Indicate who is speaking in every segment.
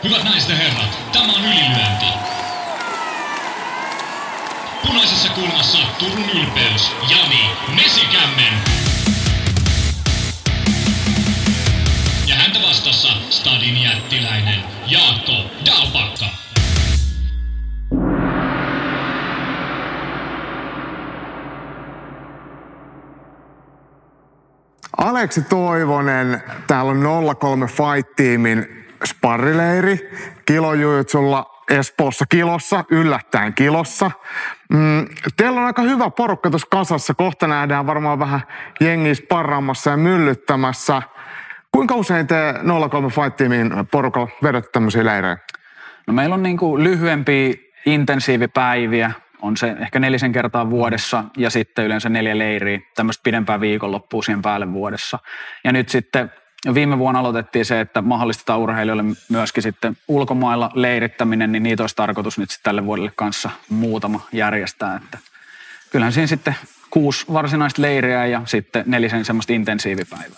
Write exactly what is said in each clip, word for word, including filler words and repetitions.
Speaker 1: Hyvät naiset ja herrat, tämä on Ylilyönti. Punaisessa kulmassa Turun ylpeys, Jani Mesikämmen. Ja häntä vastassa Stadin jättiläinen Jaakko Dalpakka.
Speaker 2: Aleksi Toivonen, täällä on nolla kolme Fight-tiimin sparrileiri kilojujutsulla Espoossa kilossa, yllättäen kilossa. Mm, teillä on aika hyvä porukka tuossa kasassa. Kohta nähdään varmaan vähän jengiä sparraamassa ja myllyttämässä. Kuinka usein te nolla kolme Fight-tiimin porukalla vedätte tämmöisiä leirejä?
Speaker 3: No meillä on niinku lyhyempiä intensiivipäiviä. On se ehkä nelisen kertaa vuodessa ja sitten yleensä neljä leiriä, tämmöistä pidempää viikonloppua siihen päälle vuodessa. Ja nyt sitten viime vuonna aloitettiin se, että mahdollistetaan urheilijoille myöskin sitten ulkomailla leirittäminen, niin niitä olisi tarkoitus nyt sitten tälle vuodelle kanssa muutama järjestää. Että kyllähän siinä sitten kuusi varsinaista leiriä ja sitten nelisen semmoista intensiivipäivää.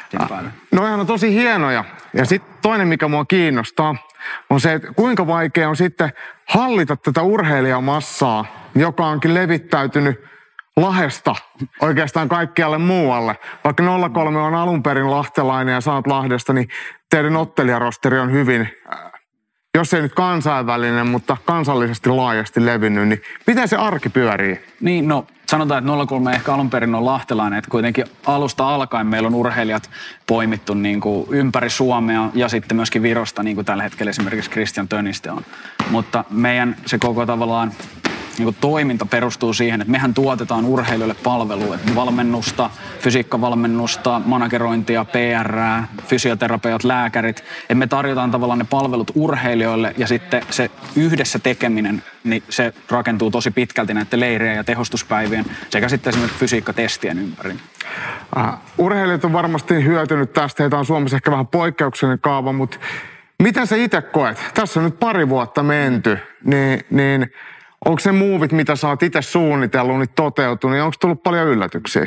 Speaker 2: No ihan on tosi hienoja. Ja sitten toinen, mikä mua kiinnostaa, on se, että kuinka vaikea on sitten hallita tätä urheilijamassaa, joka onkin levittäytynyt Lahdesta oikeastaan kaikkialle muualle. Vaikka nolla kolme on alun perin lahtelainen ja saat Lahdesta, niin teidän ottelijarosteri on hyvin, jos ei nyt kansainvälinen, mutta kansallisesti laajasti levinnyt. Niin miten se arki pyörii?
Speaker 3: Niin, no sanotaan, että nolla kolme ehkä alun perin on lahtelainen, että kuitenkin alusta alkaen meillä on urheilijat poimittu niin kuin ympäri Suomea ja sitten myöskin Virosta, niin kuin tällä hetkellä esimerkiksi Christian Töniste on. Mutta meidän se koko tavallaan niin kuin toiminta perustuu siihen, että mehän tuotetaan urheilijoille palvelua, että valmennusta, fysiikkavalmennusta, managerointia, P R:ää, fysioterapeut, lääkärit. Että me tarjotaan tavallaan ne palvelut urheilijoille ja sitten se yhdessä tekeminen, niin se rakentuu tosi pitkälti näiden leirien ja tehostuspäivien sekä sitten esimerkiksi fysiikkatestien ympäri.
Speaker 2: Uh, urheilijat on varmasti hyötynyt tästä. Heitä on Suomessa ehkä vähän poikkeuksellinen kaava, mutta miten sä itse koet? Tässä on nyt pari vuotta menty, niin... niin onko se muuvit, mitä sä oot itse suunnitellut, niin toteutunut, niin onko tullut paljon yllätyksiä?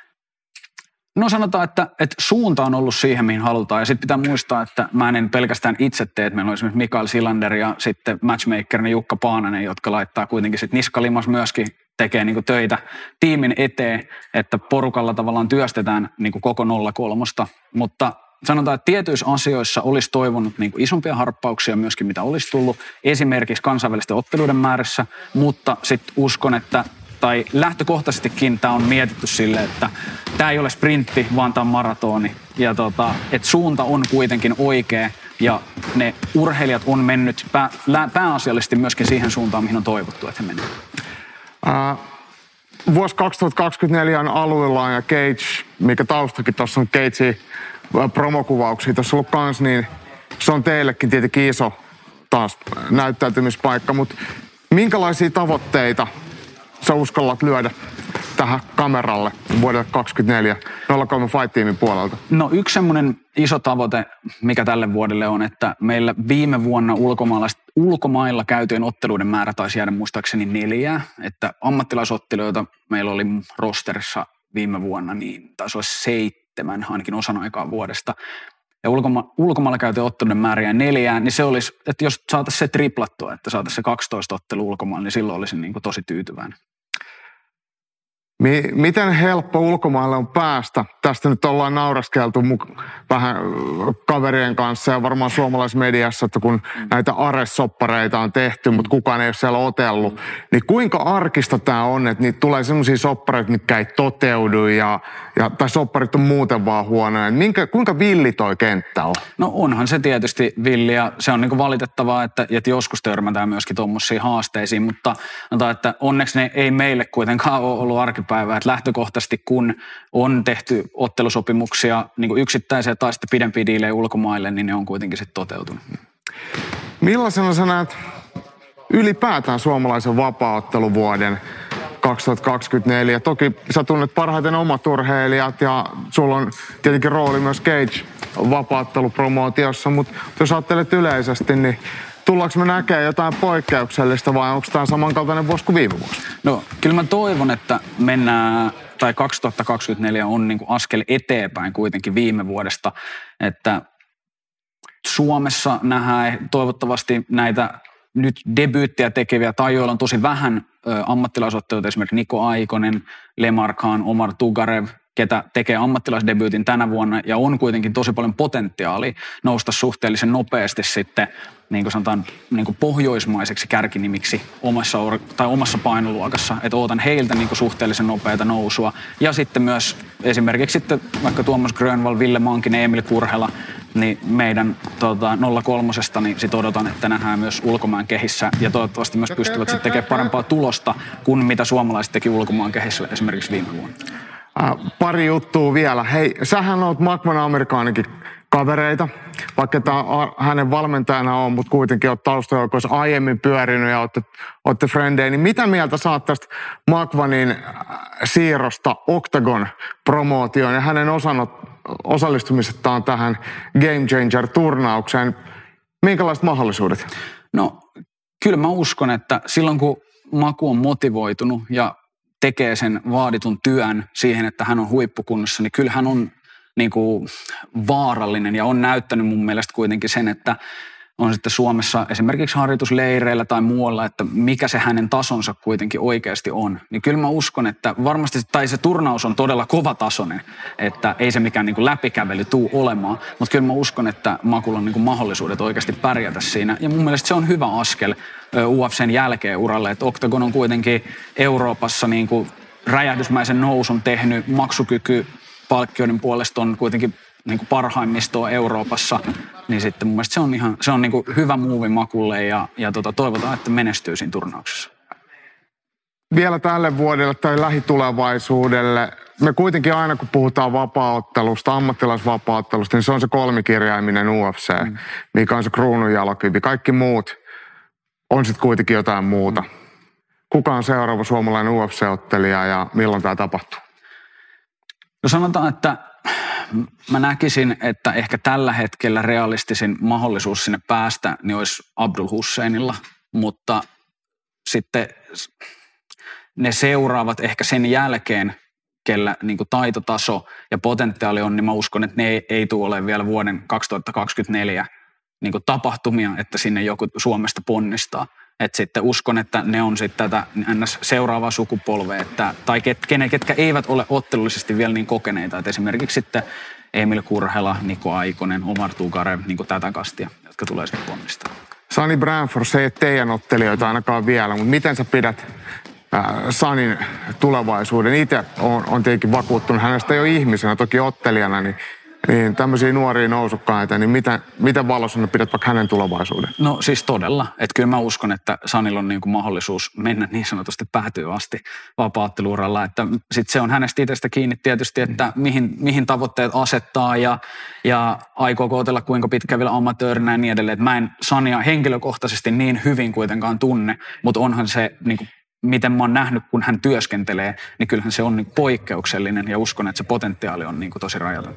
Speaker 3: No sanotaan, että, että suunta on ollut siihen, mihin halutaan. Ja sitten pitää muistaa, että mä en pelkästään itse tee, että meillä on esimerkiksi Mikael Silander ja sitten matchmakerina Jukka Paananen, jotka laittaa kuitenkin sitten niskalimas myöskin tekee niinku töitä tiimin eteen, että porukalla tavallaan työstetään niinku koko nolla kolmosta, mutta sanotaan, että tietyissä asioissa olisi toivonut niin kuin isompia harppauksia myöskin, mitä olisi tullut esimerkiksi kansainvälisten otteluiden määrässä, mutta sitten uskon, että tai lähtökohtaisestikin tämä on mietitty sille, että tämä ei ole sprintti, vaan tämä on maratoni. Ja tota, että suunta on kuitenkin oikea ja ne urheilijat on mennyt pää, pääasiallisesti myöskin siihen suuntaan, mihin on toivottu, että he menevät.
Speaker 2: Äh, vuosi kaksituhattakaksikymmentäneljä on aluillaan ja Cage, mikä taustakin tuossa on Cagea, promokuvauksia tuossa ollut kans, niin se on teillekin tietenkin iso taas näyttäytymispaikka, mutta minkälaisia tavoitteita sä uskallat lyödä tähän kameralle vuodelle kaksikymmentäneljä nolla kolme Fight-tiimin puolelta?
Speaker 3: No yksi semmoinen iso tavoite, mikä tälle vuodelle on, että meillä viime vuonna ulkomailla käytyjen otteluiden määrä taisi jäädä muistaakseni neljää, että ammattilaisottelijoita meillä oli rosterissa viime vuonna, niin taisi olla seitsemän, ainakin osan aikaa vuodesta. Ja ulkoma- ulkomailla käytyjen otteluiden määriä neljään, niin se olisi, että jos saataisiin se triplattua, että saataisiin se kaksitoista ottelu ulkomailla, niin silloin olisin niin kuin tosi tyytyväinen.
Speaker 2: Mi- miten helppo ulkomaille on päästä? Tästä nyt ollaan nauraskeltu mu- vähän kaverien kanssa ja varmaan suomalaismediassa, että kun näitä Ares-soppareita on tehty, mutta kukaan ei ole siellä otellut, niin kuinka arkista tämä on, että niitä tulee sellaisia soppareita, mitkä ei toteudu ja, ja tai sopparit on muuten vaan huonoja. Minkä, kuinka villi toi kenttä on?
Speaker 3: No onhan se tietysti villi ja se on niin kuin valitettavaa, että, että joskus törmätään myöskin tuommoisiin haasteisiin, mutta sanotaan, että onneksi ne ei meille kuitenkaan ole ollut arkipäivää. Että lähtökohtaisesti kun on tehty ottelusopimuksia niin kuin yksittäisiä tai sitten pidempiä diilejä ulkomaille, niin ne on kuitenkin sitten toteutunut.
Speaker 2: Millaisena sä näet ylipäätään suomalaisen vapaa-otteluvuoden kaksituhattakaksikymmentäneljä? Toki sä tunnet parhaiten omat urheilijat ja sulla on tietenkin rooli myös Cage vapaa-ottelupromootiossa, mutta jos ajattelet yleisesti, niin tullaanko me näkemään jotain poikkeuksellista vai onko tämä samankaltainen vuosi kuin viime vuosi?
Speaker 3: No kyllä mä toivon, että mennään, tai kaksituhattakaksikymmentäneljä on niin kuin askel eteenpäin kuitenkin viime vuodesta, että Suomessa nähdään toivottavasti näitä nyt debyyttiä tekeviä tai joilla on tosi vähän ö, ammattilaisotteluita, esimerkiksi Niko Aikonen, Lemar Khan, Omar Tugarev, ketä tekee ammattilaisdebyytin tänä vuonna ja on kuitenkin tosi paljon potentiaalia nousta suhteellisen nopeasti sitten niin kuin sanotaan niin kuin pohjoismaiseksi kärkinimiksi omassa, tai omassa painoluokassa, että ootan heiltä niin kuin suhteellisen nopeata nousua ja sitten myös esimerkiksi sitten vaikka Tuomas Grönvall, Ville Mankinen, Emil Kurhela, niin meidän tota, nolla kolme niin sit odotan, että nähdään myös ulkomaan kehissä ja toivottavasti myös pystyvät sitten tekemään parempaa tulosta kuin mitä suomalaiset teki ulkomaan kehissä esimerkiksi viime vuonna.
Speaker 2: Äh, pari juttua vielä. Hei, sähän oot Makvan Amerikaanikin kavereita, vaikka tämä hänen valmentajana on, mutta kuitenkin oot taustajoukoissa aiemmin pyörinyt ja ootte, ootte frendejä. Niin mitä mieltä saat tästä Makvanin siirrosta Octagon-promootioon ja hänen osanot, osallistumisestaan tähän Game Changer-turnaukseen? Minkälaiset mahdollisuudet?
Speaker 3: No, kyllä mä uskon, että silloin kun Maku on motivoitunut ja tekee sen vaaditun työn siihen, että hän on huippukunnossa, niin kyllä hän on niin kuin vaarallinen ja on näyttänyt mun mielestä kuitenkin sen, että on sitten Suomessa esimerkiksi harjoitusleireillä tai muualla, että mikä se hänen tasonsa kuitenkin oikeasti on. Niin kyllä mä uskon, että varmasti, tai se turnaus on todella kovatasoinen, että ei se mikään niin kuin läpikävely tuu olemaan, mutta kyllä mä uskon, että Makulla on niin kuin mahdollisuudet oikeasti pärjätä siinä. Ja mun mielestä se on hyvä askel U F C:n jälkeen uralle, että Octagon on kuitenkin Euroopassa niin kuin räjähdysmäisen nousun tehnyt, maksukyky palkkioiden puolesta on kuitenkin niin kuin parhaimmistoa Euroopassa, niin sitten mun mielestä se on ihan se on niin kuin hyvä muuvi Makulle ja, ja tota, toivotaan, että menestyy siinä turnauksessa.
Speaker 2: Vielä tälle vuodelle tai lähitulevaisuudelle, me kuitenkin aina kun puhutaan vapaaottelusta, ammattilaisvapaaottelusta, niin se on se kolmikirjaiminen U F C, mm. mikä on se kruununjalokivi. Kaikki muut on sitten kuitenkin jotain muuta. Kuka on seuraava suomalainen U F C-ottelija ja milloin tämä tapahtuu?
Speaker 3: No sanotaan, että mä näkisin, että ehkä tällä hetkellä realistisin mahdollisuus sinne päästä niin olisi Abdul Husseinilla, mutta sitten ne seuraavat ehkä sen jälkeen, kellä niin kuin taitotaso ja potentiaali on, niin mä uskon, että ne ei, ei tule olemaan vielä vuoden kaksituhattakaksikymmentäneljä niin kuin tapahtumia, että sinne joku Suomesta ponnistaa. Että sitten uskon, että ne on sitten tätä ns. Seuraavaa sukupolvea, että, tai ket, ketkä eivät ole ottelullisesti vielä niin kokeneita. Että esimerkiksi sitten Emil Kurhela, Niko Aikonen, Omar Tugarev, niin kuin tätä kastia, jotka tulee sitten ponnistaa.
Speaker 2: Sunny Branford, se ei teidän ottelijoita ainakaan vielä, mutta miten sä pidät äh, Sunnyn tulevaisuuden? Itse on, on tietenkin vakuuttunut hänestä jo ihmisenä, toki ottelijana, niin Niin, tämmöisiä nuoria nousukkaita, niin miten, miten valossa pidät vaikka hänen tulevaisuuden?
Speaker 3: No siis todella. Että kyllä mä uskon, että Sanilla on niinku mahdollisuus mennä niin sanotusti päätyy asti vapaa-otteluuralla. Että sit se on hänestä itsestä kiinni tietysti, että mihin, mihin tavoitteet asettaa ja, ja aikooko otella kuinka pitkä vielä amatöörinä ja niin edelleen. Että mä en Sania henkilökohtaisesti niin hyvin kuitenkaan tunne, mutta onhan se niinku miten mä oon nähnyt, kun hän työskentelee, niin kyllähän se on niin poikkeuksellinen ja uskon, että se potentiaali on niin kuin tosi rajaton.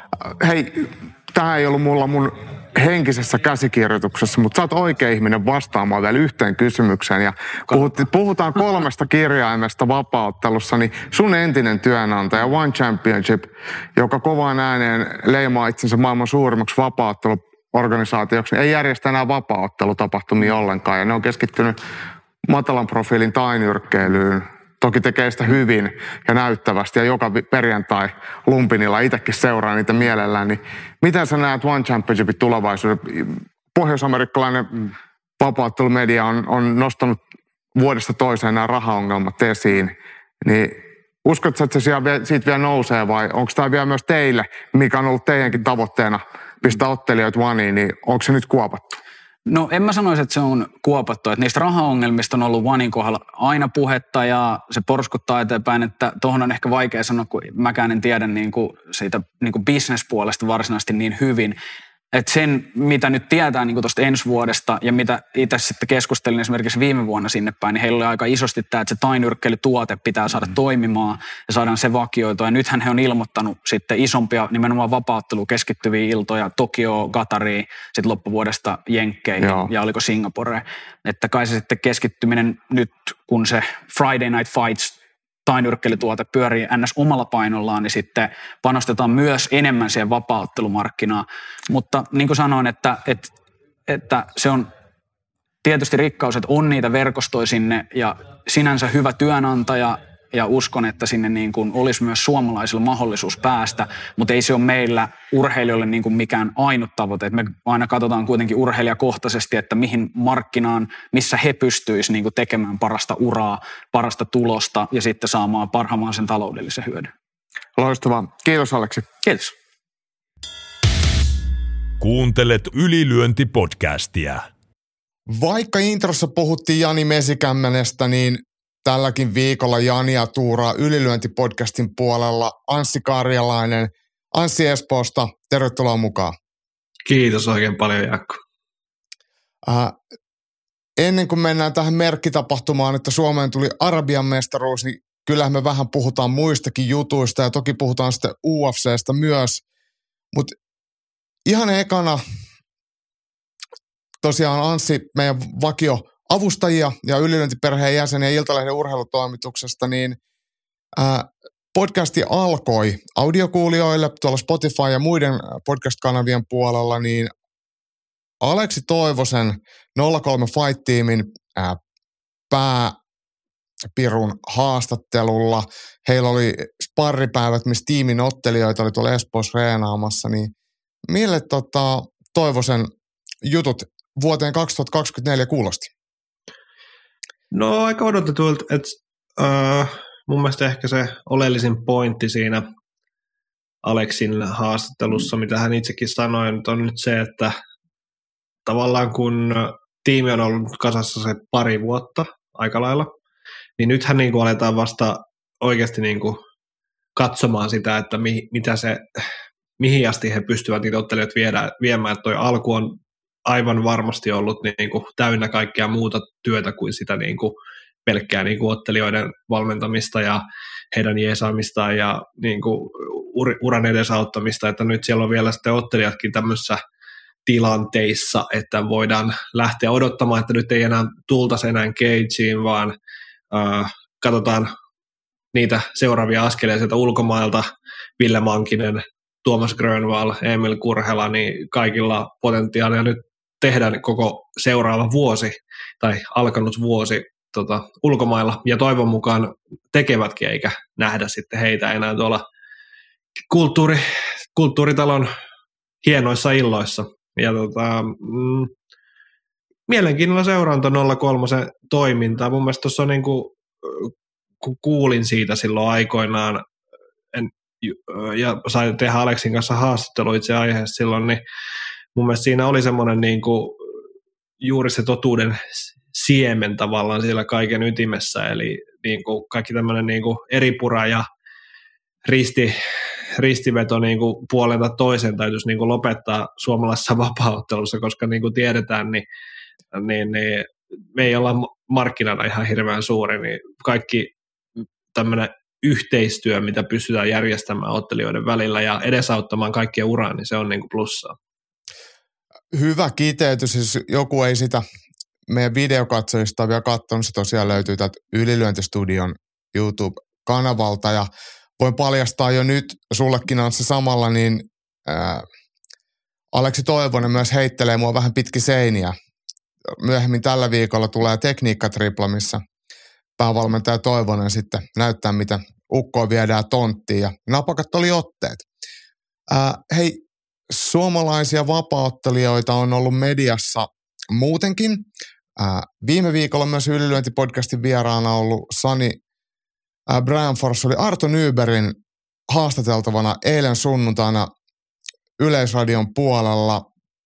Speaker 2: Hei, tämä ei ollut mulla mun henkisessä käsikirjoituksessa, mutta sä oot oikea ihminen vastaamaan vielä yhteen kysymykseen. Ja puhutaan kolmesta kirjaimesta vapaaottelussa, niin sun entinen työnantaja One Championship, joka kovaan ääneen leimaa itsensä maailman suurimmaksi vapaaotteluorganisaatioksi, ei järjestä enää vapaaottelutapahtumia ollenkaan ja ne on keskittynyt matalan profiilin tainyrkkeilyyn. Toki tekee sitä hyvin ja näyttävästi ja joka perjantai Lumpinilla itsekin seuraa niitä mielellään. Niin miten sä näet One Championshipin tulevaisuuden? Pohjois-amerikkalainen mm. vapaattelumedia on, on nostanut vuodesta toiseen nämä rahaongelmat esiin. Niin uskotko, että se siitä vielä nousee vai onko tämä vielä myös teille, mikä on ollut teidänkin tavoitteena pistää ottelijoita Oneen, niin onko se nyt kuopattu?
Speaker 3: No en mä sanoisi, että se on kuopattu. Että niistä rahaongelmista on ollut Oneen kohdalla aina puhetta ja se porskuttaa eteenpäin, että tuohon on ehkä vaikea sanoa, kun mäkään en tiedä niin kuin siitä niin kuin business-puolesta varsinaisesti niin hyvin. Että sen, mitä nyt tietää niin tuosta ensi vuodesta ja mitä itse sitten keskustelin esimerkiksi viime vuonna sinne päin, niin heillä oli aika isosti tämä, että se tainyrkkeilytuote pitää saada toimimaan ja saadaan se vakioitua. Ja nythän he on ilmoittanut sitten isompia nimenomaan vapaatteluun keskittyviä iltoja, Tokio, Qatariin, sitten loppuvuodesta Jenkkeihin Joo. ja oliko Singapore. Että kai se sitten keskittyminen nyt, kun se Friday Night Fights tainyrkkelytuote pyörii ns. Omalla painollaan, niin sitten panostetaan myös enemmän siihen vapaaottelumarkkinaan. Mutta niin kuin sanoin, että, että, että se on tietysti rikkaus, että on niitä verkostoja sinne ja sinänsä hyvä työnantaja ja uskon, että sinne niin kuin olisi myös suomalaisilla mahdollisuus päästä, mutta ei se ole meillä urheilijoille niin kuin mikään ainut tavoite. Et me aina katsotaan kuitenkin urheilijakohtaisesti, että mihin markkinaan, missä he pystyisivät niin kuin tekemään parasta uraa, parasta tulosta ja sitten saamaan parhaamaan sen taloudellisen hyödyn.
Speaker 2: Loistavaa. Kiitos Aleksi.
Speaker 3: Kiitos.
Speaker 4: Kuuntelet Ylilyönti-podcastia.
Speaker 2: Vaikka introssa puhuttiin Jani Mesikämmenestä, niin tälläkin viikolla Jania tuuraa Ylilyönti-podcastin puolella Anssi Karjalainen. Anssi Espoosta, tervetuloa mukaan.
Speaker 5: Kiitos oikein paljon, Jaakko.
Speaker 2: Äh, ennen kuin mennään tähän merkkitapahtumaan, että Suomeen tuli Arabian mestaruus, niin kyllähän me vähän puhutaan muistakin jutuista ja toki puhutaan sitten U F C:stä myös. Mutta ihan ekana tosiaan Anssi, meidän vakio avustajia ja Ylilyöntiperheen jäseniä Iltalehden urheilutoimituksesta, niin ää, podcasti alkoi audiokuulijoille tuolla Spotify ja muiden podcast-kanavien puolella, niin Aleksi Toivosen nolla kolme Fight-tiimin ää, pääpirun haastattelulla. Heillä oli sparripäivät, missä tiimin ottelijoita oli tuolla Espoossa reenaamassa, niin mille tota, Toivosen jutut vuoteen kaksituhattakaksikymmentäneljä kuulosti?
Speaker 5: No aika odotetulta, että äh, mun mielestä ehkä se oleellisin pointti siinä Aleksin haastattelussa, mitä hän itsekin sanoi, on nyt se, että tavallaan kun tiimi on ollut kasassa se pari vuotta aika lailla, niin nythän niin kuin aletaan vasta oikeasti niin kuin katsomaan sitä, että mi, mitä se, mihin asti he pystyvät niitä ottelijoita viedä, viemään, että toi alku on aivan varmasti ollut niin kuin täynnä kaikkea muuta työtä kuin sitä niin kuin pelkkää niin kuin ottelijoiden valmentamista ja heidän jeesaamistaan ja niin kuin uran edesauttamista, että nyt siellä on vielä sitten ottelijatkin tämmöisissä tilanteissa, että voidaan lähteä odottamaan, että nyt ei enää tultaisi enää cageen, vaan äh, katsotaan niitä seuraavia askeleja sieltä ulkomailta, Ville Mankinen, Tuomas Grönvall, Emil Kurhela, niin kaikilla potentiaalia nyt tehdään koko seuraava vuosi tai alkanut vuosi tota, ulkomailla ja toivon mukaan tekevätkin eikä nähdä sitten heitä enää tuolla kulttuuri, kulttuuritalon hienoissa illoissa. Ja tota, mm, mielenkiinnolla seuranta nolla kolme toimintaa. Mun mielestä tuossa on niin kuin, kun kuulin siitä silloin aikoinaan en, ja sain tehdä Aleksin kanssa haastattelu itse aiheessa silloin, niin mun mielestä siinä oli semmoinen niin kuin juuri se totuuden siemen tavallaan siellä kaiken ytimessä, eli niin kuin kaikki tämmöinen niin kuin eripura ja risti, ristiveto niin kuin puolelta toisen täytyisi niin kuin lopettaa suomalaisessa vapaaottelussa, koska niin kuin tiedetään, niin, niin, niin me ei olla markkinana ihan hirveän suuri, niin kaikki tämmöinen yhteistyö, mitä pystytään järjestämään ottelijoiden välillä ja edesauttamaan kaikkien uraan, niin se on niin kuin plussaa.
Speaker 2: Hyvä kiteytys, siis joku ei sitä meidän videokatsojista ole vielä katsonut, se tosiaan löytyy täältä Ylilyöntistudion YouTube-kanavalta ja voin paljastaa jo nyt sullekin on se samalla, niin ää, Aleksi Toivonen myös heittelee mua vähän pitkin seiniä. Myöhemmin tällä viikolla tulee tekniikkatripla, missä päävalmentaja Toivonen sitten näyttää, miten ukkoa viedään tonttiin ja napakat oli otteet. Ää, hei, suomalaisia vapaaottelijoita on ollut mediassa muutenkin. Ää, viime viikolla myös Ylilyönti-podcastin vieraana ollut Sani ää, Brandfors oli Arto Nybergin haastateltavana eilen sunnuntaina Yleisradion puolella.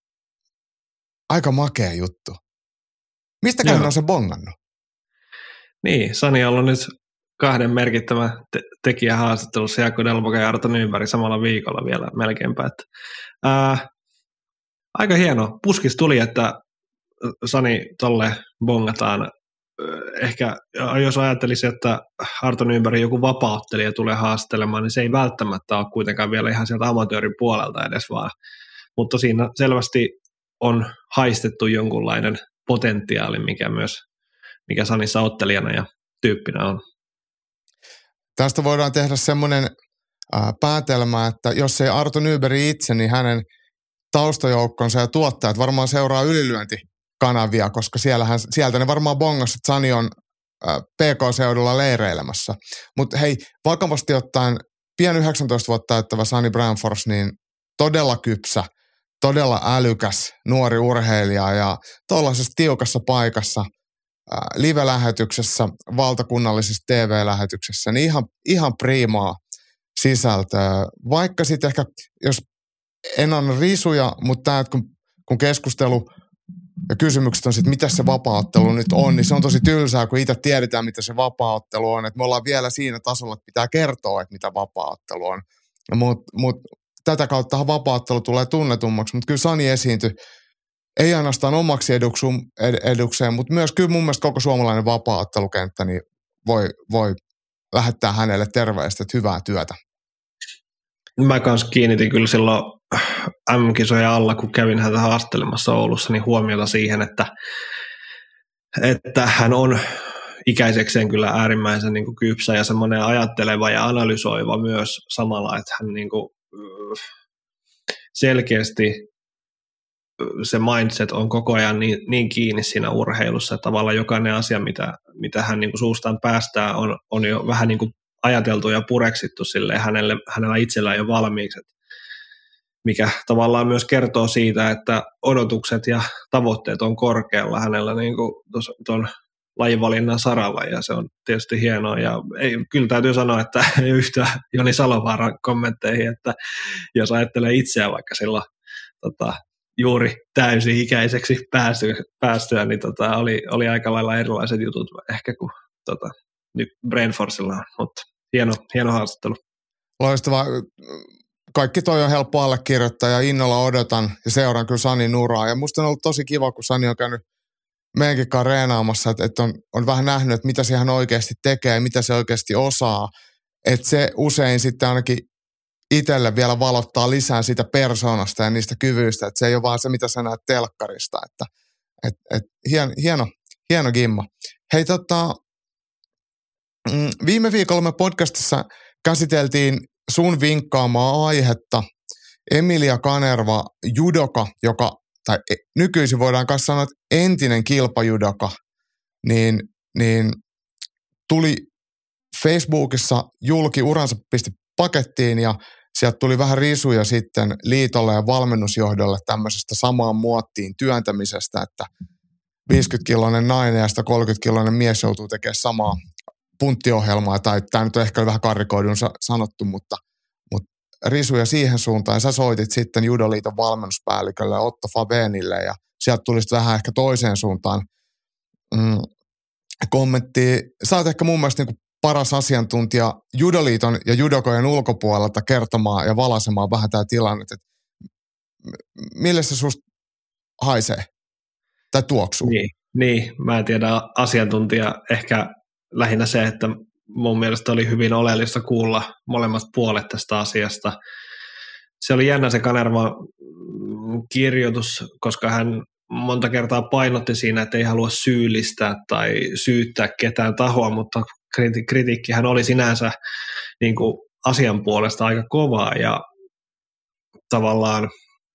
Speaker 2: Aika makea juttu. Mistäkään hän on se bongannut?
Speaker 5: Niin, Sani on ollut nyt kahden merkittävän te- tekijän haastattelussa, Jaakko Delboga ja Arto Nyberg samalla viikolla vielä melkeinpä. Että, ää, aika hieno. Puskis tuli, että Sani tolle bongataan. Ehkä jos ajattelisi, että Arto Nyberg joku vapaaottelija tulee haastelemaan, niin se ei välttämättä ole kuitenkaan vielä ihan sieltä amatöörin puolelta edes vaan. Mutta siinä selvästi on haistettu jonkunlainen potentiaali, mikä myös mikä Sanissa ottelijana ja tyyppinä on.
Speaker 2: tästä voidaan tehdä semmoinen ää, päätelmä, että jos ei Arto Nyberg itse, niin hänen taustajoukkonsa ja tuottajat varmaan seuraa ylilyöntikanavia, koska siellähän, sieltä ne varmaan bongas, että Sani on ää, P K-seudulla leireilemässä. Mutta hei, vakavasti ottaen pian yhdeksäntoista vuotta täyttävä Sani Branfors, niin todella kypsä, todella älykäs nuori urheilija ja tuollaisessa tiukassa paikassa ää, live-lähetyksessä, valtakunnallisessa T V-lähetyksessä, niin ihan, ihan priimaa sisältöä. Vaikka sitten ehkä, jos en anna risuja, mutta tämä, kun, kun keskustelu ja kysymykset on sitten, mitä se vapaaottelu nyt on, niin se on tosi tylsää, kun itse tiedetään, mitä se vapaaottelu on. Että me ollaan vielä siinä tasolla, että pitää kertoa, että mitä vapaaottelu on. Mutta mut, tätä kauttahan vapaaottelu tulee tunnetummaksi, mutta kyllä Sani esiintyi ei ainoastaan omaksi eduksum, ed, edukseen, mutta myös kyllä mun mielestä koko suomalainen vapaaottelukenttä niin voi, voi lähettää hänelle terveistä, että hyvää työtä.
Speaker 5: Mä kanssa kiinnitin kyllä silloin M-kisojen alla, kun kävin häntä haastelemassa Oulussa, niin huomiota siihen, että, että hän on ikäisekseen kyllä äärimmäisen niin kuin kypsä ja semmoinen ajatteleva ja analysoiva myös samalla, että hän niin kuin selkeästi se mindset on koko ajan niin, niin kiinni siinä urheilussa, että tavallaan jokainen asia, mitä, mitä hän niin kuin suustaan päästää, on, on jo vähän niin kuin ajateltu ja pureksittu silleen hänelle, hänellä itsellään jo valmiiksi, mikä tavallaan myös kertoo siitä, että odotukset ja tavoitteet on korkealla hänellä niin kuin tuon lajivalinnan saralla, ja se on tietysti hienoa, ja ei, kyllä täytyy sanoa, että ei yhtään Joni Salovaaran kommentteihin, että jos ajattelee itseään vaikka silloin tota, juuri täysi-ikäiseksi päästyä, päästyä niin tota, oli, oli aika lailla erilaiset jutut ehkä kuin tota, nyt Brainforcella on, mutta hieno, hieno haastattelu.
Speaker 2: Loistavaa. Kaikki toi on helppo allekirjoittaa ja innolla odotan ja seuraan kyllä Sanin uraa. Ja musta on ollut tosi kiva, kun Sani on käynyt meidänkin kanssa reenaamassa, että, että on, on vähän nähnyt, että mitä se hän oikeasti tekee, mitä se oikeasti osaa. Että se usein sitten ainakin itselle vielä valottaa lisää siitä persoonasta ja niistä kyvyistä, että se ei ole vaan se, mitä sä näet telkkarista. Että et, et, hien, hieno, hieno gimma. Hei tota, viime viikolla me podcastissa käsiteltiin sun vinkkaamaa aihetta Emilia Kanerva, judoka, joka, tai nykyisin voidaan kanssa sanoa, että entinen kilpajudoka, niin, niin tuli Facebookissa julki, uransa pisti pakettiin ja sieltä tuli vähän risuja sitten liitolle ja valmennusjohdolle tämmöisestä samaan muottiin työntämisestä, että viisikymmenkiloinen nainen ja sitä kolmekymmenkiloinen mies joutuu tekemään samaa punttiohjelmaa, tai tämä nyt on ehkä vähän karrikoidun sanottu, mutta, mutta risuja siihen suuntaan. Ja sä soitit sitten Judoliiton valmennuspäällikölle Otto Favenille, ja sieltä tuli sitten vähän ehkä toiseen suuntaan mm, kommenttia. Sä oot ehkä mun mielestä niin paras asiantuntija Judoliiton ja judokojen ulkopuolelta kertomaan ja valaisemaan vähän tämä tilanne, että mille se susta haisee tai tuoksuu?
Speaker 5: Niin, niin, mä en tiedä asiantuntija, ehkä lähinnä se, että mun mielestä oli hyvin oleellista kuulla molemmat puolet tästä asiasta. Se oli jännä se Kanervan kirjoitus, koska hän monta kertaa painotti siinä, että ei halua syyllistää tai syyttää ketään tahoa, mutta kritiikkihän oli sinänsä niin kuin asian puolesta aika kovaa ja tavallaan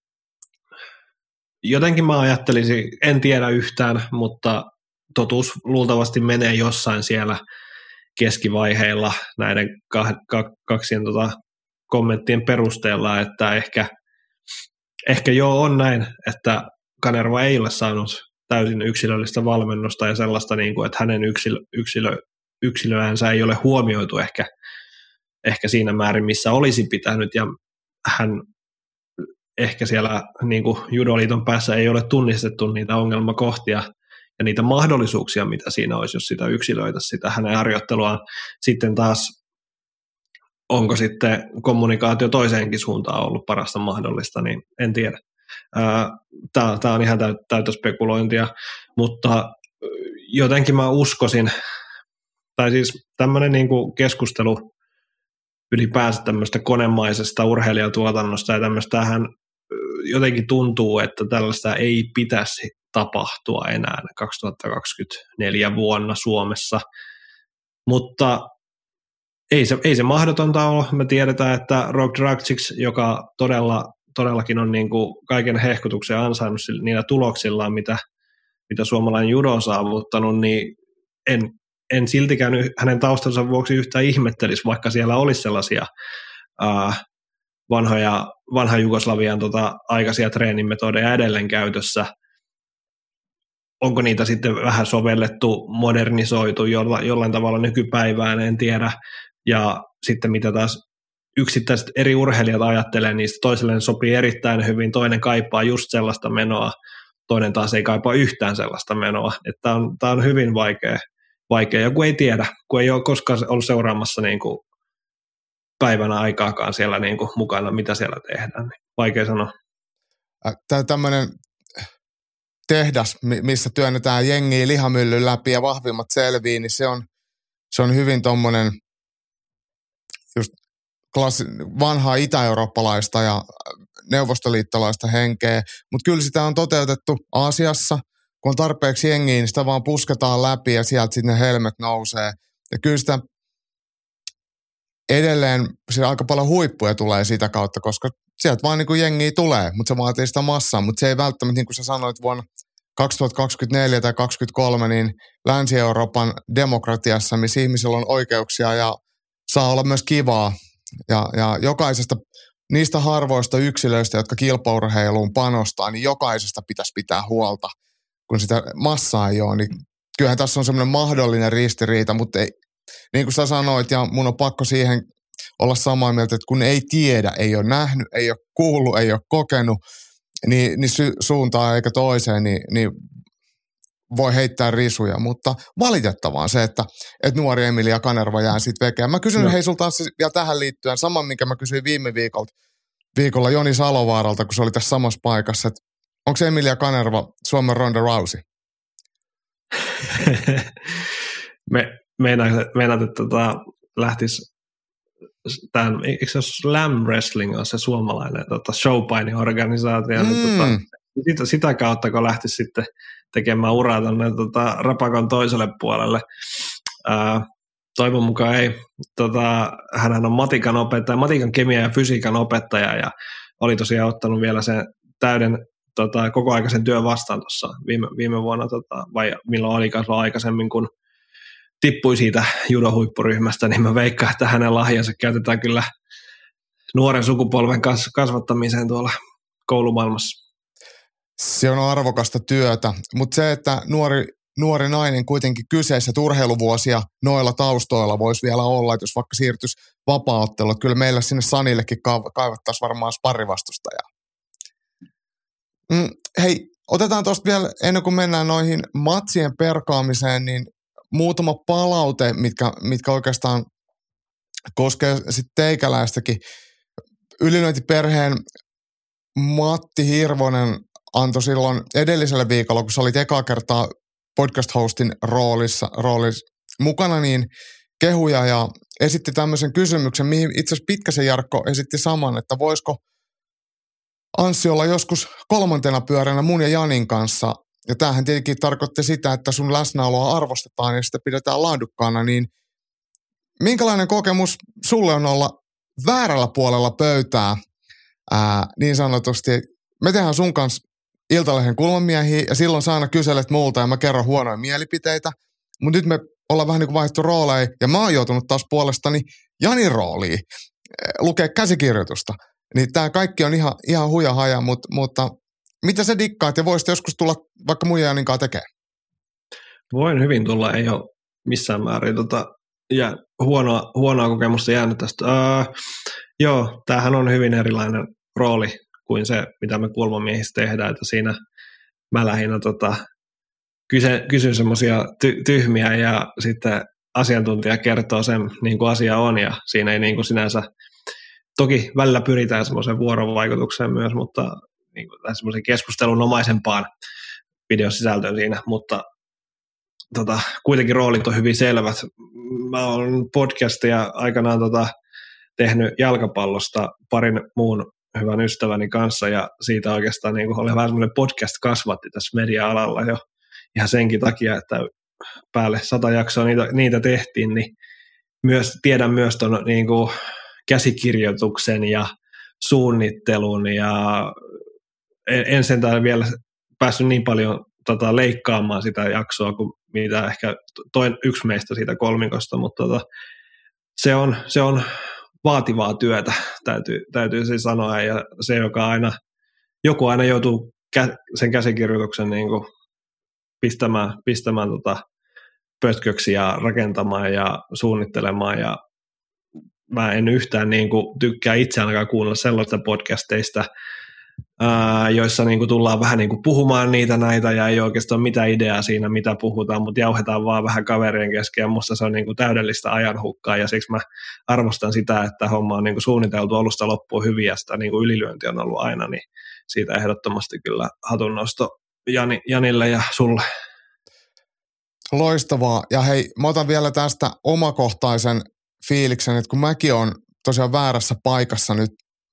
Speaker 5: jotenkin mä ajattelisin, en tiedä yhtään, mutta totuus luultavasti menee jossain siellä keskivaiheilla näiden kaksien tota, kommenttien perusteella, että ehkä, ehkä joo on näin, että Kanerva ei ole saanut täysin yksilöllistä valmennusta ja sellaista, niin kuin, että hänen yksilö, yksilö, yksilöänsä ei ole huomioitu ehkä, ehkä siinä määrin, missä olisi pitänyt, ja hän ehkä siellä niin kuin Judoliiton päässä ei ole tunnistettu niitä ongelmakohtia ja niitä mahdollisuuksia, mitä siinä olisi, jos sitä yksilöitä, sitä hänen harjoitteluaan. Sitten taas, onko sitten kommunikaatio toiseenkin suuntaan ollut parasta mahdollista, niin en tiedä. Tämä on ihan täyttä spekulointia, mutta jotenkin mä uskoisin, tai siis tämmöinen niin kuin keskustelu ylipäänsä tämmöistä konemaisesta urheilijatuotannosta ja tämmöistähän jotenkin tuntuu, että tällaista ei pitäisi tapahtua enää kaksituhattakaksikymmentäneljä vuonna Suomessa, mutta ei se, ei se mahdotonta ole. Me tiedetään, että Rok Dragic, joka todella, todellakin on niin kuin kaiken hehkutuksen ansainnut niillä tuloksillaan, mitä, mitä suomalainen judo on saavuttanut, niin en, en siltikään hänen taustansa vuoksi yhtään ihmettelisi, vaikka siellä olisi sellaisia uh, vanhoja, vanha Jugoslavian tota, aikaisia treenimetodeja edelleen käytössä. Onko niitä sitten vähän sovellettu, modernisoitu jolla, jollain tavalla nykypäivään, en tiedä. Ja sitten mitä taas yksittäiset eri urheilijat ajattelee, niin toiselleen sopii erittäin hyvin, toinen kaipaa just sellaista menoa, toinen taas ei kaipaa yhtään sellaista menoa. Tämä on, tää on hyvin vaikea, vaikea, ja kun ei tiedä, kun ei ole koskaan ollut seuraamassa niin kuin päivänä aikaakaan siellä niin kuin mukana, mitä siellä tehdään, niin vaikea sanoa.
Speaker 2: Tämä tämmöinen tehdas, missä työnnetään jengiä lihamyllyn läpi ja vahvimmat selviin, niin se on, se on hyvin tommonen just klassi, vanhaa itä-eurooppalaista ja neuvostoliittolaista henkeä, mutta kyllä sitä on toteutettu Aasiassa, kun on tarpeeksi jengiä, niin sitä vaan pusketaan läpi ja sieltä sitten ne helmet nousee. Ja kyllä sitä edelleen aika paljon huippuja tulee sitä kautta, koska sieltä vaan niin kuin jengiä tulee, mutta se vaatii sitä massaa, mutta se ei välttämättä, niin kuin sä sanoit vuonna kaksituhattakaksikymmentäneljä tai kaksikymmentäkolme, niin Länsi-Euroopan demokratiassa, missä ihmisillä on oikeuksia ja saa olla myös kivaa. Ja, ja jokaisesta niistä harvoista yksilöistä, jotka kilpaurheiluun panostaa, niin jokaisesta pitäisi pitää huolta. Kun sitä massaa ei ole, niin kyllähän tässä on semmoinen mahdollinen ristiriita, mutta ei, niin kuin sä sanoit, ja mun on pakko siihen olla samaa mieltä, että kun ei tiedä, ei ole nähnyt, ei ole kuullut, ei ole kokenut, niin, niin sy- suuntaan eikä toiseen, niin, niin voi heittää risuja, mutta valitettavaa on se, että, että nuori Emilia Kanerva jää sitten vekeen. Mä kysyn no. hei sulta vielä tähän liittyen saman, minkä mä kysyin viime viikolta, viikolla Joni Salovaaralta, kun se oli tässä samassa paikassa, että onko Emilia Kanerva Suomen Ronda Rousey?
Speaker 5: Me, meinaat, meinaat, että tota, lähtisi tämän, eikö se ole Slam Wrestling on se suomalainen tota, showpaini-organisaatio, mm. niin, tota, sitä, sitä kautta, kun lähtisi sitten tekemään uraa tuonne tota, rapakon toiselle puolelle. Ää, toivon mukaan ei. Tota, hänhän on matikan opettaja, matikan kemian ja fysiikan opettaja, ja oli tosiaan ottanut vielä sen täyden tota, kokoaikaisen työn vastaan tuossa viime, viime vuonna, tota, vai milloin oli kasvaa aikaisemmin, kun tippui siitä judohuippuryhmästä, niin mä veikkaan, että hänen lahjansa käytetään kyllä nuoren sukupolven kasvattamiseen tuolla koulumaailmassa.
Speaker 2: Se on arvokasta työtä, mutta se, että nuori, nuori nainen kuitenkin kyseessä urheiluvuosia noilla taustoilla voisi vielä olla, että jos vaikka siirtyisi vapaa-otteluun, että kyllä meillä sinne Sanillekin kaivattaisiin varmaan sparrivastustajaa. Mm, hei, otetaan tuosta vielä, ennen kuin mennään noihin matsien perkaamiseen, niin muutama palaute, mitkä, mitkä oikeastaan koskee sitten teikäläistäkin. Ylilyöntiperheen Matti Hirvonen antoi silloin edellisellä viikolla, kun sä olit ekaa kertaa podcast-hostin roolissa, roolissa mukana, niin kehuja ja esitti tämmöisen kysymyksen, mihin itse asiassa Pitkäsen Jarkko esitti saman, että voisiko Anssi olla joskus kolmantena pyöränä mun ja Janin kanssa. Ja tämähän tietenkin tarkoitti sitä, että sun läsnäoloa arvostetaan ja sitä pidetään laadukkaana, niin minkälainen kokemus sulle on olla väärällä puolella pöytää ää, niin sanotusti? Me tehdään sun kanssa Iltalehden kulmamiehiä ja silloin sä aina kyselet multa ja mä kerron huonoja mielipiteitä, mutta nyt me ollaan vähän niin kuin vaihtu rooleja ja mä oon joutunut taas puolestani Janin rooliin lukea käsikirjoitusta. Niin tää kaikki on ihan, ihan huja haja, mutta, mutta mitä sä dikkaat ja voisit joskus tulla vaikka mun ja Janin kanssa tekemään?
Speaker 5: Voin hyvin tulla, ei ole missään määrin tota, ja huonoa, huonoa kokemusta jäänyt tästä. Uh, joo, tämähän on hyvin erilainen rooli kuin se, mitä me kulmamiehissä tehdään, että siinä mä lähinnä tota, kysyn, kysyn semmoisia ty- tyhmiä ja sitten asiantuntija kertoo sen, niin kuin asia on ja siinä ei niin kuin sinänsä, toki välillä pyritään semmoiseen vuorovaikutukseen myös, mutta niin kuin semmoisen keskustelunomaisempaan videosisältöön siinä, mutta tota, kuitenkin roolit on hyvin selvät. Mä oon podcastia aikanaan tota, tehnyt jalkapallosta parin muun hyvän ystäväni kanssa ja siitä oikeastaan niin kuin oli vähän semmoinen podcast kasvatti tässä media-alalla jo ihan senkin takia, että päälle sata jaksoa niitä, niitä tehtiin, niin myös, tiedän myös tuon niin kuin käsikirjoituksen ja suunnittelun ja en, en sentään vielä päässyt niin paljon tota, leikkaamaan sitä jaksoa kuin mitä ehkä toin, yksi meistä siitä kolmikosta, mutta tota, se, on, se on vaativaa työtä, täytyy, täytyy siis sanoa, ja se, joka aina, joku aina joutuu kä, sen käsikirjoituksen niin kuin pistämään, pistämään tota, pötköksi ja rakentamaan ja suunnittelemaan, ja mä en yhtään niin kuin, tykkää itse ainakaan kuunnella sellaista podcasteista, ää, joissa niin kuin, tullaan vähän niin kuin, puhumaan niitä näitä ja ei oikeastaan mitään ideaa siinä, mitä puhutaan, mutta jauhetaan vaan vähän kaverien kesken ja musta se on niin kuin, täydellistä ajanhukkaa ja siksi mä arvostan sitä, että homma on niin kuin, suunniteltu alusta loppuun hyvin ja sitä niin kuin, ylilyönti on ollut aina, niin siitä ehdottomasti kyllä hatunnosto Jani, Janille ja sulle.
Speaker 2: Loistavaa. Ja hei, mä otan vielä tästä omakohtaisen fiiliksen, että kun mäkin on tosiaan väärässä paikassa nyt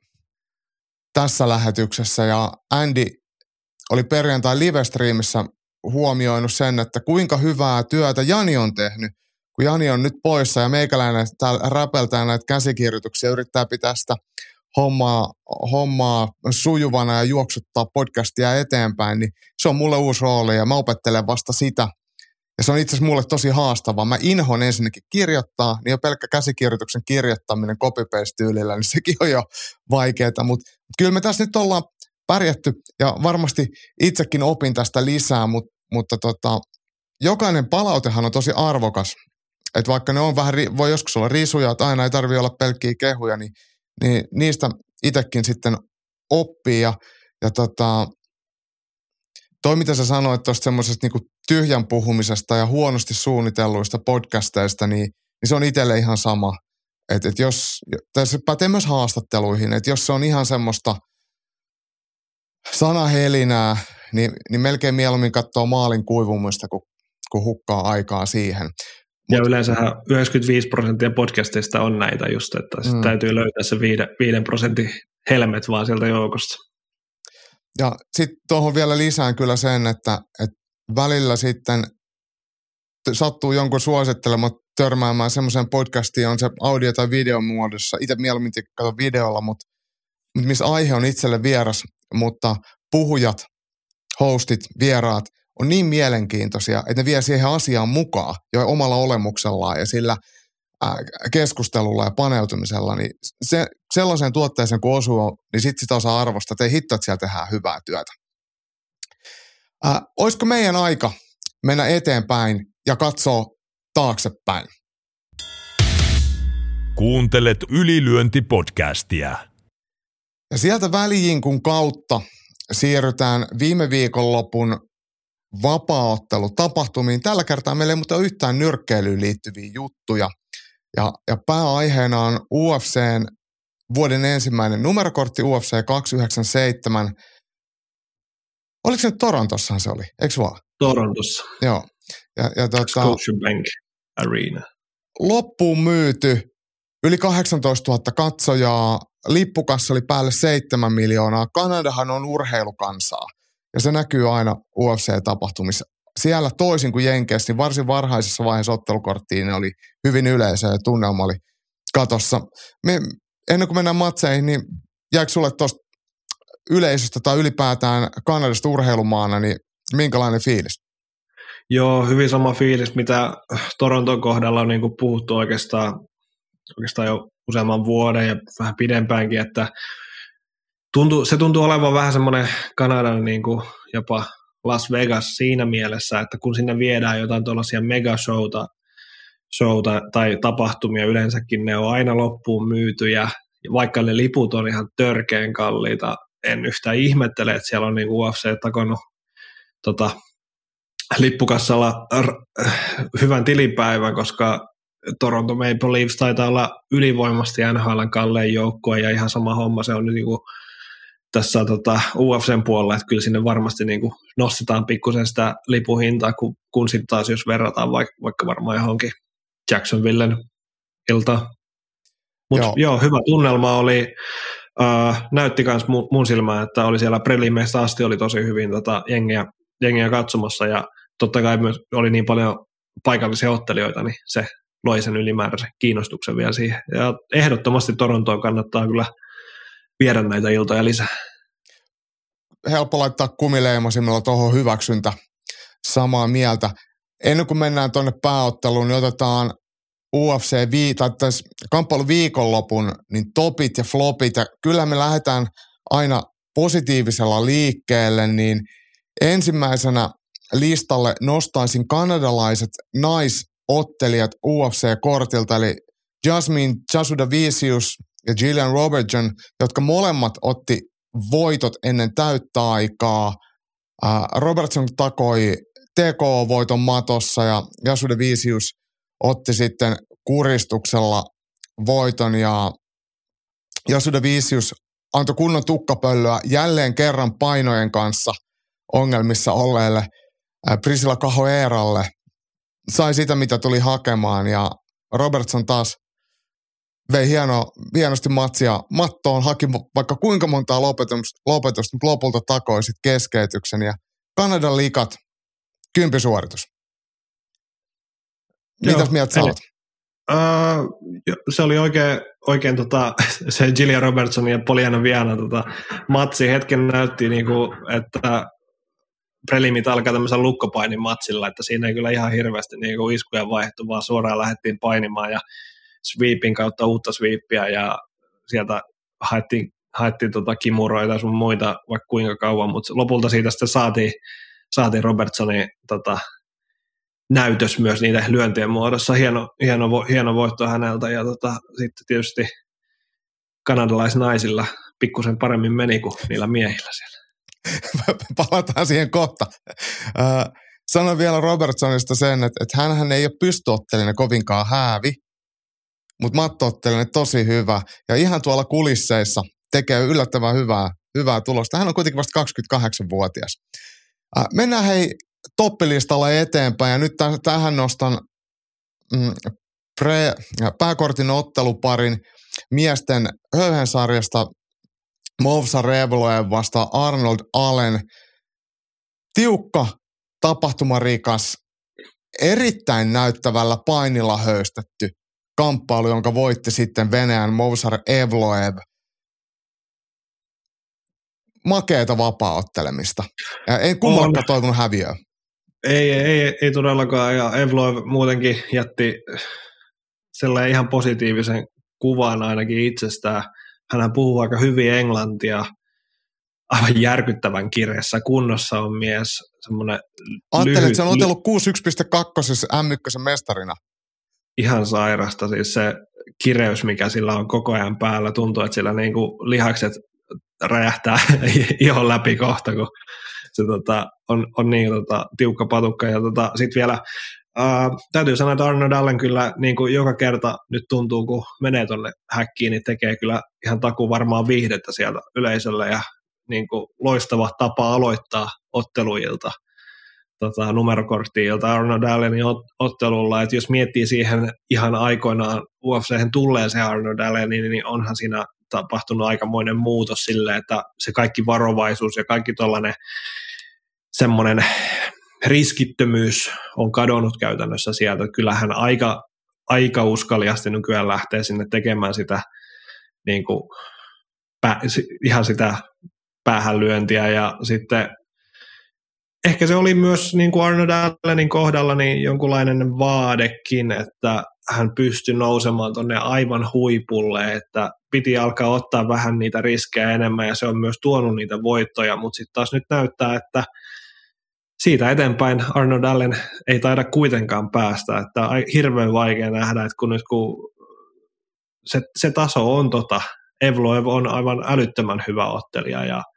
Speaker 2: tässä lähetyksessä ja Andy oli perjantai livestreamissä huomioinut sen, että kuinka hyvää työtä Jani on tehnyt, kun Jani on nyt poissa ja meikäläinen täällä räpeltää näitä käsikirjoituksia, yrittää pitää sitä hommaa, hommaa sujuvana ja juoksuttaa podcastia eteenpäin, niin se on mulle uusi rooli ja mä opettelen vasta sitä. Ja se on itse asiassa mulle tosi haastavaa. Mä inhoan ensinnäkin kirjoittaa, niin jo pelkkä käsikirjoituksen kirjoittaminen copy-paste-tyylillä, niin sekin on jo vaikeaa. Mutta kyllä me tässä nyt ollaan pärjätty ja varmasti itsekin opin tästä lisää, mutta, mutta tota, jokainen palautehan on tosi arvokas. Että vaikka ne on vähän, voi joskus olla risuja, että aina ei tarvitse olla pelkkiä kehuja, niin, niin niistä itsekin sitten oppii. Ja, ja tota, toi mitä sä sanoit tuosta semmoisesta niinku tyhjän puhumisesta ja huonosti suunnitelluista podcasteista, niin, niin se on itselle ihan sama. Että et jos, tässä pätee myös haastatteluihin, että jos se on ihan semmoista sanahelinää, niin, niin melkein mieluummin katsoo maalin kuivumista, kun, kun hukkaa aikaa siihen.
Speaker 5: Ja Mut, yleensähän yhdeksänkymmentäviisi prosenttia podcasteista on näitä just, että mm. täytyy löytää se viiden, viiden prosentin helmet vaan sieltä joukosta.
Speaker 2: Ja sitten tuohon vielä lisään kyllä sen, että, että välillä sitten sattuu jonkun suosittelemaan törmäämään semmoiseen podcastiin, on se audio- tai videon muodossa. Itse mieluummin katson videolla, mutta, mutta missä aihe on itselle vieras, mutta puhujat, hostit, vieraat on niin mielenkiintoisia, että ne vie siihen asiaan mukaan jo omalla olemuksellaan ja sillä ää, keskustelulla ja paneutumisella, niin se, sellaiseen tuotteeseen kun osuu, niin sitten sitä osaa arvostaa, että ei hitto, että siellä tehdään hyvää työtä. Ää, olisiko meidän aika mennä eteenpäin ja katsoa taaksepäin?
Speaker 4: Kuuntelet Ylilyönti-podcastia.
Speaker 2: Ja sieltä välijinkun kautta siirrytään viime viikonlopun vapaaottelutapahtumiin. Tällä kertaa meillä ei mutta yhtään nyrkkeilyyn liittyviä juttuja. Ja, ja pääaiheena on U F C:n vuoden ensimmäinen numerokortti U F C kaksisataayhdeksänkymmentäseitsemän. Oliko se nyt Torontossahan se oli, eikö vaan?
Speaker 5: Torontossa.
Speaker 2: Joo. Ja, ja tota,
Speaker 5: Scotiabank Arena.
Speaker 2: Loppuun myyty yli kahdeksantoistatuhatta katsojaa. Lippukassa oli päälle seitsemän miljoonaa. Kanadahan on urheilukansaa. Ja se näkyy aina U F C-tapahtumissa. Siellä toisin kuin Jenkeissä, niin varsin varhaisessa vaiheessa ottelukorttiin ne oli hyvin yleisö ja tunnelma oli katossa. Me, ennen kuin mennään matseihin, niin jääkö sulle tuosta yleisöstä tai ylipäätään Kanadasta urheilumaana, niin minkälainen fiilis?
Speaker 5: Joo, hyvin sama fiilis, mitä Toronton kohdalla on niin kuin puhuttu oikeastaan, oikeastaan jo useamman vuoden ja vähän pidempäänkin, että tuntuu, se tuntuu olevan vähän semmoinen Kanadan niin kuin jopa Las Vegas siinä mielessä, että kun sinne viedään jotain tuollaisia megashowta showta tai tapahtumia, yleensäkin ne on aina loppuun myytyjä, vaikka ne liput on ihan törkeän kalliita, en yhtään ihmettele, että siellä on niin kuin U F C takonnut tota, lippukassalla r- hyvän tilipäivän, koska Toronto Maple Leafs taitaa olla ylivoimasti N H L:n kallein joukkue ja ihan sama homma se on nyt niin kuin tässä tota, U F C:n puolella, että kyllä sinne varmasti niin kuin nostetaan pikkusen sitä lipuhintaa, kun, kun sitten taas jos verrataan vaikka, vaikka varmaan johonkin Jacksonvillen iltaan. Mutta joo. joo, hyvä tunnelma oli, äh, näytti myös mun, mun silmään, että oli siellä prelimeistä asti oli tosi hyvin tota, jengiä, jengiä katsomassa ja totta kai myös oli niin paljon paikallisia ottelijoita, niin se loi sen ylimääräisen kiinnostuksen vielä siihen. Ja ehdottomasti Torontoon kannattaa kyllä viedä näitä iltoja lisää.
Speaker 2: Helppo laittaa kumileimasimella tuohon hyväksyntä samaa mieltä. Ennen kuin mennään tuonne pääotteluun, niin otetaan U F C vi- tai kamppailu viikonlopun, niin topit ja flopit. Ja kyllä me lähdetään aina positiivisella liikkeelle, niin ensimmäisenä listalle nostaisin kanadalaiset naisottelijat U F C-kortilta, eli Jasmine Jasudavicius ja Gillian Robertson, jotka molemmat otti voitot ennen täyttä aikaa. Robertson takoi T K O-voiton matossa ja Jasudavicius otti sitten kuristuksella voiton ja Jasudavicius antoi kunnon tukkapöllöä jälleen kerran painojen kanssa ongelmissa olleelle Priscilla Cachoeiralle. Sai sitä, mitä tuli hakemaan ja Robertson taas vei hieno, hienosti matsia mattoon, haki vaikka kuinka montaa lopetusta, lopetusta mutta lopulta takoi sitten keskeytyksen ja Kanadan likat, kympisuoritus. Mitäs mieltä sä oot?
Speaker 5: Uh, se oli oikein, oikein tota, se Gillian Robertson ja Poliana Viana tota, matsi hetken näytti, niinku, että prelimit alkaa tämmöisen lukkopainin matsilla, että siinä ei kyllä ihan hirveästi niinku iskuja vaihtu, vaan suoraan lähdettiin painimaan ja sweepin kautta uutta sweepiä ja sieltä haettiin, haettiin tota kimuroita sun muita vaikka kuinka kauan, mutta lopulta siitä sitten saatiin, saatiin Robertsonin tota, näytös myös niitä lyöntien muodossa. Hieno, hieno, hieno voitto häneltä ja tota, sitten tietysti kanadalaisnaisilla pikkusen paremmin meni kuin niillä miehillä siellä.
Speaker 2: Palataan siihen kohta. Äh, sanon vielä Robertsonista sen, että, että hänhän ei ole pystyottelinen kovinkaan häävi, mutta matto-ottelinen tosi hyvä ja ihan tuolla kulisseissa tekee yllättävän hyvää, hyvää tulosta. Hän on kuitenkin vasta kaksikymmentäkahdeksanvuotias. Äh, mennään hei toppilistalla eteenpäin ja nyt täh- tähän nostan mm, pre- pääkortin otteluparin miesten höyhensarjasta Movsar Evloev vasta Arnold Allen. Tiukka, tapahtumarikas, erittäin näyttävällä painilla höystetty kamppailu, jonka voitti sitten Venäjän Movsar Evloev. Makeeta vapaa-ottelemista. Ja en kummallakaan toivonut häviöä.
Speaker 5: Ei, ei, ei todellakaan, ja Evloev muutenkin jätti sellainen ihan positiivisen kuvan ainakin itsestään. Hänhän puhuu aika hyvin englantia, aivan järkyttävän kireessä kunnossa on mies.
Speaker 2: Ajattelin, että se on otellut kuusikymmentäyksi pilkku kaksi M yksi mestarina.
Speaker 5: Ihan sairasta, siis se kireys, mikä sillä on koko ajan päällä, tuntuu, että sillä niinku lihakset räjähtää ihon läpi kohta, kun se tota, on, on niin tota, tiukka patukka. Ja tota, sitten vielä ää, täytyy sanoa, että Arnold Allen kyllä niin kuin joka kerta nyt tuntuu, kun menee tuonne häkkiin, niin tekee kyllä ihan takuu varmaan viihdettä sieltä yleisölle ja niin kuin loistava tapa aloittaa otteluilta. Tota, numerokorttiilta Arnold Allenin ot- ottelulla, että jos miettii siihen ihan aikoinaan U F C:hen tulleen se Arnold Allen, niin, niin onhan siinä tapahtunut aikamoinen muutos sille, että se kaikki varovaisuus ja kaikki tollainen semmoinen riskittömyys on kadonnut käytännössä sieltä. Kyllähän aika, aika uskaliasti nykyään lähtee sinne tekemään sitä niin kuin, pä, ihan sitä päähänlyöntiä ja sitten ehkä se oli myös niin kuin Arnold Allenin kohdalla niin jonkunlainen vaadekin, että hän pystyi nousemaan tuonne aivan huipulle, että piti alkaa ottaa vähän niitä riskejä enemmän ja se on myös tuonut niitä voittoja, mutta sitten taas nyt näyttää, että siitä eteenpäin Arnold Allen ei taida kuitenkaan päästä, että on hirveän vaikea nähdä, että kun nyt kun se, se taso on tota, Evloev on aivan älyttömän hyvä ottelija ja,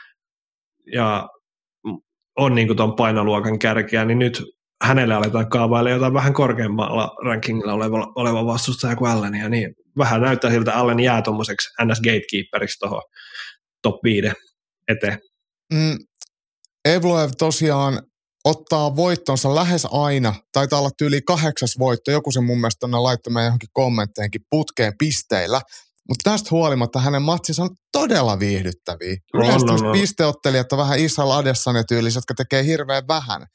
Speaker 5: ja on niin kuin tuon painoluokan kärkeä, niin nyt hänelle aletaan kaavailla jotain vähän korkeammalla rankingilla oleva, oleva vastustaja kuin Allen, ja niin vähän näyttää siltä, että Allen jää tuommoiseksi N S Gatekeeperiksi tuohon top viiden eteen.
Speaker 2: Mm, Evloev tosiaan ottaa voittonsa lähes aina, taitaa olla tyyli kahdeksas voitto, joku se mun mielestä tuonne laittoi meidän johonkin kommentteihinkin putkeen pisteillä, mutta tästä huolimatta hänen matsinsa on todella viihdyttäviä. Yleensä pisteottelijat on vähän Israel Adesanya tyyliset, jotka tekee hirveän vähän.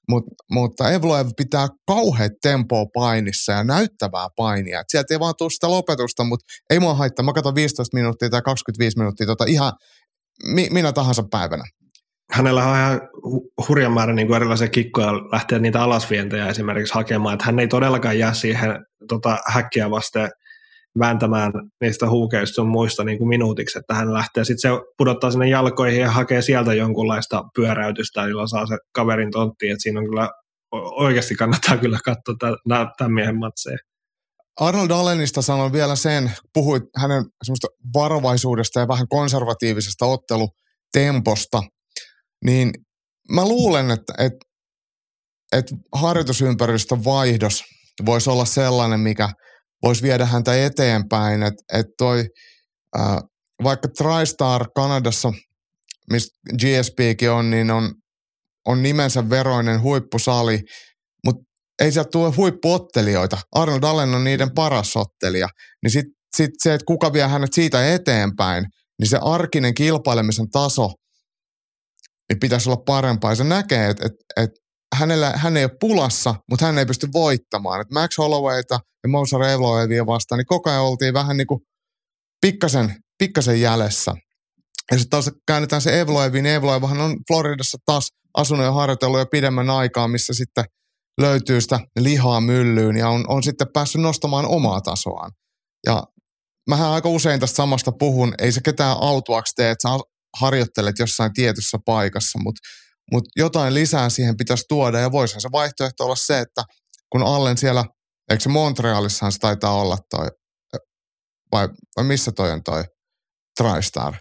Speaker 2: Mut, mutta Evloev pitää kauheat tempoa painissa ja näyttävää painia. Et sieltä ei vaan tule sitä lopetusta, mutta ei mua haittaa. Mä katson viisitoista minuuttia tai kaksikymmentäviisi minuuttia tota ihan mi, minä tahansa päivänä.
Speaker 5: Hänellä on ihan hurjan määrä niin kuin erilaisia kikkoja lähteä niitä alasvientejä esimerkiksi hakemaan. Että hän ei todellakaan jää siihen tota, häkkiä vasten vääntämään niistä huukeista sun muista niin kuin minuutiksi, että hän lähtee. Sitten se pudottaa sinne jalkoihin ja hakee sieltä jonkunlaista pyöräytystä, jolla saa se kaverin tonttiin. Että siinä on kyllä, oikeasti kannattaa kyllä katsoa tämän, tämän miehen matseja.
Speaker 2: Arnold Allenista sanon vielä sen, puhuit hänen semmoista varovaisuudesta ja vähän konservatiivisesta ottelutemposta, niin mä luulen, että, että, että harjoitusympäristön vaihdos voisi olla sellainen, mikä voisi viedä häntä eteenpäin, että, että toi, ää, vaikka TriStar Kanadassa, missä G S P:kin on, niin on, on nimensä veroinen huippusali, mutta ei sieltä tule huippuottelijoita. Arnold Allen on niiden paras ottelija. Niin sitten sit se, että kuka vie hänet siitä eteenpäin, niin se arkinen kilpailemisen taso niin pitäisi olla parempaa. Ja se näkee, että et, et hänellä, hän ei ole pulassa, mutta hän ei pysty voittamaan. Et Max Hollowayta ja Moussa Evloevia vastaan, niin koko ajan oltiin vähän niin kuin pikkasen, pikkasen jäljessä. Ja sitten taas käännetään se Evloevin. Evloevahan on Floridassa taas asunut ja harjoitellut jo pidemmän aikaa, missä sitten löytyy sitä lihaa myllyyn ja on, on sitten päässyt nostamaan omaa tasoaan. Ja mähän aika usein tästä samasta puhun, ei se ketään autuaksi tee, että sä harjoittelet jossain tietyssä paikassa, mutta mut jotain lisää siihen pitäisi tuoda ja voisihan se vaihtoehto olla se, että kun Allen siellä, eikö se Montrealissahan se taitaa olla toi, vai, vai missä toi on toi TriStar?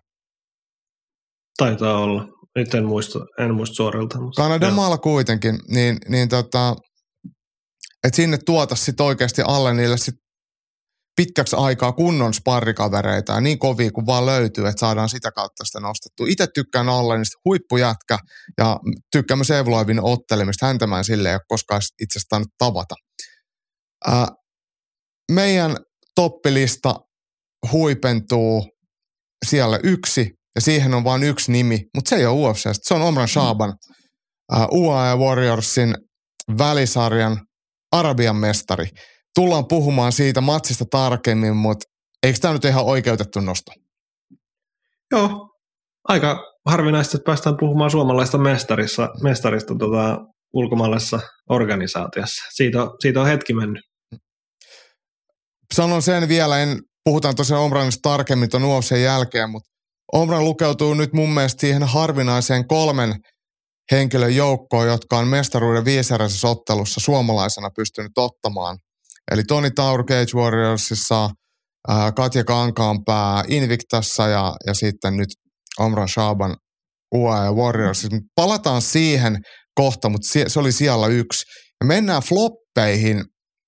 Speaker 5: Taitaa olla. Nyt en muista, en muista suorilta.
Speaker 2: Kanadan maalla kuitenkin, niin, niin tota, että sinne tuotaisiin sitten oikeasti Allenille sit pitkäksi aikaa kunnon sparrikavereita ja niin kovia kuin vaan löytyy, että saadaan sitä kautta sitä nostettua. Itse tykkään Allenista, huippujätkä ja tykkään myös Evloevin ottelemista. Häntä mä en silleen ole koskaan itse asiassa tainnut tavata. Ää, meidän toppilista huipentuu siellä yksi ja siihen on vain yksi nimi, mutta se ei ole U F C. Se on Omran Shaban, ää, U A E Warriorsin välisarjan Arabian mestari. Tullaan puhumaan siitä matsista tarkemmin, mutta eikö tämä nyt ihan oikeutettu nosto?
Speaker 5: Joo, aika harvinaista, että päästään puhumaan suomalaista mestarissa, mestarista tota, ulkomaalaisessa organisaatiossa. Siitä on, siitä on hetki mennyt.
Speaker 2: Sanon sen vielä, en puhutaan tosiaan Omranista tarkemmin tuon U F C:n jälkeen, mutta Omran lukeutuu nyt mun mielestä siihen harvinaiseen kolmen henkilön joukkoon, jotka on mestaruuden viiseräisessä ottelussa suomalaisena pystynyt ottamaan. Eli Toni Tauru Cage Warriorsissa, ää, Katja Kankaanpää Invictassa ja, ja sitten nyt Omran Shaban U A E Warriorsissa. Palataan siihen kohta, mutta se, se oli siellä yksi. Ja mennään floppeihin.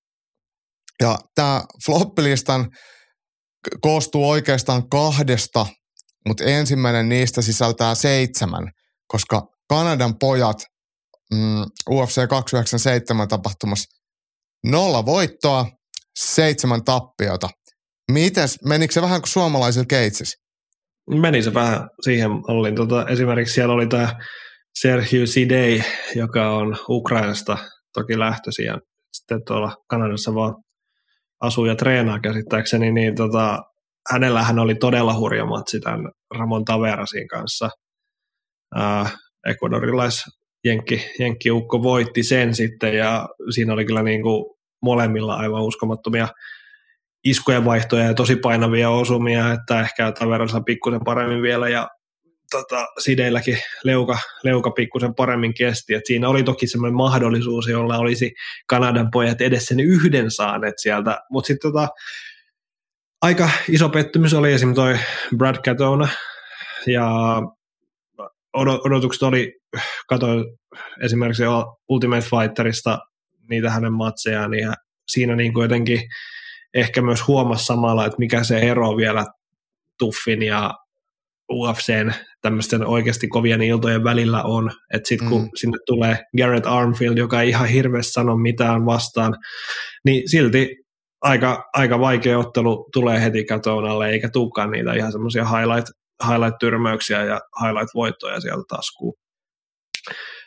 Speaker 2: Ja tämä floppilistan koostuu oikeastaan kahdesta, mutta ensimmäinen niistä sisältää seitsemän, koska Kanadan pojat mm, U F C kaksisataayhdeksänkymmentäseitsemän tapahtumassa nolla voittoa, seitsemän tappiota. Mites, menikö se vähän kuin suomalaisilla keitsissä?
Speaker 5: Meni se vähän siihen malliin. Tota, esimerkiksi siellä oli tämä Serhiy Sidey, joka on Ukrainasta toki lähtöisin ja sitten tuolla Kanadassa vaan asuu ja treenaa käsittääkseni, niin tota, hänellähän oli todella hurja matsi tämän Ramon Taverasin kanssa. Äh, Ecuadorilais Jenkki, Jenkki-ukko voitti sen sitten ja siinä oli kyllä niin kuin molemmilla aivan uskomattomia iskujen vaihtoja ja tosi painavia osumia, että ehkä Taverasilla pikkusen paremmin vielä ja tota, Sideilläkin leuka, leuka pikkusen paremmin kesti. Et siinä oli toki semmoinen mahdollisuus, jolla olisi Kanadan pojat edes sen yhden saaneet sieltä, mutta sitten tota, aika iso pettymys oli esimerkiksi toi Brad Katona ja odotukset oli, katsoin esimerkiksi Ultimate Fighterista niitä hänen matsejaan, niin siinä niin kuin jotenkin ehkä myös huomasi samalla, että mikä se ero vielä Tuffin ja U F C:n tämmöisten oikeasti kovien iltojen välillä on, että sitten kun mm. sinne tulee Garrett Armfield, joka ei ihan hirveästi sano mitään vastaan, niin silti aika, aika vaikea ottelu tulee heti Katonalle, eikä tulekaan niitä ihan semmoisia highlight highlight-tyrmäyksiä ja highlight-voittoja sieltä taskuun.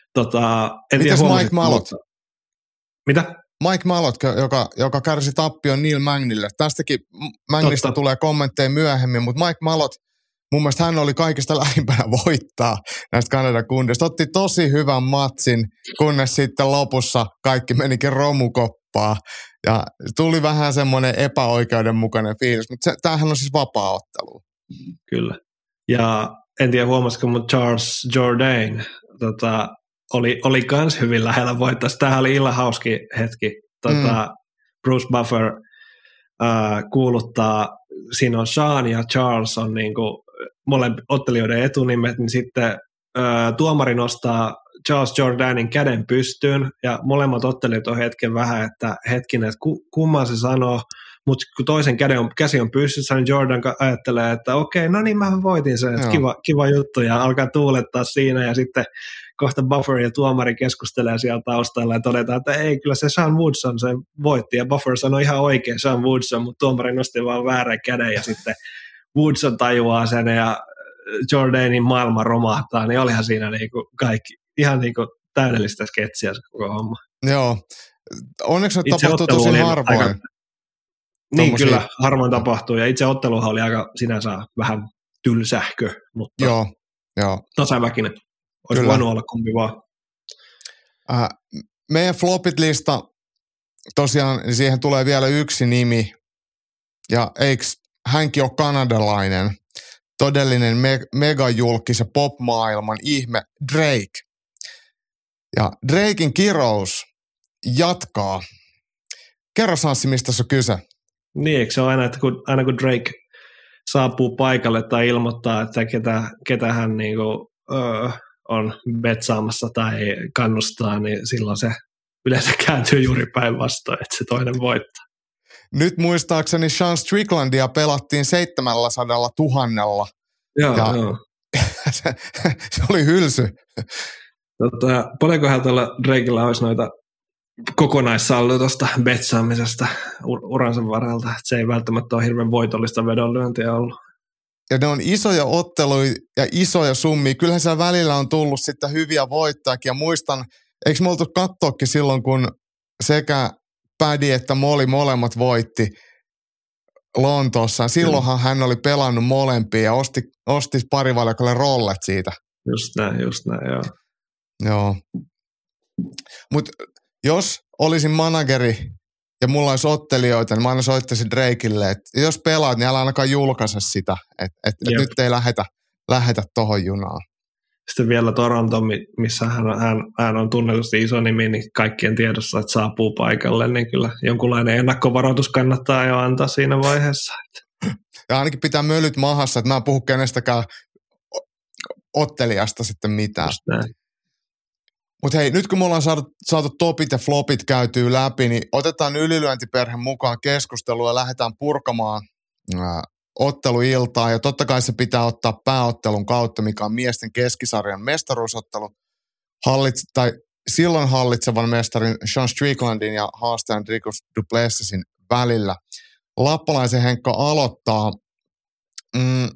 Speaker 5: Tota, en
Speaker 6: Mites
Speaker 5: tiedä,
Speaker 6: Mike Malott?
Speaker 5: Mutta... Mitä?
Speaker 6: Mike Malott, joka, joka kärsi tappion Neil Mangnille. Tästäkin Mangnista tulee kommentteja myöhemmin, mutta Mike Malott, mun mielestä hän oli kaikista lähimpänä voittaa näistä Kanadan kundeista. Otti tosi hyvän matsin, kunnes sitten lopussa kaikki menikin romukoppaa. Ja tuli vähän semmoinen epäoikeudenmukainen fiilis, mutta tämähän on siis vapaa-ottelu. Kyllä.
Speaker 5: Ja en tiedä huomasiko, mutta Charles Jourdain tota, oli, oli kans hyvin lähellä voittaa. Tämähän oli illan hauski hetki. Tota, mm. Bruce Buffer äh, kuuluttaa, siinä on Sean ja Charles on niinku molempien ottelijoiden etunimet, niin sitten äh, tuomari nostaa Charles Jourdainin käden pystyyn, ja molemmat ottelijat on hetken vähän, että hetkinen, että kumman se sanoo, mutta kun toisen käden on, käsi on pystyssä, niin Jordan ajattelee, että okei, no niin mä voitin sen, että kiva, kiva juttu, ja alkaa tuulettaa siinä, ja sitten kohta Buffer ja tuomari keskustelee siellä taustalla, ja todetaan, että ei, kyllä se Sean Woodson se voitti, ja Buffer sanoi ihan oikein Sean Woodson, mutta tuomari nosti vaan väärän käden, ja sitten Woodson tajuaa sen, ja Jourdainin maailma romahtaa, niin olihan siinä niinku kaikki, ihan niinku täydellistä sketsiä se koko homma.
Speaker 6: Joo, onneksi se tapahtuu tosi harvoin. Aika...
Speaker 5: Niin kyllä, harvoin tapahtuu, ja itse otteluhan oli aika sinänsä vähän tylsähkö, mutta
Speaker 6: joo, joo.
Speaker 5: tasaväkinen. Olisi kyllä voinut olla kumpi vaan.
Speaker 6: Äh, meidän flopit-lista, tosiaan niin siihen tulee vielä yksi nimi, ja eikö hänkin ole kanadalainen, todellinen me- megajulkis ja pop-maailman ihme Drake. Ja Draken kirous jatkaa. Kerro Sanssi, mistä se on kyse?
Speaker 5: Niin, eikö se ole aina, että kun, aina kun Drake saapuu paikalle tai ilmoittaa, että ketä, ketä hän niinku, öö, on betsaamassa tai kannustaa, niin silloin se yleensä kääntyy juuri päinvastoin, että se toinen voittaa.
Speaker 6: Nyt muistaakseni Sean Stricklandia pelattiin seitsemänsataa tuhannella.
Speaker 5: Joo, ja joo.
Speaker 6: se, se oli hylsy.
Speaker 5: Tota, paljonkohan tuolla Drakella olisi noita kokonaissaldoja tuosta betsaamisesta uransa varalta. Se ei välttämättä ole hirveän voitollista vedonlyöntiä ollut.
Speaker 6: Ja ne on isoja otteluja ja isoja summia. Kyllähän siellä välillä on tullut sitten hyviä voittajakin. Ja muistan, eikö me oltu katsoakin silloin, kun sekä Paddy että Molly molemmat voitti Lontoossa. Silloinhan hän oli pelannut molempia ja osti, osti parivaljakolle rollet siitä.
Speaker 5: Just näin, just näin, joo.
Speaker 6: Joo. Mutta jos olisin manageri ja mulla olisi ottelijoita, niin mä aina soittaisin Drakelle, että jos pelaat, niin älä ainakaan julkaise sitä, että et, et nyt ei lähetä, lähetä tohon junaan.
Speaker 5: Sitten vielä Toronto, missä hän, hän, hän on tunnetusti iso nimi, niin kaikkien tiedossa, että saapuu paikalle, niin kyllä jonkunlainen ennakkovaroitus kannattaa jo antaa siinä vaiheessa.
Speaker 6: Ja ainakin pitää mölyt mahassa, että mä en puhu kenestäkään ottelijasta sitten mitään. Mutta hei, nyt kun me ollaan saatu, saatu topit ja flopit käytyy läpi, niin otetaan ylilyöntiperhe mukaan keskustelua ja lähdetään purkamaan ää, otteluiltaa. Ja totta kai se pitää ottaa pääottelun kautta, mikä on miesten keskisarjan mestaruusottelu. Hallits, tai silloin hallitsevan mestarin Sean Stricklandin ja haastajan Dricus du Plessisin välillä. Lappalaisen Henkka aloittaa. Mm,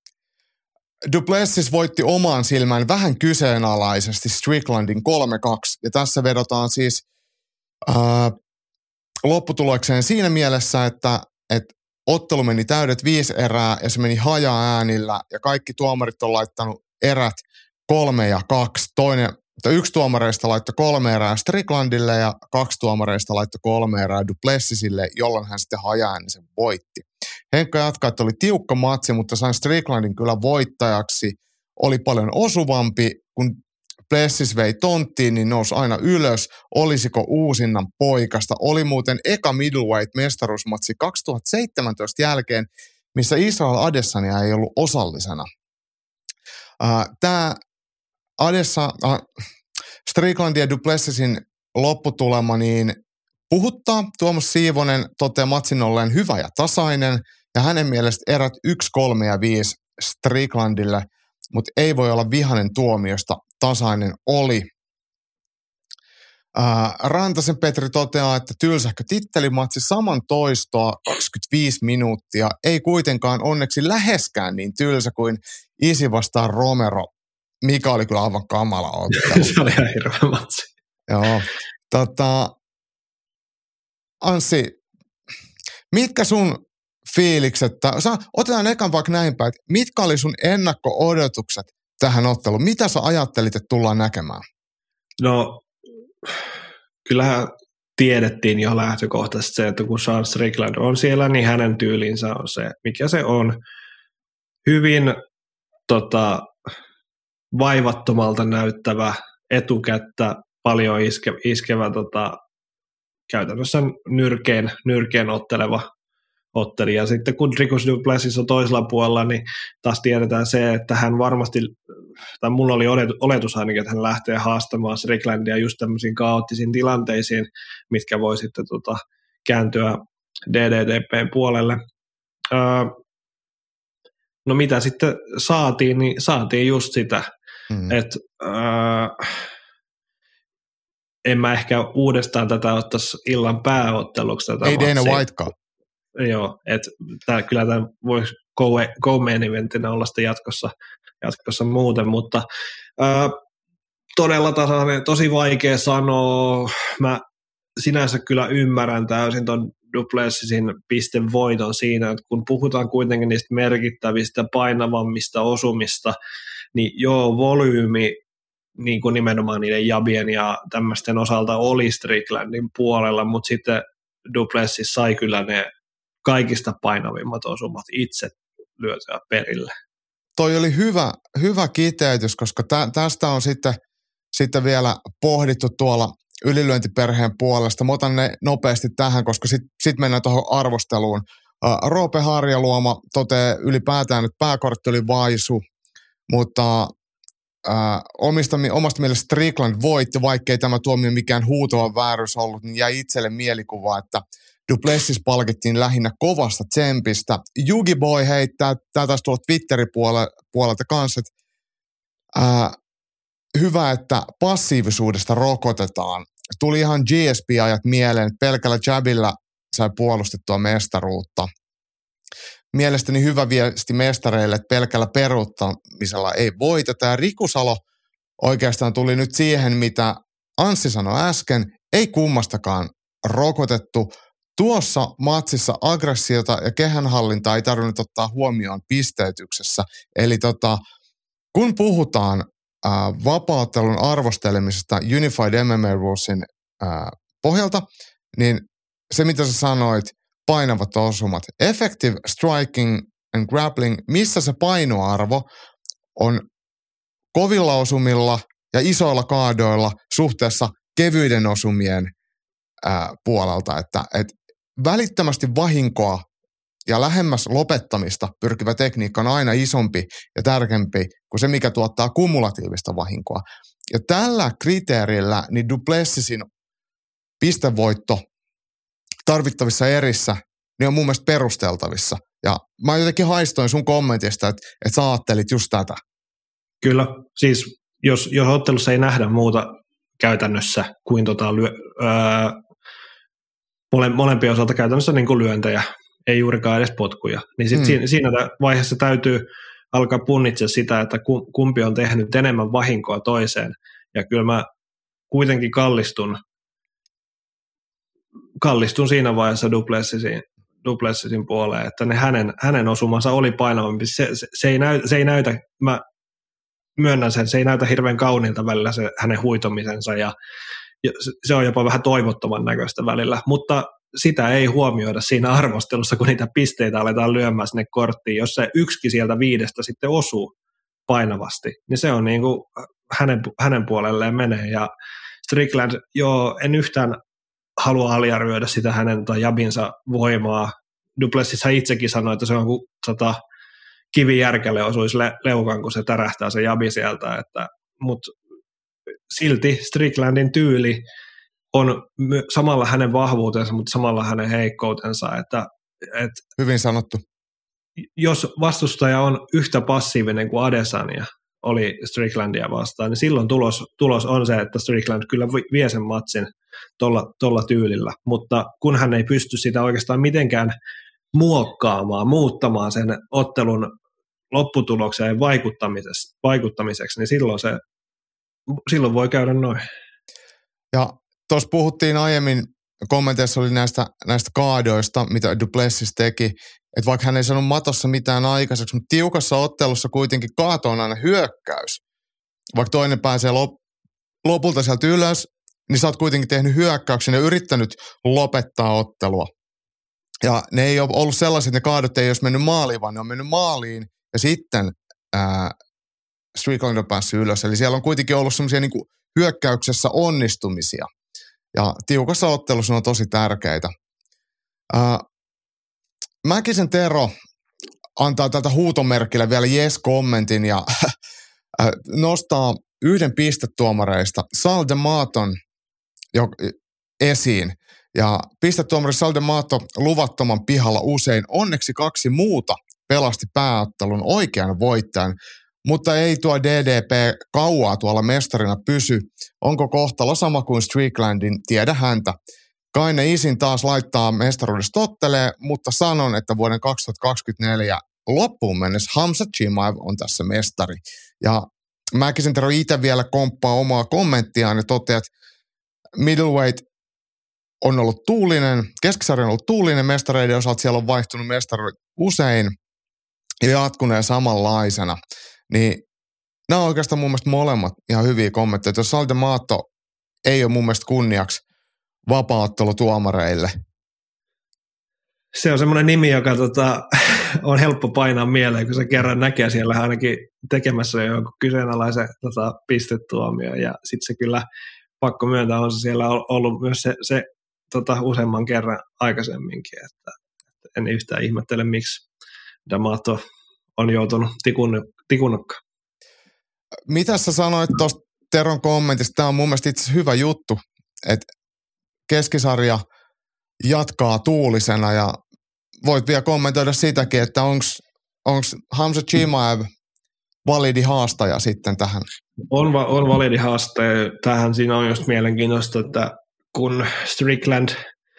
Speaker 6: Du Plessis voitti omaan silmään vähän kyseenalaisesti Stricklandin kolme kaksi, ja tässä vedotaan siis ää, lopputulokseen siinä mielessä, että, että ottelu meni täydet viisi erää, ja se meni haja-äänillä, ja kaikki tuomarit on laittanut erät kolme ja kaksi. Toinen, yksi tuomareista laittoi kolme erää Stricklandille, ja kaksi tuomareista laittoi kolme erää Du Plessisille, jolloin hän sitten haja-äänisen voitti. Henkka jatkaa, että oli tiukka matsi, mutta sain Stricklandin kyllä voittajaksi. Oli paljon osuvampi, kun Plessis vei tonttiin, niin nousi aina ylös. Olisiko uusinnan poikasta? Oli muuten eka middleweight-mestaruusmatsi kaksituhattaseitsemäntoista jälkeen, missä Israel Adesanya ei ollut osallisena. Tämä Adessa, äh, Stricklandin ja Du Plessisin lopputulema, niin puhuttaa. Tuomas Siivonen toteaa matsin olleen hyvä ja tasainen, ja hänen mielestä erät yksi, kolme ja viisi Stricklandille, mutta ei voi olla vihainen tuomiosta, tasainen oli. Ää, Rantasen Petri toteaa, että tylsähkö tittelimatsi saman toistoa kaksikymmentäviisi minuuttia, ei kuitenkaan onneksi läheskään niin tylsä kuin Isi vastaan Romero. Mika oli kyllä aivan kamala ottelu.
Speaker 5: Se oli ihan hirveä matsi.
Speaker 6: Joo. Tota, Anssi, mitkä sun fiilikset, sä, otetaan ekan vaikka näin päin, että mitkä oli sun ennakko-odotukset tähän otteluun? Mitä sä ajattelit, että tullaan näkemään?
Speaker 5: No, kyllähän tiedettiin jo lähtökohtaisesti se, että kun Sean Strickland on siellä, niin hänen tyylinsä on se, mikä se on. Hyvin tota, vaivattomalta näyttävä, etukättä, paljon iske, iskevä, tota, käytännössä nyrkeen, nyrkeen otteleva otteli. Ja sitten kun Dricus du Plessis on toisella puolella, niin taas tiedetään se, että hän varmasti, tai mulla oli oletus ainakin, että hän lähtee haastamaan Stricklandia just tämmöisiin kaoottisiin tilanteisiin, mitkä voi sitten tota, kääntyä D D T P:n puolelle. Öö, no mitä sitten saatiin, niin saatiin just sitä, mm. että öö, en mä ehkä uudestaan tätä ottaisi illan pääotteluksi. Tätä
Speaker 6: ei Dana Whitekaan.
Speaker 5: Joo, että kyllä tämä voisi go-main eventinä olla sitten jatkossa, jatkossa muuten, mutta ää, todella tasainen, tosi vaikea sanoa. Mä sinänsä kyllä ymmärrän täysin ton du Plessisin pistevoiton siinä, että kun puhutaan kuitenkin niistä merkittävistä, painavammista osumista, niin joo, volyymi niin kuin nimenomaan niiden jabien ja tämmöisten osalta oli Stricklandin puolella, mutta sitten du Plessis sai kyllä ne kaikista painavimmat osumat itse lyötyä perille.
Speaker 6: Toi oli hyvä, hyvä kiteytys, koska tä, tästä on sitten, sitten vielä pohdittu tuolla ylilyöntiperheen puolesta. Mä otan ne nopeasti tähän, koska sitten sit mennään tuohon arvosteluun. Uh, Roope Harjaluoma toteaa ylipäätään, että pääkortti oli vaisu, mutta uh, omista, omasta mielestä Strickland voitti, vaikkei tämä tuomio mikään huutava vääryys ollut, niin jäi itselle mielikuva, että du Plessis palkittiin lähinnä kovasta tsempistä. Yugi Boy heittää, tämä taisi tulla Twitterin puolelta kanssa, että ää, hyvä, että passiivisuudesta rokotetaan. Tuli ihan G S P-ajat mieleen, että pelkällä jabilla sai puolustettua mestaruutta. Mielestäni hyvä viesti mestareille, että pelkällä peruuttamisella ei voiteta. Ja Riku Salo oikeastaan tuli nyt siihen, mitä Anssi sanoi äsken, ei kummastakaan rokotettu. Tuossa matsissa aggressiota ja kehänhallintaa ei tarvinnut ottaa huomioon pisteytyksessä. Eli tota, kun puhutaan äh, vapauttelun arvostelemisesta Unified M M A Rulesin äh, pohjalta, niin se mitä sä sanoit, painavat osumat. Effective striking and grappling, missä se painoarvo on kovilla osumilla ja isoilla kaadoilla suhteessa kevyiden osumien äh, puolelta, että et välittömästi vahinkoa ja lähemmäs lopettamista pyrkivä tekniikka on aina isompi ja tärkeämpi kuin se, mikä tuottaa kumulatiivista vahinkoa. Ja tällä kriteerillä niin du Plessisin pistevoitto tarvittavissa erissä niin on mun mielestä perusteltavissa. Ja mä jotenkin haistoin sun kommentista, että, että sä ajattelit just tätä.
Speaker 5: Kyllä, siis jos, jos ottelussa ei nähdä muuta käytännössä kuin tota lyö, öö, mole, molempien osalta käytännössä niin kuin lyöntejä, ei juurikaan edes potkuja, niin sit hmm. siinä, siinä vaiheessa täytyy alkaa punnitse sitä, että kumpi on tehnyt enemmän vahinkoa toiseen. Ja kyllä mä kuitenkin kallistun, kallistun siinä vaiheessa du Plessisin, du Plessisin puoleen, että ne hänen, hänen osumansa oli painavampi. Se, se, se, ei näy, se ei näytä, mä myönnän sen, se ei näytä hirveän kauniilta välillä se hänen huitomisensa ja, ja se on jopa vähän toivottoman näköistä välillä, mutta sitä ei huomioida siinä arvostelussa, kun niitä pisteitä aletaan lyömään sinne korttiin. Jos se yksikin sieltä viidestä sitten osuu painavasti, niin se on niin kuin hänen, hänen puolelleen menee. Ja Strickland, joo, en yhtään halua aliarvioida sitä hänen tai jabinsa voimaa. Du Plessis itsekin sanoi, että se on kuin tota, kivi järkälle osuisi le- leukan, kun se tärähtää se jabi sieltä. Mutta silti Stricklandin tyyli on samalla hänen vahvuutensa, mutta samalla hänen heikkoutensa. Että, et
Speaker 6: Hyvin sanottu.
Speaker 5: Jos vastustaja on yhtä passiivinen kuin Adesanya oli Stricklandia vastaan, niin silloin tulos, tulos on se, että Strickland kyllä vie sen matsin tuolla tyylillä. Mutta kun hän ei pysty sitä oikeastaan mitenkään muokkaamaan, muuttamaan sen ottelun lopputulokseen vaikuttamiseksi, vaikuttamiseksi, niin silloin, se, silloin voi käydä noin.
Speaker 6: Ja tuossa puhuttiin aiemmin, kommenteissa oli näistä, näistä kaadoista, mitä Du Plessis teki, että vaikka hän ei sanonut matossa mitään aikaiseksi, mutta tiukassa ottelussa kuitenkin kaato on aina hyökkäys. Vaikka toinen pääsee lop, lopulta sieltä ylös, niin sä oot kuitenkin tehnyt hyökkäyksen ja yrittänyt lopettaa ottelua. Ja ne ei ole ollut sellaiset, ne kaadot ei olisi mennyt maaliin, vaan ne on mennyt maaliin ja sitten ää, Strickland on päässyt ylös. Eli siellä on kuitenkin ollut semmoisia niin kuin hyökkäyksessä onnistumisia. Ja tiukassa ottelussa on tosi tärkeitä. Ää, Mäkisen Tero antaa tältä huutomerkillä vielä yes-kommentin ja nostaa yhden pistetuomareista, Sal D'Amaton, jo, esiin. Ja pistetuomari Sal D'Amato luvattoman pihalla usein. Onneksi kaksi muuta pelasti pääottelun oikean voittajan, mutta ei tuo D D P kauaa tuolla mestarina pysy. Onko kohtalo sama kuin Stricklandin? Tiedä häntä. Kaine isin taas laittaa mestaruudesta tottelee, mutta sanon, että vuoden kaksituhattakaksikymmentäneljä loppuun mennessä Hamza Chimaev on tässä mestari. Ja Mäkisen Tero itse vielä komppaa omaa kommenttiaan ja toteaa, että middleweight on ollut tuulinen, keskisarja on ollut tuulinen mestareiden osalta, siellä on vaihtunut mestari usein ja jatkuneen samanlaisena. Niin nämä on oikeastaan mun mielestä molemmat ihan hyviä kommentteja. Jos Sal D'Amato ei ole mun mielestä kunniaksi vapaaottelutuomareille.
Speaker 5: Se on semmoinen nimi, joka tota, on helppo painaa mieleen, kun se kerran näkee siellä ainakin tekemässä jonkun kyseenalaisen tota, pistetuomio. Ja sitten se kyllä, pakko myöntää, on se siellä ollut myös se, se tota, useamman kerran aikaisemminkin. Että, että en yhtään ihmettele, miksi D'Amato on joutunut tikun, tikunokkaan.
Speaker 6: Mitä sä sanoit tuosta Teron kommentista? Tämä on mun mielestä itse hyvä juttu, että keskisarja jatkaa tuulisena ja voit vielä kommentoida sitäkin, että onko Hamza Chimaev validi haastaja sitten tähän?
Speaker 5: On, va- on validi haastaja. Tähän siinä on just mielenkiintoista, että kun Strickland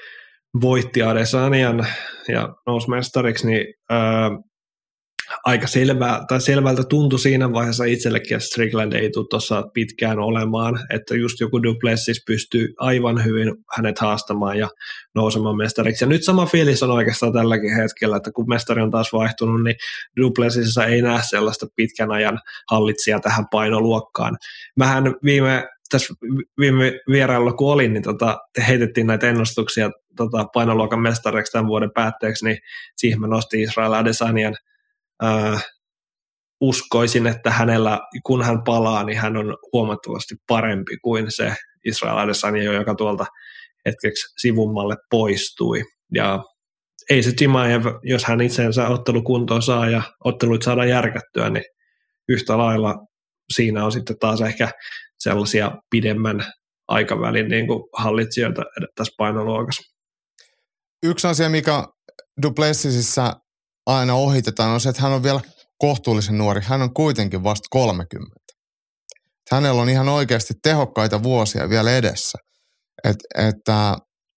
Speaker 5: voitti Adesanian ja nousi mestariksi, niin ää, aika selvää, tai selvältä tuntui siinä vaiheessa itsellekin, että Strickland ei tule tuossa pitkään olemaan, että just joku Du Plessis pystyy aivan hyvin hänet haastamaan ja nousemaan mestariksi. Ja nyt sama fiilis on oikeastaan tälläkin hetkellä, että kun mestari on taas vaihtunut, niin Du Plessisissa ei näe sellaista pitkän ajan hallitsijaa tähän painoluokkaan. Mähän viime, tässä viime vierailulla kun olin, niin tota, heitettiin näitä ennustuksia tota, painoluokan mestariksi tämän vuoden päätteeksi, niin siihen mä nostin Israel Adesanian. Uh, uskoisin, että hänellä, kun hän palaa, niin hän on huomattavasti parempi kuin se Israel Adesanya, joka tuolta hetkeksi sivummalle poistui. Ja ei se Chimaev, jos hän itseensä ottelukuntoon saa ja otteluit saadaan järkättyä, niin yhtä lailla siinä on sitten taas ehkä sellaisia pidemmän aikavälin niin kuin hallitsijoita tässä painoluokassa.
Speaker 6: Yksi asia, mikä Du Plessisissä aina ohitetaan, on se, että hän on vielä kohtuullisen nuori. Hän on kuitenkin vasta kolmekymmentä. Hänellä on ihan oikeasti tehokkaita vuosia vielä edessä. Et, että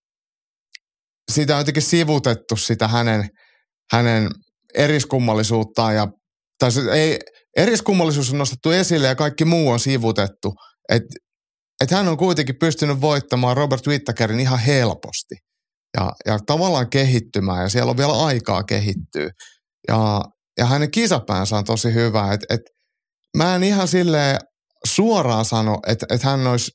Speaker 6: sitä on jotenkin sivutettu sitä hänen, hänen eriskummallisuuttaan. Ja, tai se, ei, eriskummallisuus on nostettu esille ja kaikki muu on sivutettu. Että et hän on kuitenkin pystynyt voittamaan Robert Whittakerin ihan helposti. Ja, ja tavallaan kehittymään, ja siellä on vielä aikaa kehittyä. Ja, ja hänen kisapäänsä on tosi hyvä. Et, et, mä en ihan silleen suoraan sano, että et hän olisi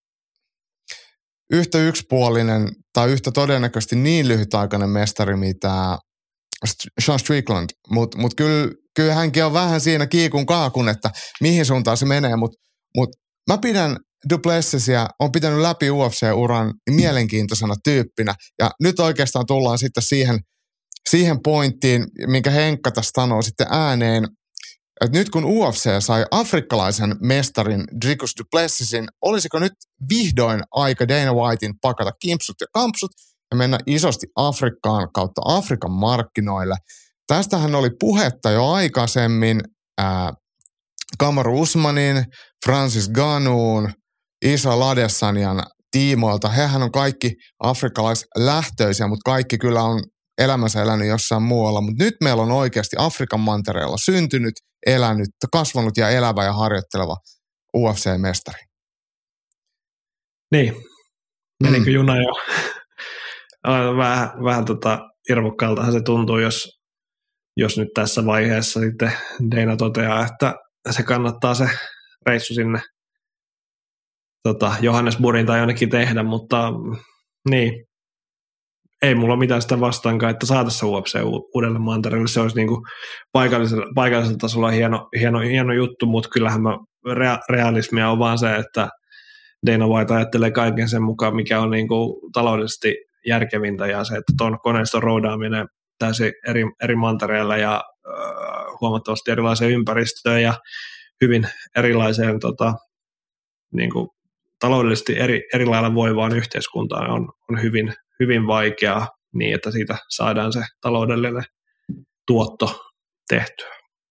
Speaker 6: yhtä yksipuolinen tai yhtä todennäköisesti niin lyhytaikainen mestari, mitä Sean Strickland. Mutta mut kyllä, kyllä hänkin on vähän siinä kiikun kaakun, että mihin suuntaan se menee. Mutta mut mä pidän Du Plessisia, on pitänyt läpi U F C-uran mielenkiintoisena tyyppinä. Ja nyt oikeastaan tullaan sitten siihen, siihen pointtiin, minkä Henkka tässä sanoo sitten ääneen, että nyt kun U F C sai afrikkalaisen mestarin Dricus Du Plessisin, olisiko nyt vihdoin aika Dana Whitein pakata kimpsut ja kampsut ja mennä isosti Afrikkaan kautta Afrikan markkinoille. Tästähän oli puhetta jo aikaisemmin ää, Kamaru Usmanin, Francis Ngannou'n, Israel Adesanian tiimoilta. Hehän on kaikki afrikkalaislähtöisiä, mutta kaikki kyllä on elämänsä elänyt jossain muualla, mutta nyt meillä on oikeasti Afrikan mantereella syntynyt, elänyt, kasvanut ja elävä ja harjoitteleva U F C-mestari.
Speaker 5: Niin, menikö
Speaker 6: Mm.
Speaker 5: juna jo? vähän vähän tota irvokkaaltahan se tuntuu, jos, jos nyt tässä vaiheessa sitten Dana toteaa, että se kannattaa se reissu sinne tota, Johannesburgin tai jonnekin tehdä, mutta niin, ei mulla mitään sitä vastaankaan, että saataisiin se U F C uudelle mantereelle. Se olisi niin kuin paikallisella, paikallisella tasolla hieno, hieno, hieno juttu, mutta kyllähän mä, rea, realismia on vaan se, että Dana White ajattelee kaiken sen mukaan, mikä on niin kuin taloudellisesti järkevintä, ja se, että tuon koneiston roudaaminen täysin eri, eri mantereilla ja äh, huomattavasti erilaiseen ympäristöön ja hyvin erilaiseen tota, niin kuin taloudellisesti eri, eri lailla voivaan yhteiskuntaan on, on hyvin, hyvin vaikeaa niin, että siitä saadaan se taloudellinen tuotto tehtyä.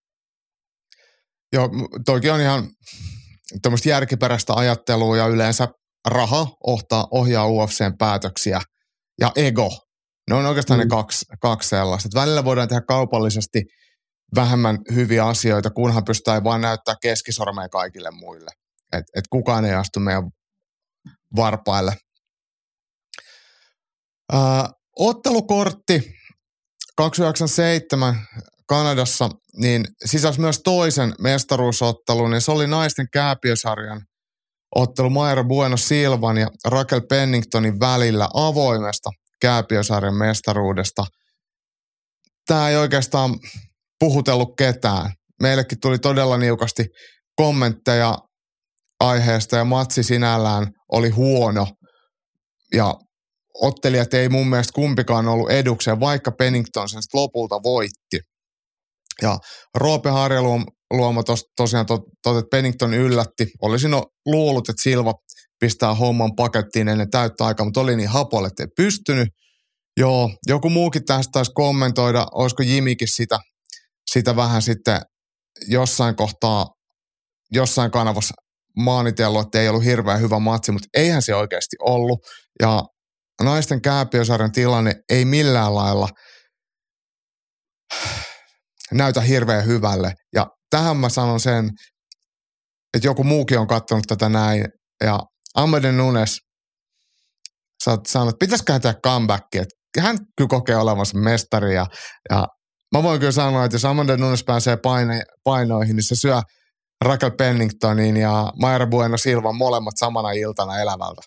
Speaker 6: Joo, toikin on ihan tämmöistä järkiperäistä ajattelua ja yleensä raha ohtaa, ohjaa U F C:n päätöksiä ja ego. Ne on oikeastaan mm. ne kaksi, kaksi sellaista. Että välillä voidaan tehdä kaupallisesti vähemmän hyviä asioita, kunhan pystytään vain näyttää keskisormea kaikille muille. Että et kukaan ei astu meidän varpaille. Ö, ottelukortti kaksisataayhdeksänkymmentäseitsemän Kanadassa niin sisälsi myös toisen mestaruusottelun, ja se oli naisten kääpiösarjan ottelu Mayra Bueno Silvan ja Raquel Penningtonin välillä avoimesta kääpiösarjan mestaruudesta. Tämä ei oikeastaan puhutellut ketään. Meillekin tuli todella niukasti kommentteja aiheesta, ja matsi sinällään oli huono, ja ottelijat ei mun mielestä kumpikaan ollut edukseen, vaikka Pennington sen lopulta voitti. Ja Roope Harjaluoma tos, tosiaan tot, tot, että Pennington yllätti. Olisin luullut, että Silva pistää homman pakettiin ennen täyttä aikaa, mutta oli niin hapolle, että ei pystynyt. Joo, joku muukin tästä taisi kommentoida, olisiko Jimikin sitä, sitä vähän sitten jossain kohtaa, jossain kanavassa maanitellut, että ei ollut hirveän hyvä matsi, mutta eihän se oikeasti ollut. Ja naisten kääpiösarjan tilanne ei millään lailla näytä hirveän hyvälle. Ja tähän mä sanon sen, että joku muukin on katsonut tätä näin. Ja Amade Nunes, sä oot sanonut, että pitäisiköhän tehdä comebackia. Hän kyllä kokee olevansa mestari. Ja, ja mä voin kyllä sanoa, että jos Amade Nunes pääsee paine, painoihin, niin se syö Raquel Penningtonin ja Mayra Bueno Silvan molemmat samana iltana elävältä.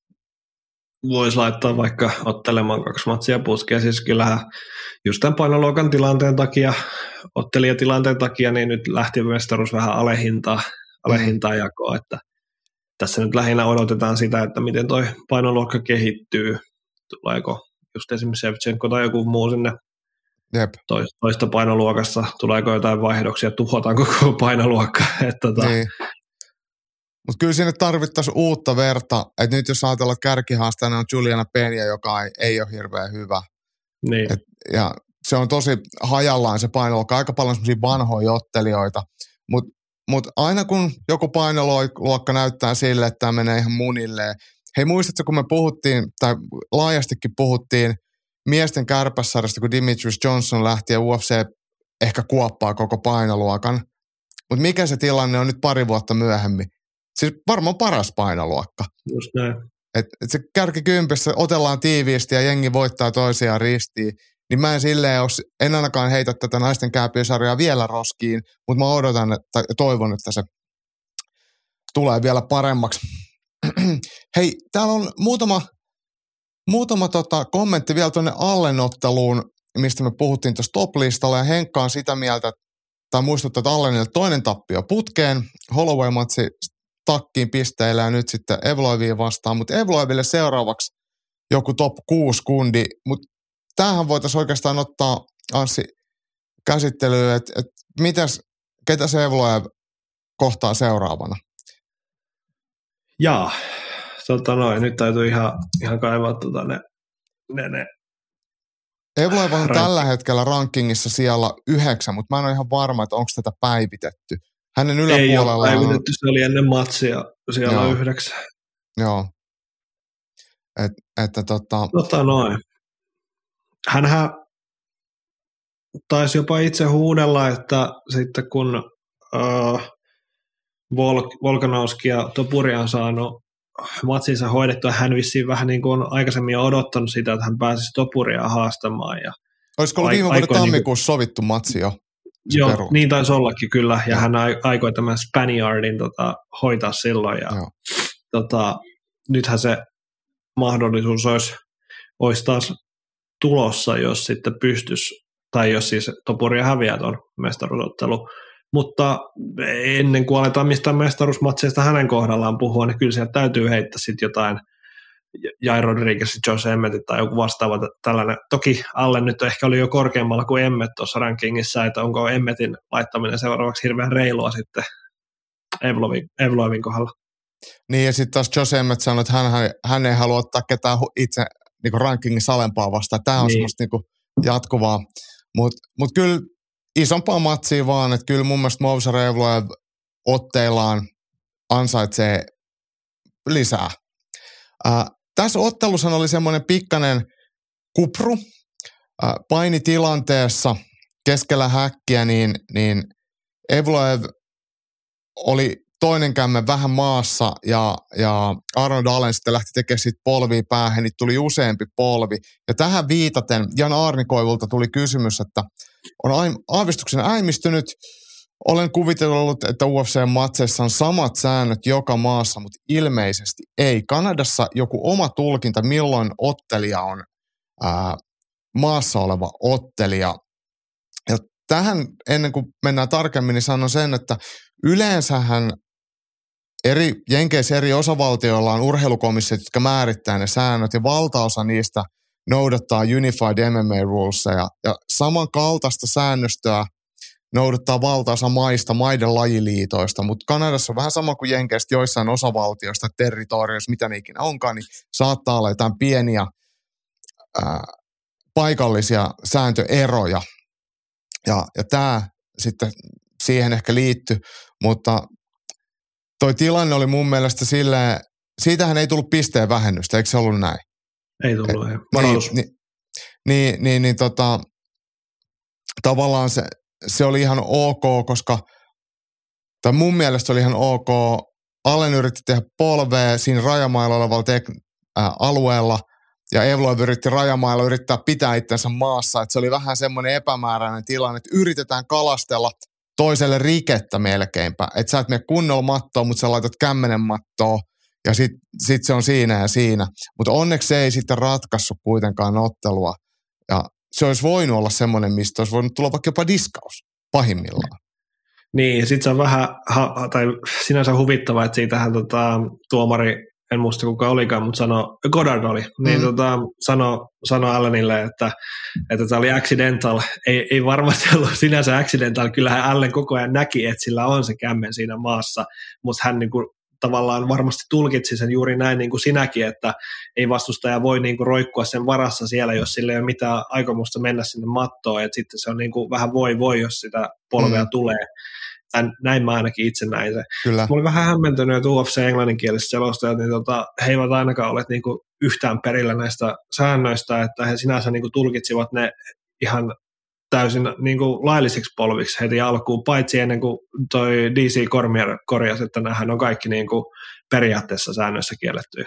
Speaker 5: Voisi laittaa vaikka ottelemaan kaksi matsia puskea. Siis kyllähän just tämän painoluokan tilanteen takia, ottelijatilanteen takia, niin nyt lähti mestaruus vähän alehintaa, alehintaa jakoa. Että tässä nyt lähinnä odotetaan sitä, että miten toi painoluokka kehittyy. Tuleeko just esimerkiksi Shevchenko tai joku muu sinne
Speaker 6: Jep.
Speaker 5: toista painoluokassa, tuleeko jotain vaihdoksia, tuhotaan koko painoluokka. Tota.
Speaker 6: Niin. Mutta kyllä sinne tarvittaisiin uutta verta, että nyt jos ajatellaan, että kärkihaastajana on Juliana Peña, joka ei, ei ole hirveän hyvä.
Speaker 5: Niin.
Speaker 6: Et, ja se on tosi hajallaan se painoluokka, aika paljon semmoisia vanhoja ottelijoita, mutta mut aina kun joku painoluokka näyttää sille, että tämä menee ihan munilleen. Hei, muistatko, kun me puhuttiin, tai laajastikin puhuttiin miesten kärpässarjasta, kun Demetrius Johnson lähti ja U F C ehkä kuoppaa koko painoluokan. Mutta mikä se tilanne on nyt pari vuotta myöhemmin? Siis varmaan paras painoluokka.
Speaker 5: Just näin.
Speaker 6: Et, et se kärkikympissä otellaan tiiviisti ja jengi voittaa toisiaan ristiin. Niin mä en silleen os, en ainakaan heitä tätä naisten kääpiösarjaa vielä roskiin, mutta mä odotan että, toivon, että se tulee vielä paremmaksi. Hei, täällä on muutama, muutama tota, kommentti vielä tuonne Allenotteluun, mistä me puhuttiin tuossa top-listalla, ja Henkka on sitä mieltä, tai muistuttaa, että Allenille toinen tappio putkeen, Holloway-matsi takkiin pisteillä ja nyt sitten Evloeviin vastaan, mutta Evloeville seuraavaksi joku top kuusi kundi, mutta tämähän voitaisiin oikeastaan ottaa, Anssi, käsittelyyn, että et mitäs, ketä se Evloev kohtaa seuraavana?
Speaker 5: Jaa, tota noin, nyt täytyy ihan, ihan kaivaa tota ne, ne, ne.
Speaker 6: Evloev on
Speaker 5: Rank-
Speaker 6: tällä hetkellä rankingissa siellä yhdeksän, mutta mä en ole ihan varma, että onko tätä päivitetty. Hänen
Speaker 5: Ei
Speaker 6: yläpuolella
Speaker 5: ole päivitetty, se oli ennen matsia, siellä on yhdeksän.
Speaker 6: Joo. Et, että tota...
Speaker 5: Tota noin. Hänhän taisi jopa itse huudella, että sitten kun uh, Volk, Volkanovski ja Topuria on saanut matsinsa hoidettua, hän vissiin vähän niin kuin on aikaisemmin odottanut sitä, että hän pääsisi Topuria haastamaan. Ja
Speaker 6: olisiko ollut viime vuoden tammikuussa niin sovittu matsi jo?
Speaker 5: Joo,
Speaker 6: peru.
Speaker 5: Niin taisi ollakin kyllä, ja, ja. hän aikoi tämän Spaniardin tota, hoitaa silloin, ja tota, nythän se mahdollisuus olisi, olisi taas tulossa, jos sitten pystyisi, tai jos siis Topuria häviää tuon mestaruusottelu. Mutta ennen kuin aletaan mistään mestaruusmatseista hänen kohdallaan puhua, niin kyllä sieltä täytyy heittää sitten jotain Jai Rodriguez, Josh Emmett tai joku vastaava tällainen. Toki alle nyt ehkä oli jo korkeammalla kuin Emmett tuossa rankingissa, että onko Emmettin laittaminen seuraavaksi hirveän reilua sitten Evlovin, Evlovin kohdalla.
Speaker 6: Niin ja sitten taas Josh Emmett sanoi, että hän, hän ei halua ottaa ketään itse niin rankingissa alempaa vastaan. Tämä on niin semmoista niin jatkuvaa, mutta mut kyllä isompaa matsia vaan, että kyllä mun mielestä Movsar Evloev otteillaan ansaitsee lisää. Äh, tässä ottelussa oli semmoinen pikkainen kupru äh, painitilanteessa keskellä häkkiä, niin, niin Evloev oli toinen kämme vähän maassa ja, ja Arnold Allen sitten lähti tekemään siitä polvia päähän, niin tuli useampi polvi. Ja tähän viitaten Jan Aarnikoivulta tuli kysymys, että on aavistuksen äimistynyt. Olen kuvitellut, että U F C-matseissa on samat säännöt joka maassa, mutta ilmeisesti ei. Kanadassa joku oma tulkinta, milloin ottelija on ää, maassa oleva ottelija. Ja tähän ennen kuin mennään tarkemmin, niin sanon sen, että yleensähän eri, Jenkeissä eri osavaltioilla on urheilukomissiot, jotka määrittää ne säännöt, ja valtaosa niistä noudattaa Unified M M A Rulesia, ja samankaltaista säännöstöä noudattaa valtaosa maista, maiden lajiliitoista, mutta Kanadassa on vähän sama kuin Jenkeissä joissain osavaltioista, territorioissa, mitä ne ikinä onkaan, niin saattaa olla jotain pieniä ää, paikallisia sääntöeroja, ja, ja tämä sitten siihen ehkä liittyy, mutta toi tilanne oli mun mielestä silleen, siitähän ei tullut pisteen vähennystä, eikö se ollut näin?
Speaker 5: Ei tullut, ei. Varoitus.
Speaker 6: Niin, niin, niin, niin, niin tota, tavallaan se, se oli ihan ok, koska, tai mun mielestä oli ihan ok, Allen yritti tehdä polvea siinä rajamailla olevalla tek- äh, alueella, ja Evloev yritti rajamailla yrittää pitää itsensä maassa, että se oli vähän semmoinen epämääräinen tilanne, että yritetään kalastella toiselle rikettä melkeinpä, että sä et mene kunnolla mattoa, mutta sä laitat kämmenen mattoa, ja sit, sit se on siinä ja siinä. Mutta onneksi se ei sitten ratkaissut kuitenkaan ottelua, ja se olisi voinut olla semmoinen, mistä olisi voinut tulla vaikka jopa diskaus pahimmillaan.
Speaker 5: Niin, ja sitten se on vähän, ha, tai sinänsä huvittava, että siitähän tota, tuomari, en muista kuka olikaan, mutta sano, Goddard oli, mm-hmm. niin tota, sano, sano Allenille, että että tämä oli accidental. Ei, ei varmasti ollut sinänsä accidental, kyllähän Allen koko ajan näki, että sillä on se kämmen siinä maassa, mutta hän niin kuin tavallaan varmasti tulkitsi sen juuri näin niin kuin sinäkin, että ei vastustaja voi niin kuin roikkua sen varassa siellä, jos sillä ei ole mitään aikomusta mennä sinne mattoon, että sitten se on niin kuin vähän voi voi, jos sitä polvea mm. tulee. Tän, näin mä ainakin itse näin se.
Speaker 6: Kyllä.
Speaker 5: Mä olin vähän hämmentynyt, että U F C englanninkieliset selostajat, niin tota, he eivät ainakaan ole niin kuin yhtään perillä näistä säännöistä, että he sinänsä niin kuin tulkitsivat ne ihan täysin niin kuin laillisiksi polviksi heti alkuun, paitsi ennen kuin toi D C Cormier korjasi, että nämähän on kaikki niin kuin periaatteessa säännöissä kiellettyjä.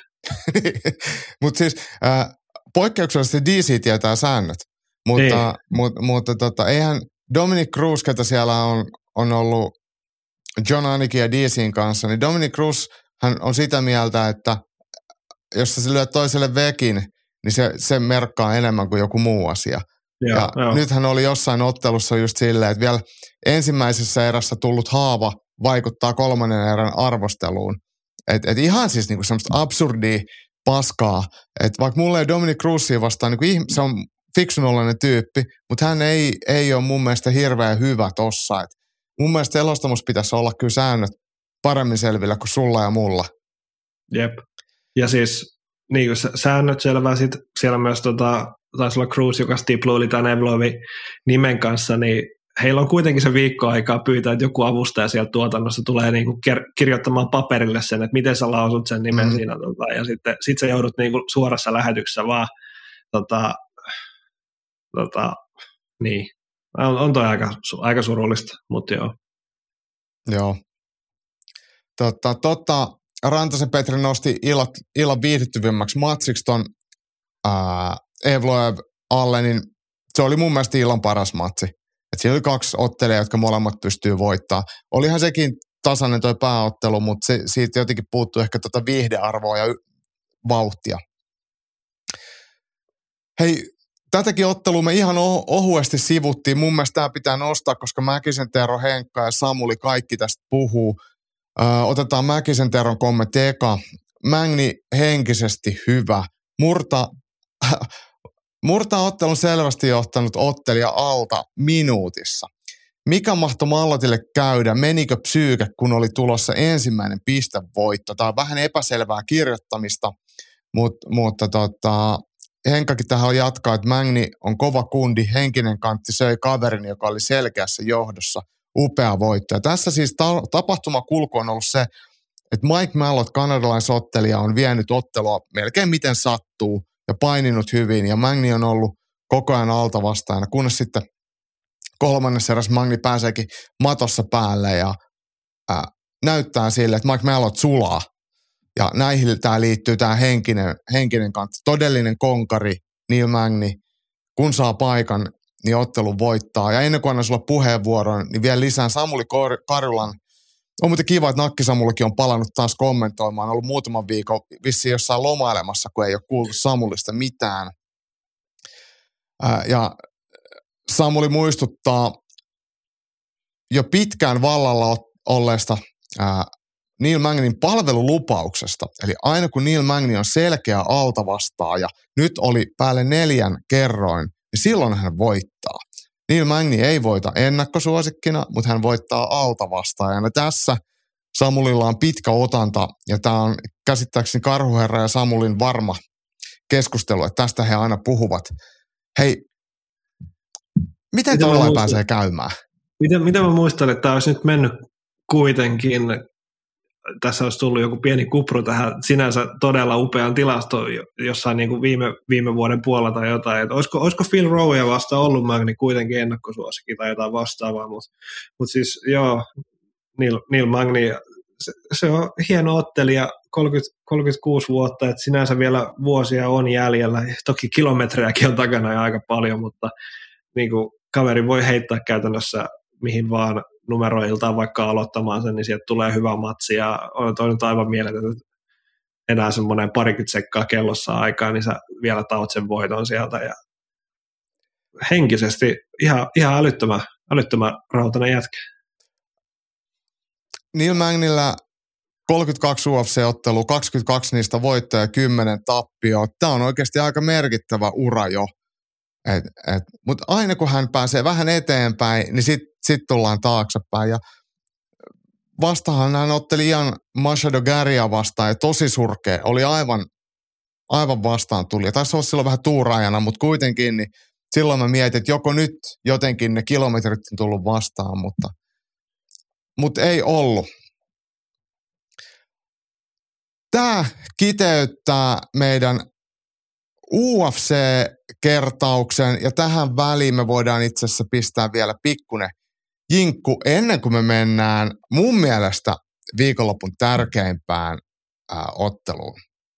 Speaker 6: Mutta siis äh, poikkeuksellisesti D C tietää säännöt, mutta, niin. mutta, mutta tota, eihän Dominic Cruz, ketä siellä on, on ollut John Anikin ja D C:n kanssa, niin Dominic Cruz hän on sitä mieltä, että jos sä lyöt toiselle vekin, niin se, se merkkaa enemmän kuin joku muu asia. Ja, ja joo. Nythän oli jossain ottelussa just silleen, että vielä ensimmäisessä erässä tullut haava vaikuttaa kolmannen erän arvosteluun. Että et ihan siis niinku semmoista absurdia paskaa, että vaikka mulla ei Dominic Cruzia vastaan, niinku, se on fiksunollinen tyyppi, mutta hän ei, ei ole mun mielestä hirveän hyvä tossa. Et mun mielestä elostamus pitäisi olla kyllä säännöt paremmin selvillä kuin sulla ja mulla.
Speaker 5: Jep. Ja siis niin kuin säännöt selvää, sitten siellä myös tota, taisi olla Cruz, joka stipluili tämän Evlovin nimen kanssa, niin heillä on kuitenkin se viikko aikaa pyytää, että joku avustaja sieltä tuotannossa tulee niin kuin ker- kirjoittamaan paperille sen, että miten sä lausut sen nimen mm. siinä, tota, ja sitten sit sä joudut niin kuin suorassa lähetyksessä vaan tota, tota, niin, On, on toi aika, aika surullista, mutta joo.
Speaker 6: Joo. Totta, totta, Rantasen Petri nosti illat, illan viihdyttävimmäksi matsiksi ton ää, Evloev alle, niin se oli mun mielestä illan paras matsi. Et siinä oli kaksi ottelijaa, jotka molemmat pystyy voittaa. Olihan sekin tasainen toi pääottelu, mutta se, siitä jotenkin puuttuu ehkä tota viihdearvoa ja y- vauhtia. Hei, tätäkin ottelua me ihan ohuesti sivuttiin. Mun mielestä tämä pitää nostaa, koska Mäkisen Tero, Henkka ja Samuli kaikki tästä puhuu. Öö, otetaan Mäkisen Teron kommentti eka. Mängni henkisesti hyvä. Murta, murtaa ottelun selvästi johtanut ottelija alta minuutissa. Mikä mahtoi Mallotille käydä? Menikö psyyke, kun oli tulossa ensimmäinen pistevoitto? Tämä on vähän epäselvää kirjoittamista, mutta, mutta tota, Henkkakin tähän jatkaa, että Mängni on kova kundi, henkinen kantti söi kaverin, joka oli selkeässä johdossa. Upea voitto. Ja tässä siis ta- tapahtumakulku on ollut se, että Mike Mallot, kanadalaisottelija, on vienyt ottelua melkein miten sattuu ja paininut hyvin. Ja Mängni on ollut koko ajan alta vastaajana, kunnes sitten kolmannessa erässä Mängni pääseekin matossa päälle ja ää, näyttää sille, että Mike Mallot sulaa. Ja näihin tämä liittyy tämä henkinen, henkinen kantti. Todellinen konkari, Neil Magny, kun saa paikan, niin ottelun voittaa. Ja ennen kuin annan sulla puheenvuoron, niin vielä lisään Samuli Karulan. On muuten kiva, että Nakki Samulikin on palannut taas kommentoimaan. On ollut muutaman viikon vissiin jossain lomailemassa, kun ei ole kuultu Samulista mitään. Ää, ja Samuli muistuttaa jo pitkään vallalla olleesta ää, Neil Magnyn palvelulupauksesta. Eli aina kun Neil Magny on selkeä altavastaaja, nyt oli päälle neljän kerroin, niin silloin hän voittaa. Neil Magny ei voita ennakkosuosikkina, mutta hän voittaa altavastaajana. Tässä Samulilla on pitkä otanta, ja tämä on käsittääkseni Karhuherra ja Samulin varma keskustelu, että tästä he aina puhuvat. Hei, miten tuolla pääsee käymään?
Speaker 5: Miten, miten mä muistan, että tämä olisi nyt mennyt kuitenkin, tässä olisi tullut joku pieni kupru tähän sinänsä todella upean tilastoon jossain niin kuin viime, viime vuoden puolella tai jotain. Että olisiko, olisiko Phil Rowea vasta ollut Magny kuitenkin ennakkosuosikki tai jotain vastaavaa, mutta mut siis joo, Neil, Neil Magny, se, se on hieno ottelija, kolmekymmentä, kolmekymmentäkuusi vuotta, että sinänsä vielä vuosia on jäljellä. Toki kilometrejäkin on takana jo aika paljon, mutta niin kuin kaveri voi heittää käytännössä mihin vaan numeroiltaan vaikka aloittamaan sen, niin sieltä tulee hyvä matsi ja on toi nyt aivan mieletön, että enää semmoinen parikymmentä sekkaa kellossa aikaa, niin sä vielä taot sen voiton sieltä ja henkisesti ihan, ihan älyttömän, älyttömän rautainen jätkä.
Speaker 6: Neil Magnyllä kolmekymmentäkaksi U F C-ottelua, kaksikymmentäkaksi niistä voittoja ja kymmenen tappioa. Tämä on oikeasti aika merkittävä ura jo. Et, et, mutta aina kun hän pääsee vähän eteenpäin, niin sitten sit tullaan taaksepäin. Ja vastahan hän otteli Ian Machado Garcia vastaan ja tosi surkea. Oli aivan, aivan vastaan tuli. Ja taisi olla silloin vähän tuuraajana, mutta kuitenkin niin silloin mä mietin, että joko nyt jotenkin ne kilometrit on tullut vastaan, mutta, mutta ei ollut. Tämä kiteyttää meidän U F C-kertauksen ja tähän väliin me voidaan itse asiassa pistää vielä pikkunen jinkku ennen kuin me mennään mun mielestä viikonlopun tärkeimpään ää, otteluun.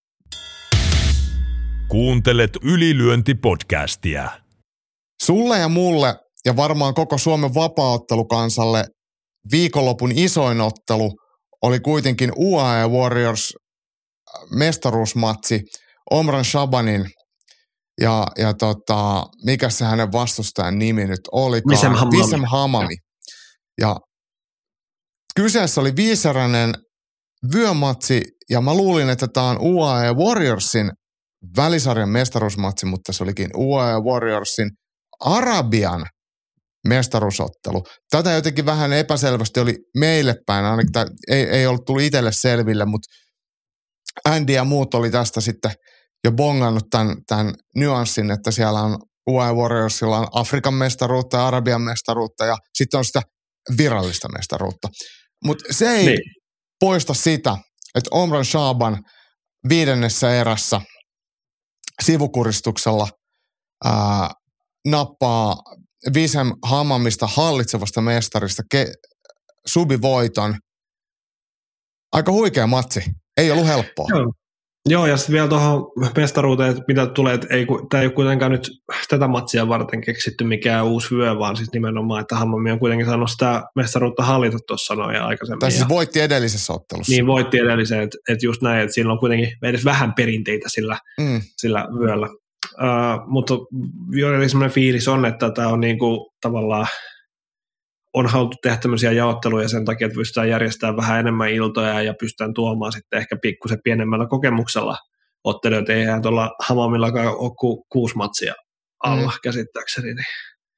Speaker 4: Kuuntelet Ylilyönti-podcastia.
Speaker 6: Sulle ja mulle ja varmaan koko Suomen vapaaottelukansalle viikonlopun isoin ottelu oli kuitenkin U A E Warriors mestaruusmatsi Omran Shabanin ja, ja tota, mikä se hänen vastustajan nimi nyt olikaan?
Speaker 5: Wisam Hamami.
Speaker 6: Wisam Hamami. Ja kyseessä oli viiseräinen vyömatsi ja mä luulin, että tämä on U A E Warriorsin välisarjan mestaruusmatsi, mutta se olikin U A E Warriorsin Arabian mestaruusottelu. Tätä jotenkin vähän epäselvästi oli meille päin, ainakin tämä ei, ei ollut tullut itselle selville, mutta Andy ja muut oli tästä sitten jo bongannut tämän, tämän nyanssin, että siellä on U A E Warriorsilla on Afrikan mestaruutta ja Arabian mestaruutta ja sitten on sitä virallista mestaruutta. Mutta se ei niin poista sitä, että Omran Shaban viidennessä erässä sivukuristuksella ää, nappaa Wishem Hammamista hallitsevasta mestarista ke- subivoiton. Aika huikea matsi. Ei ollut helppoa.
Speaker 5: Joo. Joo, ja sitten vielä tuohon mestaruuteen, että mitä tulee, että ei, tämä ei ole kuitenkaan nyt tätä matsia varten keksitty mikään uusi vyö, vaan siis nimenomaan, että Hammami on kuitenkin saanut sitä mestaruutta hallita tuossa noin aikaisemmin.
Speaker 6: Tai siis
Speaker 5: ja,
Speaker 6: voitti edellisessä ottelussa.
Speaker 5: Niin, voitti edellisessä, että, että just näin, että siinä on kuitenkin edes vähän perinteitä sillä, mm. sillä vyöllä. Uh, mutta jotenkin semmoinen fiilis on, että tämä on niinku tavallaan on haluttu tehdä tämmöisiä jaotteluja sen takia, että pystytään järjestämään vähän enemmän iltoja ja pystytään tuomaan sitten ehkä pikkusen pienemmällä kokemuksella ottelijoita. Eihän tuolla Hammamillakaan ole ku, kuusi matsia alla mm. käsittääkseni. Niin.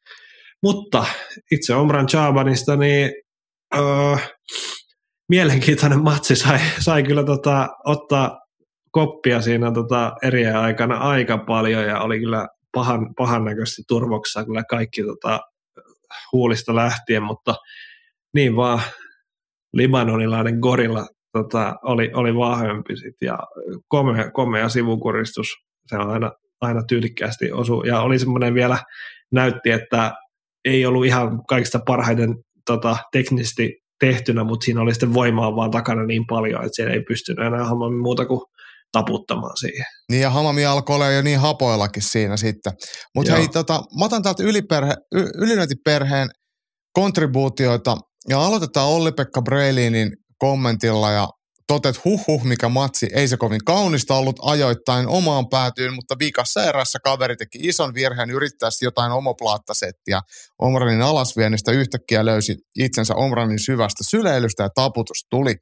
Speaker 5: Mutta itse Omran Chabanista, niin öö, mielenkiintoinen matsi sai, sai kyllä tota, ottaa koppia siinä tota, erien aikana aika paljon ja oli kyllä pahan, pahan näköisesti turvoksessa kyllä kaikki tota, huulista lähtien, mutta niin vaan libanonilainen gorilla tota, oli, oli vahvempi sit ja komea, komea sivukuristus, se on aina, aina tyylikkäästi osu ja oli semmoinen vielä näytti, että ei ollut ihan kaikista parhaiten tota, teknisesti tehtynä, mutta siinä oli sitten voimaa vaan takana niin paljon, että siellä ei pystynyt enää Hammami muuta kuin taputtamaan siihen.
Speaker 6: Niin ja Hammami alkoi olla jo niin hapoillakin siinä sitten. Mutta hei, tota, mä otan täältä yliperhe, y, ylilöintiperheen kontribuutioita ja aloitetaan Olli-Pekka Breilinin kommentilla ja totet huh huh mikä matsi, ei se kovin kaunista ollut ajoittain omaan päätyyn, mutta viikassa erässä kaveri teki ison virheen yrittäessä jotain omoplaattasettiä. Omranin alasviennistä yhtäkkiä löysi itsensä Omranin syvästä syleilystä ja taputus tuli.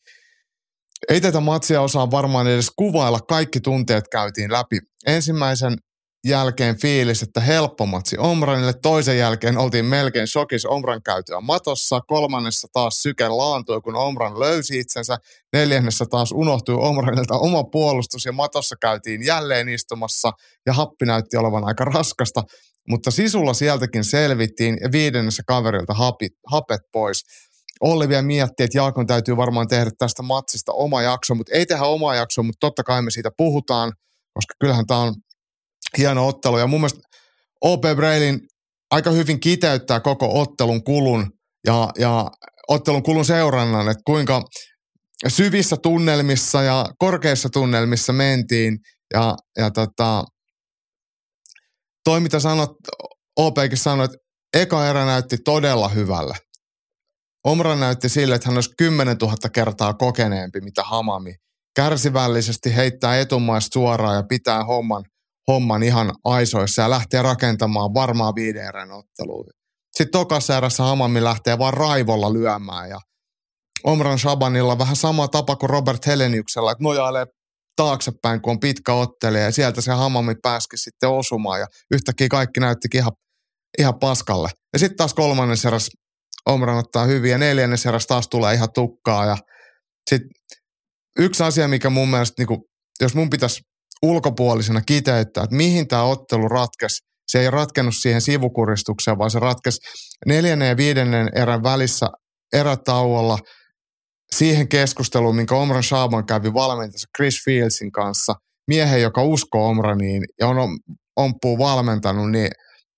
Speaker 6: Ei tätä matsia osaa varmaan edes kuvailla, kaikki tunteet käytiin läpi. Ensimmäisen jälkeen fiilis, että helppo matsi Omranille, toisen jälkeen oltiin melkein shokissa Omran käytyä matossa, kolmannessa taas syke laantui, kun Omran löysi itsensä, neljännessä taas unohtui Omranilta oma puolustus ja matossa käytiin jälleen istumassa ja happi näytti olevan aika raskasta, mutta sisulla sieltäkin selvittiin ja viidennessä kaverilta hapit, hapet pois. Olli vielä miettii, että Jaakon täytyy varmaan tehdä tästä matsista oma jakso, mutta ei tehdä oma jakso, mutta totta kai me siitä puhutaan, koska kyllähän tämä on hieno ottelu. Ja mun mielestä O P Breilin aika hyvin kiteyttää koko ottelun kulun ja, ja ottelun kulun seurannan, että kuinka syvissä tunnelmissa ja korkeissa tunnelmissa mentiin. Ja, ja tota, toi mitä sanot, O P:kin sanoi, että eka erä näytti todella hyvälle. Omra näytti sille, että hän olisi kymmenentuhatta kertaa kokeneempi, mitä Hammami. Kärsivällisesti heittää etumaista suoraan ja pitää homman, homman ihan aisoissa ja lähtee rakentamaan varmaan viiden erän otteluun. Sitten tokassa erässä Hammami lähtee vaan raivolla lyömään ja Omran Chabanilla vähän sama tapa kuin Robert Heleniuksella, että nojailee taaksepäin, kun on pitkä ottelija ja sieltä se Hammami pääsikin sitten osumaan ja yhtäkkiä kaikki näyttikin ihan, ihan paskalle. Ja sitten taas kolmannessa erässä Omran ottaa hyvin ja neljännes eräs taas tulee ihan tukkaa. Ja sitten yksi asia, mikä mun mielestä, niin kun, jos mun pitäisi ulkopuolisena kiteyttää, että mihin tämä ottelu ratkesi, se ei ratkennut siihen sivukuristukseen, vaan se ratkesi neljännen ja viidennen erän välissä erätauolla siihen keskusteluun, minkä Omran Chaban kävi valmentajansa Chris Fieldsin kanssa, miehen, joka uskoo Omraniin ja on ompuu valmentanut, niin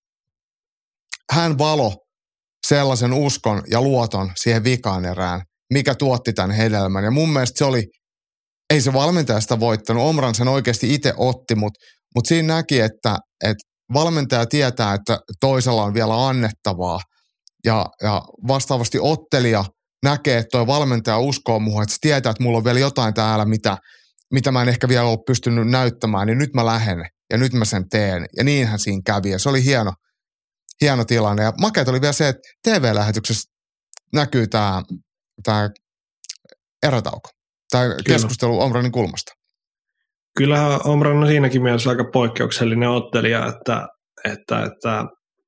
Speaker 6: hän valo sellaisen uskon ja luoton siihen vikaan erään, mikä tuotti tämän hedelmän. Ja mun mielestä se oli, ei se valmentaja sitä voittanut, Omran sen oikeasti itse otti, mutta mut siinä näki, että, että valmentaja tietää, että toisella on vielä annettavaa. Ja, ja vastaavasti ottelija näkee, että toi valmentaja uskoo muuhun, että se tietää, että mulla on vielä jotain täällä, mitä, mitä mä en ehkä vielä ole pystynyt näyttämään, niin nyt mä lähden ja nyt mä sen teen. Ja niinhän siinä kävi ja se oli hieno. Hieno tilanne. Ja makeat oli vielä se, että T V-lähetyksessä näkyy tämä tää erätauko. Tämä keskustelu Omranin kulmasta.
Speaker 5: Kyllähän Omran on siinäkin mielessä aika poikkeuksellinen ottelija, että, että, että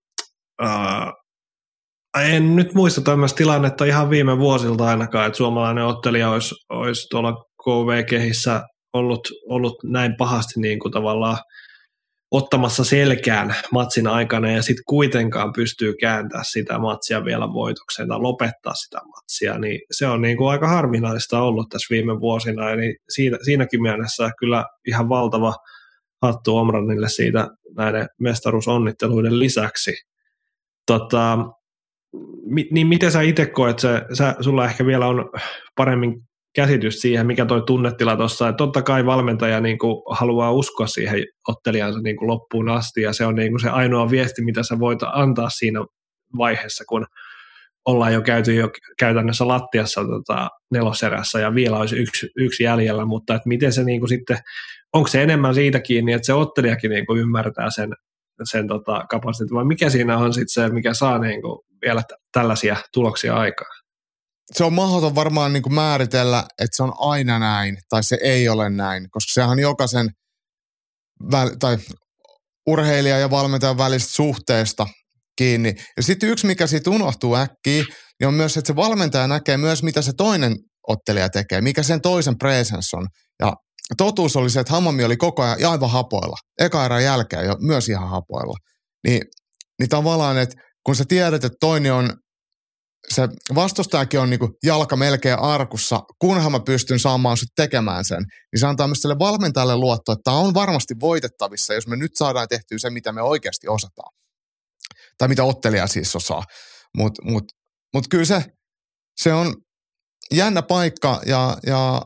Speaker 5: uh, en nyt muista tämmöistä tilannetta ihan viime vuosilta ainakaan, että suomalainen ottelija olisi, olisi tuolla K V-kehissä ollut, ollut näin pahasti niin kuin tavallaan ottamassa selkään matsin aikana ja sitten kuitenkaan pystyy kääntämään sitä matsia vielä voitokseen tai lopettaa sitä matsia, niin se on niin kuin aika harvinaista ollut tässä viime vuosina, eli siinä, siinäkin mielessä kyllä ihan valtava hattu Omranille siitä näiden mestaruusonnitteluiden lisäksi. tota, mi, niin miten sä itse koet, se, sä, sulla ehkä vielä on paremmin käsitys siihen, mikä toi tunnetila tuossa, että totta kai valmentaja niin kuin haluaa uskoa siihen ottelijansa niin kuin loppuun asti, ja se on niin kuin se ainoa viesti, mitä sä voit antaa siinä vaiheessa, kun ollaan jo käyty jo käytännössä lattiassa tota, neloserässä, ja vielä olisi yksi, yksi jäljellä, mutta että miten se niin kuin sitten, onko se enemmän siitä kiinni, että se ottelijakin niin kuin ymmärtää sen, sen tota, kapasiteetin, vai mikä siinä on sitten se, mikä saa niin kuin vielä tällaisia tuloksia aikaan?
Speaker 6: Se on mahdoton varmaan niin kuin määritellä, että se on aina näin tai se ei ole näin, koska sehän on jokaisen väl- tai urheilijan ja valmentajan välisestä suhteesta kiinni. Ja sitten yksi, mikä siitä unohtuu äkkiä, niin on myös, että se valmentaja näkee myös, mitä se toinen ottelija tekee, mikä sen toisen presence on. Ja totuus oli se, että Hammami oli koko ajan aivan hapoilla. Eka erän jälkeen jo myös ihan hapoilla. Niin, niin tavallaan, että kun sä tiedät, että toinen on se vastustajakin on niinku jalka melkein arkussa, kunhan mä pystyn saamaan sut tekemään sen, niin se antaa myös sille valmentajalle luottoa, että tämä on varmasti voitettavissa, jos me nyt saadaan tehtyä se, mitä me oikeasti osataan. Tai mitä ottelija siis osaa. Mutta mut, mut kyllä se, se on jännä paikka ja, ja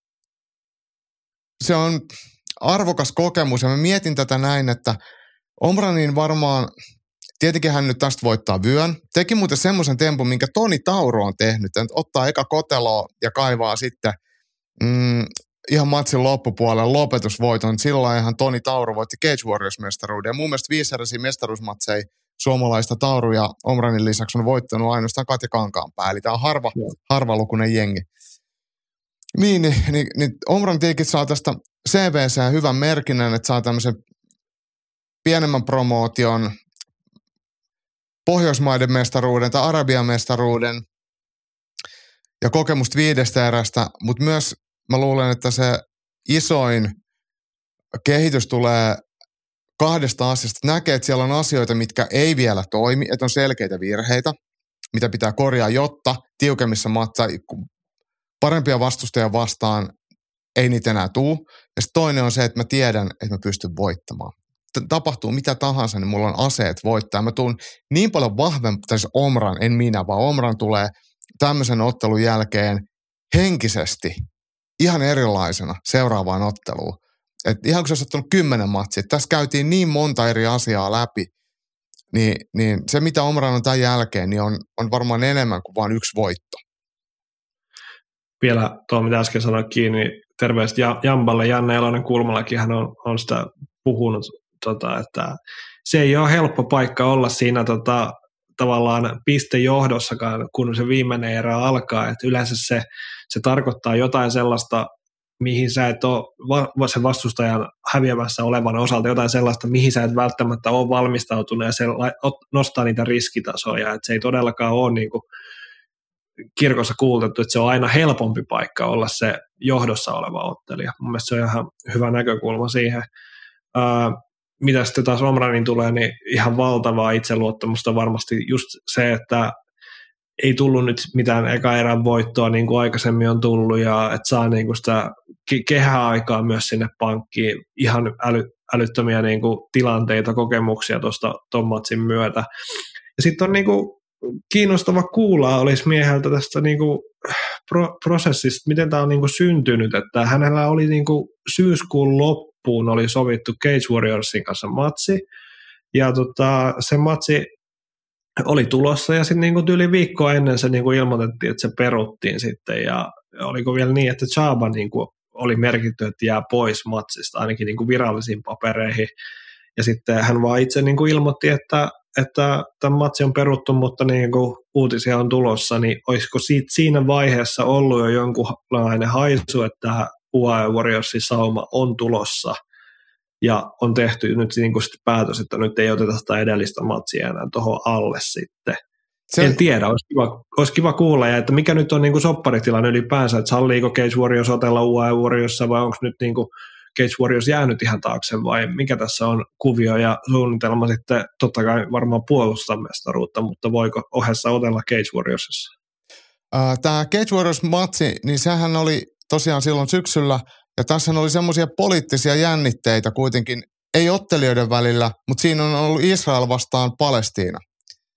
Speaker 6: se on arvokas kokemus. Ja mä mietin tätä näin, että Omranin varmaan tietenkin hän nyt tästä voittaa vyön. Teki muuten semmoisen tempun, minkä Toni Tauro on tehnyt, että ottaa eka koteloa ja kaivaa sitten mm, ihan matsin loppupuolella lopetusvoiton. Silloin ihan Toni Tauro voitti Cage Warriors-mestaruuden. Ja mun mielestä viiseräisiä mestaruusmatseja suomalaista Tauru ja Omranin lisäksi on voittanut ainoastaan Katja Kankaanpää. Eli tämä on harva, harvalukuinen jengi. Niin, niin, niin, niin Omran Tiikit saa tästä C V:ssä hyvän merkinnän, että saa tämmöisen pienemmän promootion, Pohjoismaiden mestaruuden tai Arabian mestaruuden ja kokemusta viidestä erästä, mutta myös mä luulen, että se isoin kehitys tulee kahdesta asiasta. Näkee, että siellä on asioita, mitkä ei vielä toimi, että on selkeitä virheitä, mitä pitää korjaa, jotta tiukemmissa matsa parempia vastustajia vastaan ei niitä enää tuu. Ja sitten toinen on se, että mä tiedän, että mä pystyn voittamaan. Tapahtuu mitä tahansa, niin mulla on aseet voittaa. Mä tuun niin paljon vahvempi, tai siis Omran, en minä, vaan Omran tulee tämmöisen ottelun jälkeen henkisesti ihan erilaisena seuraavaan otteluun. Et ihan kun sä oot ottanut kymmenen matsia, tässä käytiin niin monta eri asiaa läpi, niin, niin se mitä Omran on tämän jälkeen, niin on, on varmaan enemmän kuin vain yksi voitto.
Speaker 5: Vielä tuo, mitä äsken sanoin kiinni, terveistä Jamballe. Janne Elonen Kulmalakin hän on, on sitä puhunut, tota, että se ei ole helppo paikka olla siinä tota, tavallaan pistejohdossakaan, kun se viimeinen erä alkaa. Et yleensä se, se tarkoittaa jotain sellaista, mihin sä et ole sen vastustajan häviämässä olevan osalta, jotain sellaista, mihin sä et välttämättä ole valmistautunut, ja se nostaa niitä riskitasoja. Et se ei todellakaan ole niin kuin kirkossa kuultettu, että se on aina helpompi paikka olla se johdossa oleva ottelija. Mun mielestä se on ihan hyvä näkökulma siihen. Ää, mitä sitten taas Omranin tulee, niin ihan valtavaa itseluottamusta varmasti just se, että ei tullut nyt mitään eka erän voittoa niin kuin aikaisemmin on tullut, ja että saa niin kuin sitä kehäaikaa myös sinne pankkiin, ihan äly, älyttömiä niin kuin tilanteita, kokemuksia tuosta ton matsin myötä. Ja sitten on niin kuin kiinnostava kuulla olisi mieheltä tästä niinku pro- prosessista, miten tämä on niinku syntynyt, että hänellä oli niinku syyskuun loppuun oli sovittu Cage Warriorsin kanssa matsi, ja tota, se matsi oli tulossa, ja sitten niinku yli viikkoa ennen se niinku ilmoitettiin, että se peruttiin sitten, ja oliko vielä niin, että Chaba niinku oli merkitty, että jää pois matsista, ainakin niinku virallisiin papereihin, ja sitten hän vaan itse niinku ilmoitti, että että tämä matsi on peruttu, mutta niin kuin uutisia on tulossa, niin olisiko siitä, siinä vaiheessa ollut jo jonkunlainen haisu, että U A E Warriorsin sauma on tulossa, ja on tehty nyt niin kuin päätös, että nyt ei oteta sitä edellistä matsia enää tuohon alle sitten. Se... En tiedä, olisi kiva, olisi kiva kuulla, ja että mikä nyt on niin kuin sopparitilanne ylipäänsä, että salliiko Cage Warriors otella U A E Warriorissa, vai onko nyt niin kuin Cage Warriors jäänyt ihan taakse, vai mikä tässä on kuvio ja suunnitelma sitten, totta kai varmaan puolustaa mestaruutta, mutta voiko ohessa otella Cage Warriorsissa?
Speaker 6: Tämä Cage Warriors-matsi, niin sehän oli tosiaan silloin syksyllä, ja tässä oli semmoisia poliittisia jännitteitä kuitenkin, ei ottelijoiden välillä, mutta siinä on ollut Israel vastaan Palestiina.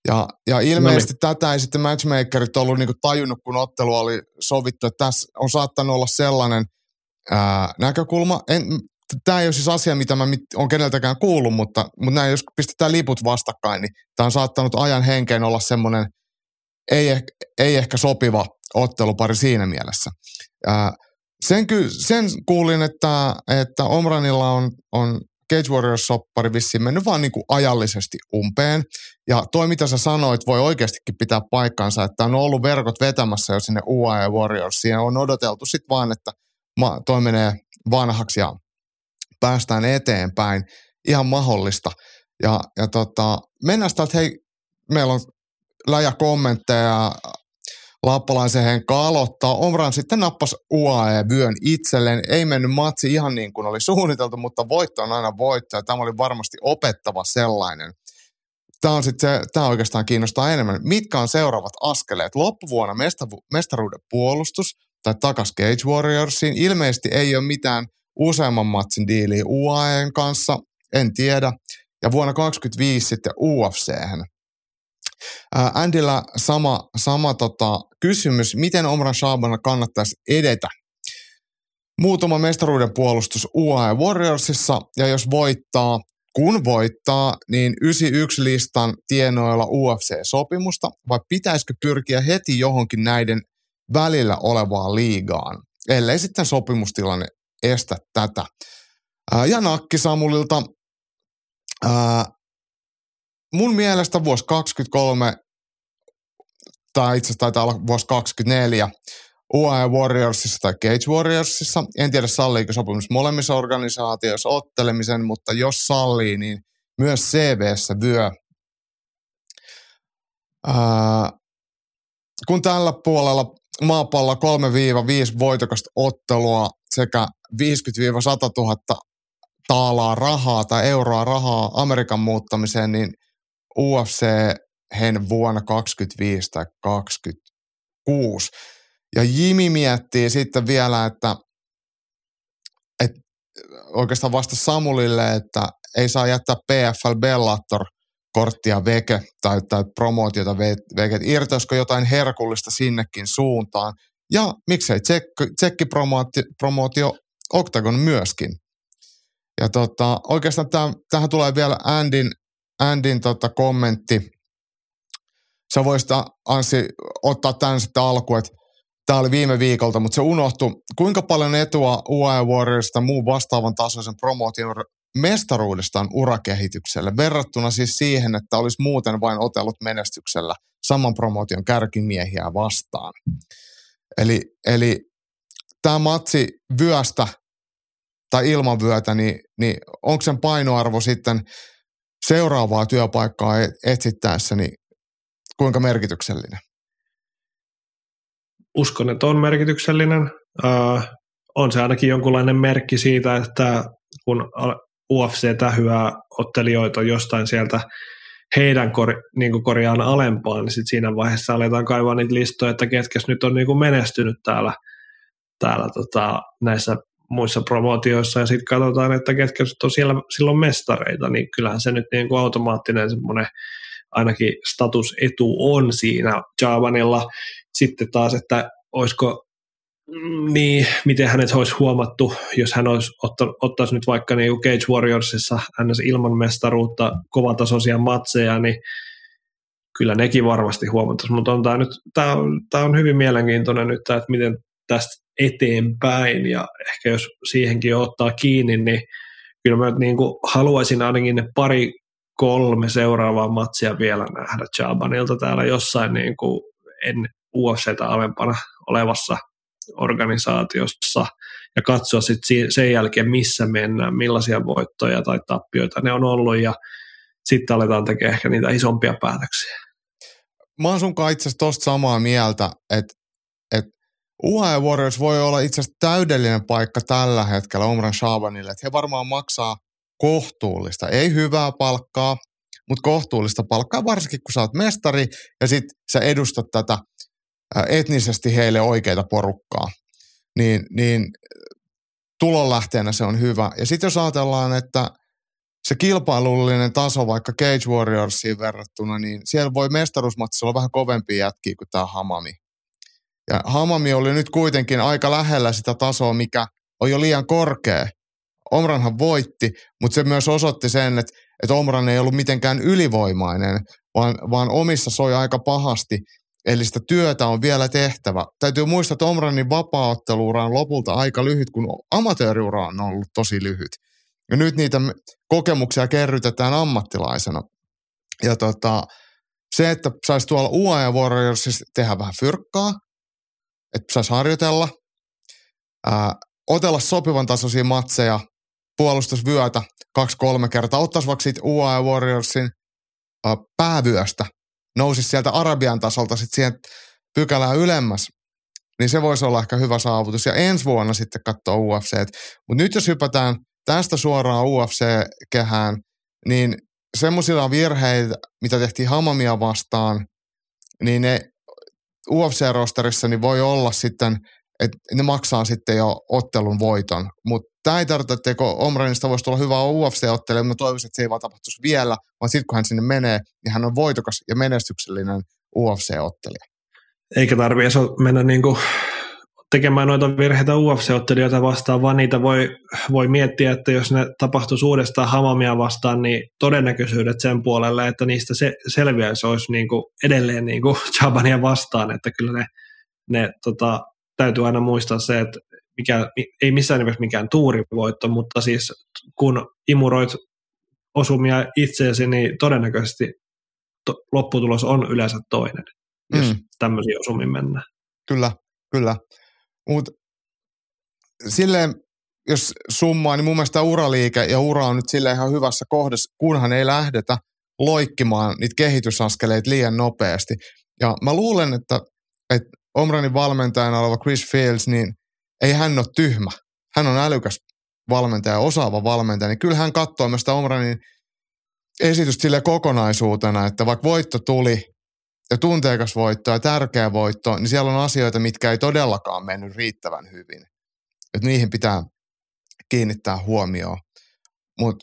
Speaker 6: Ja, ja ilmeisesti no niin. tätä ei sitten matchmakerit ollut niinku tajunnut, kun ottelu oli sovittu, että tässä on saattanut olla sellainen ää, näkökulma. Tämä ei ole siis asia, mitä mä mit, on keneltäkään kuullut, mutta, mutta näin, jos pistetään liput vastakkain, niin tämä on saattanut ajan henkeen olla semmoinen ei, eh, ei ehkä sopiva ottelupari siinä mielessä. Ää, sen, ky, sen kuulin, että, että Omranilla on, on Cage Warriors-soppari vissiin mennyt vaan niin kuin ajallisesti umpeen. Ja toi, mitä sä sanoit, voi oikeastikin pitää paikkansa, että on ollut verkot vetämässä jo sinne U A E Warriorsiin. On odoteltu sitten vaan, että toi menee vanhaksi ja päästään eteenpäin. Ihan mahdollista. Ja, ja tota, mennään sitä, että hei, meillä on läjä kommentteja. Lappalaisen Henkka aloittaa. Omran sitten nappasi U A E-vyön itselleen. Ei mennyt matsi ihan niin kuin oli suunniteltu, mutta voitto on aina voitto. Ja tämä oli varmasti opettava sellainen. Tämä on sitten se, tämä oikeastaan kiinnostaa enemmän. Mitkä on seuraavat askeleet? Loppuvuonna mestaru- mestaruuden puolustus tai takas Cage Warriorsiin. Ilmeisesti ei ole mitään useamman matsin diiliä U A E:n kanssa. En tiedä. Ja vuonna kaksikymmentäviisi sitten U F C:hen. Andyllä sama, sama tota, kysymys, miten Omran Shaban kannattaisi edetä? Muutama mestaruuden puolustus U A E Warriorsissa, ja jos voittaa, kun voittaa, niin yhdeksänkymmentäyksi listan tienoilla U F C-sopimusta, vai pitäisikö pyrkiä heti johonkin näiden välillä olevaan liigaan, ellei sitten sopimustilanne estä tätä. Ja Nakki Samulilta, ää, mun mielestä vuosi kaksikymmentäkolme, tai itse asiassa taitaa olla vuosi kaksikymmentäneljä, U A E Warriorsissa tai Cage Warriorsissa. En tiedä, salliiko sopimus molemmissa organisaatioissa ottelemisen, mutta jos sallii, niin myös C V:ssä vyö. Ää, kun tällä puolella maapallolla kolme viisi voitokasta ottelua sekä viisikymmentä sata tuhatta taalaa rahaa tai euroa rahaa Amerikan muuttamiseen, niin U F C-hen vuonna kaksikymmentäviisi tai kaksikymmentäkuusi. Ja Jimi miettii sitten vielä, että, että oikeastaan vasta Samulille, että ei saa jättää P F L Bellator-korttia veke tai, tai promootiota veke. Irtoisiko jotain herkullista sinnekin suuntaan. Ja miksei tsekkipromootio Octagon myöskin. Ja tota, oikeastaan täm, tähän tulee vielä Andin, Andin tota kommentti. Sä voisit, Anssi, ottaa tämän sitten alkuun, että tämä oli viime viikolta, mutta se unohtui. Kuinka paljon etua U A E Warriorista muun vastaavan tasoisen promootion mestaruudesta on urakehitykselle, verrattuna siis siihen, että olisi muuten vain otellut menestyksellä saman promootion kärkimiehiä vastaan. Eli, eli tämä matsi vyöstä tai ilman vyötä, niin, niin onko sen painoarvo sitten seuraavaa työpaikkaa etsittäessä, niin kuinka merkityksellinen?
Speaker 5: Uskon, että on merkityksellinen. Uh, on se ainakin jonkunlainen merkki siitä, että kun U F C tähyää ottelijoita jostain sieltä heidän kor, niin kuin korjaan alempaan, niin sit siinä vaiheessa aletaan kaivaa niitä listoja, että ketkä nyt on niin kuin menestynyt täällä, täällä tota, näissä muissa promootioissa, ja sitten katsotaan, että ketkä on siellä silloin mestareita, niin kyllähän se nyt niin kuin automaattinen semmoinen ainakin statusetu on siinä Chabanilla. Sitten taas, että olisiko, niin miten hänet olisi huomattu, jos hän olisi ottanut, ottaisi nyt vaikka niin kuin Cage Warriorsissa ns. Ilman mestaruutta kovatasoisia matseja, niin kyllä nekin varmasti huomattaisiin, mutta on tämä, nyt, tämä, on, tämä on hyvin mielenkiintoinen nyt, että miten tästä eteenpäin, ja ehkä jos siihenkin ottaa kiinni, niin kyllä mä niin kuin haluaisin ainakin ne pari kolme seuraavaa matsia vielä nähdä Chabanilta täällä jossain niin kuin en U F C:tä alempana olevassa organisaatiossa ja katsoa sitten sen jälkeen, missä mennään, millaisia voittoja tai tappioita ne on ollut, ja sitten aletaan tekemään ehkä niitä isompia päätöksiä.
Speaker 6: Mä oon sunkaan itse asiassa tosta samaa mieltä, että, että U A E Warriors voi olla itse asiassa täydellinen paikka tällä hetkellä Omran Shabanille, että he varmaan maksaa kohtuullista, ei hyvää palkkaa, mutta kohtuullista palkkaa, varsinkin kun sä oot mestari ja sit sä edustat tätä etnisesti heille oikeita porukkaa, niin, niin tulonlähteenä se on hyvä. Ja sitten jos ajatellaan, että se kilpailullinen taso vaikka Cage Warriorsiin verrattuna, niin siellä voi mestaruusmatsissa olla vähän kovempia jätkiä kuin tämä Hamami. Ja Hamami oli nyt kuitenkin aika lähellä sitä tasoa, mikä on jo liian korkea. Omranhan voitti, mutta se myös osoitti sen, että, että Omran ei ollut mitenkään ylivoimainen, vaan, vaan omissa soi aika pahasti. Eli sitä työtä on vielä tehtävä. Täytyy muistaa, että Omranin vapaaotteluura on lopulta aika lyhyt, kun amatööriura on ollut tosi lyhyt. Ja nyt niitä kokemuksia kerrytetään ammattilaisena. Ja tota, se, että saisi tuolla U A E Warriorsissa tehdä vähän fyrkkaa, että saisi harjoitella, ää, otella sopivan tasoisia matseja, puolustusvyötä kaksi-kolme kertaa, ottaisi vaikka siitä U A E Warriorsin ää, päävyöstä, nousisi sieltä Arabian tasolta sitten siihen pykälään ylemmäs, niin se voisi olla ehkä hyvä saavutus. Ja ensi vuonna sitten katsoa U F C. Mutta nyt jos hypätään tästä suoraan U F C-kehään, niin semmoisilla virheitä, mitä tehtiin Hamamia vastaan, niin ne U F C-rosterissa niin voi olla sitten, että ne maksaa sitten jo ottelun voiton. Mutta tämä ei tarkoita, että Omranista voisi tulla hyvä U F C-ottelija, mutta toivoisin, että se ei vaan tapahtuisi vielä, vaan sitten kun hän sinne menee, niin hän on voitokas ja menestyksellinen U F C-ottelija.
Speaker 5: Eikä tarvitse mennä niinku tekemään noita virheitä U F C-ottelijoita vastaan, vaan niitä voi, voi miettiä, että jos ne tapahtuisi uudestaan Hamamia vastaan, niin todennäköisyydet sen puolelle, että niistä se, selviäisi, olisi niinku edelleen niinku Chabania vastaan, että kyllä ne, ne tota, täytyy aina muistaa se, että mikä, ei missään nimessä mikään tuurivoitto, mutta siis kun imuroit osumia itseesi, niin todennäköisesti to, lopputulos on yleensä toinen, jos mm. tämmöisiä osumiin mennään.
Speaker 6: Kyllä, kyllä. Mutta silleen, jos summaa, niin mun mielestä uraliike ja ura on nyt silleen ihan hyvässä kohdassa, kunhan ei lähdetä loikkimaan niitä kehitysaskeleita liian nopeasti. Ja mä luulen, että, että Omranin valmentajana oleva Chris Fields, niin ei hän ole tyhmä. Hän on älykäs valmentaja, osaava valmentaja, niin kyllä hän katsoo myös sitä Omranin esitystä silleen kokonaisuutena, että vaikka voitto tuli, ja tunteikas voitto ja tärkeä voitto, niin siellä on asioita, mitkä ei todellakaan mennyt riittävän hyvin. Että niihin pitää kiinnittää huomioon. Mutta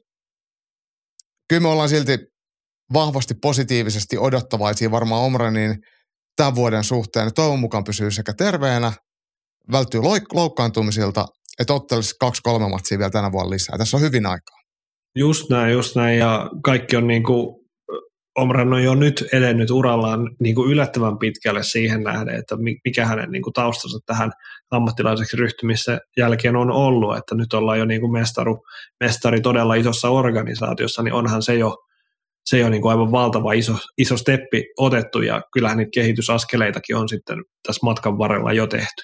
Speaker 6: kyllä me ollaan silti vahvasti positiivisesti odottavaisia varmaan Omranin tämän vuoden suhteen. Toivon mukaan pysyy sekä terveenä, välttyy loukkaantumisilta, että ottelisi kaksi kolme matsia vielä tänä vuonna lisää. Tässä on hyvin aikaa.
Speaker 5: Just näin, just näin. Ja kaikki on niin kuin Omran on jo nyt edennyt urallaan niin kuin yllättävän pitkälle siihen nähden, että mikä hänen niin kuin taustansa tähän ammattilaiseksi ryhtymissä jälkeen on ollut, että nyt ollaan jo niin kuin mestaru, mestari todella isossa organisaatiossa, niin onhan se jo, se jo niin kuin aivan valtava iso, iso steppi otettu, ja kyllähän niitä kehitysaskeleitakin on sitten tässä matkan varrella jo tehty.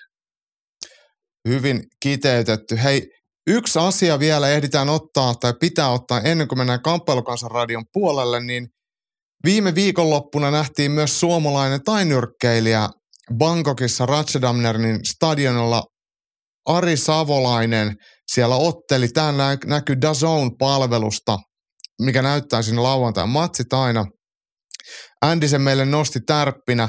Speaker 6: Hyvin kiteytetty. Hei, yksi asia vielä ehditään ottaa tai pitää ottaa ennen kuin mennään Kamppailukansan radion puolelle, niin viime viikonloppuna nähtiin myös suomalainen tainyrkkeilijä Bangkokissa Ratchadamnerin stadionilla. Ari Savolainen siellä otteli. Tämä näkyy D A Z N-palvelusta, mikä näyttää sinne lauantain matsit aina. Andisen meille nosti tärppinä.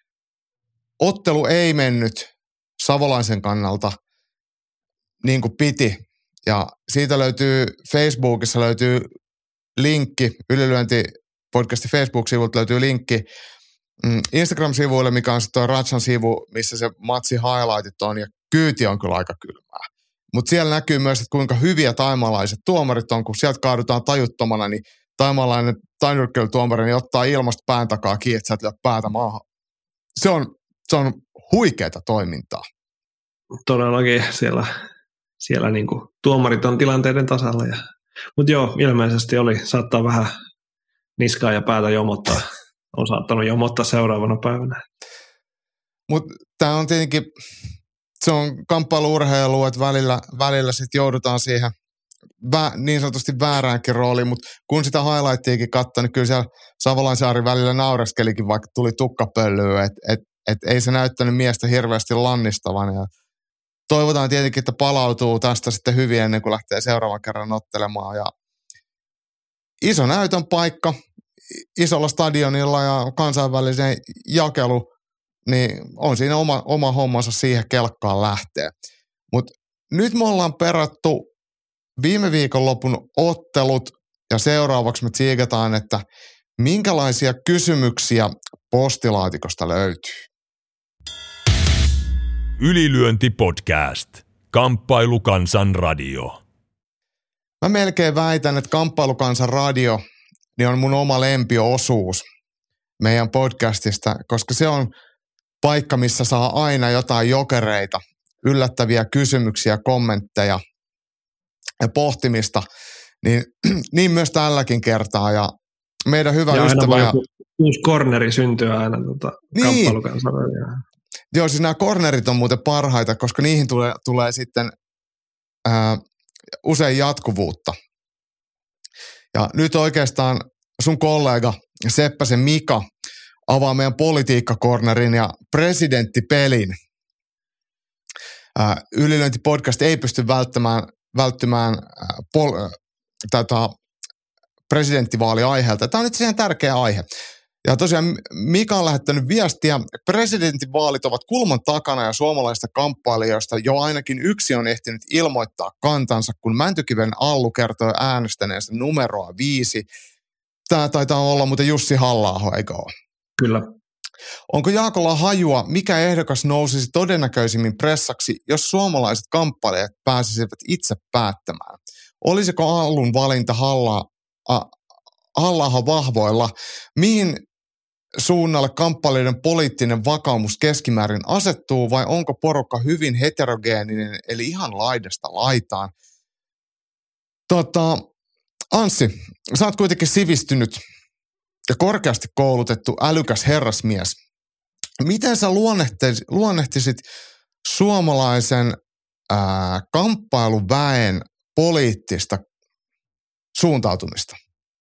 Speaker 6: Ottelu ei mennyt Savolaisen kannalta niin kuin piti. Ja siitä löytyy Facebookissa löytyy linkki, ylilyönti podcastin Facebook-sivulta löytyy linkki Instagram-sivuille, mikä on sitten Ratchan sivu, missä se matsi highlightit on, ja kyyti on kyllä aika kylmää. Mutta siellä näkyy myös, että kuinka hyviä taimalaiset tuomarit on, kun sieltä kaadutaan tajuttomana, niin taimalainen tainyrkkeilytuomari niin ottaa ilmasta pään takaa kiinni, että sä et lyö päätä maahan. Se on, se on huikeata toimintaa.
Speaker 5: Todellakin siellä, siellä niinku tuomarit on tilanteiden tasalla. Ja, mutta joo, ilmeisesti oli, saattaa vähän niskaa ja päätä jomottaa. On saattanut jomottaa seuraavana päivänä.
Speaker 6: Mutta tämä on tietenkin, se on kamppailu-urheilu, että välillä, välillä sitten joudutaan siihen vä, niin sanotusti vääräänkin rooliin, mutta kun sitä highlightiakin katsoi, niin kyllä siellä Savolainsaari välillä naureskelikin, vaikka tuli tukkapöllyä, että et, et ei se näyttänyt miestä hirveästi lannistavan. Ja toivotaan tietenkin, että palautuu tästä sitten hyvin ennen kuin lähtee seuraavan kerran ottelemaan. Ja iso näytön paikka isolla stadionilla ja kansainvälisen jakelu, niin on siinä oma, oma hommansa siihen kelkkaan lähteä. Mutta nyt me ollaan perattu viime viikonlopun ottelut Ja seuraavaksi me tsiikataan, että minkälaisia kysymyksiä postilaatikosta löytyy.
Speaker 4: Ylilyönti podcast. Kamppailukansan radio.
Speaker 6: Mä melkein väitän, että Kamppailukansan radio niin on mun oma lempiosuus meidän podcastista, koska se on paikka, missä saa aina jotain jokereita, yllättäviä kysymyksiä, kommentteja ja pohtimista. Niin, niin myös tälläkin kertaa. Ja meidän hyvä
Speaker 5: ja
Speaker 6: ystävä... Ja
Speaker 5: uusi corneri syntyy aina tota, niin. Kamppailukansan radioon.
Speaker 6: Joo, siis nämä cornerit on muuten parhaita, koska niihin tulee, tulee sitten ää, usein jatkuvuutta. Ja nyt oikeastaan sun kollega Seppäsen Mika avaa meidän politiikkakornerin ja presidenttipelin. Ää, Ylilyöntipodcast ei pysty välttämään, välttymään ää, pol, tätä presidenttivaaliaiheelta. Tämä on itse asiassa tärkeä aihe. Ja tosiaan Mika on lähettänyt viestiä. Presidentinvaalit ovat kulman takana ja suomalaisista kamppailijoista jo ainakin yksi on ehtinyt ilmoittaa kantansa, kun Mäntykiven Allu kertoi äänestäneensä numeroa viisi. Tämä taitaa olla muuten Jussi Halla-aho, eikö ole?
Speaker 5: Kyllä.
Speaker 6: Onko Jaakolla hajua, mikä ehdokas nousisi todennäköisimmin pressaksi, jos suomalaiset kamppailijat pääsisivät itse päättämään? Olisiko Allun valinta Halla, Halla-ahon vahvoilla? Mihin suunnalle kamppailijoiden poliittinen vakaumus keskimäärin asettuu vai onko porukka hyvin heterogeeninen, eli ihan laidasta laitaan? Tota, Anssi, sä oot kuitenkin sivistynyt ja korkeasti koulutettu älykäs herrasmies. Miten sä luonnehtisit, luonnehtisit suomalaisen ää, kamppailuväen poliittista suuntautumista?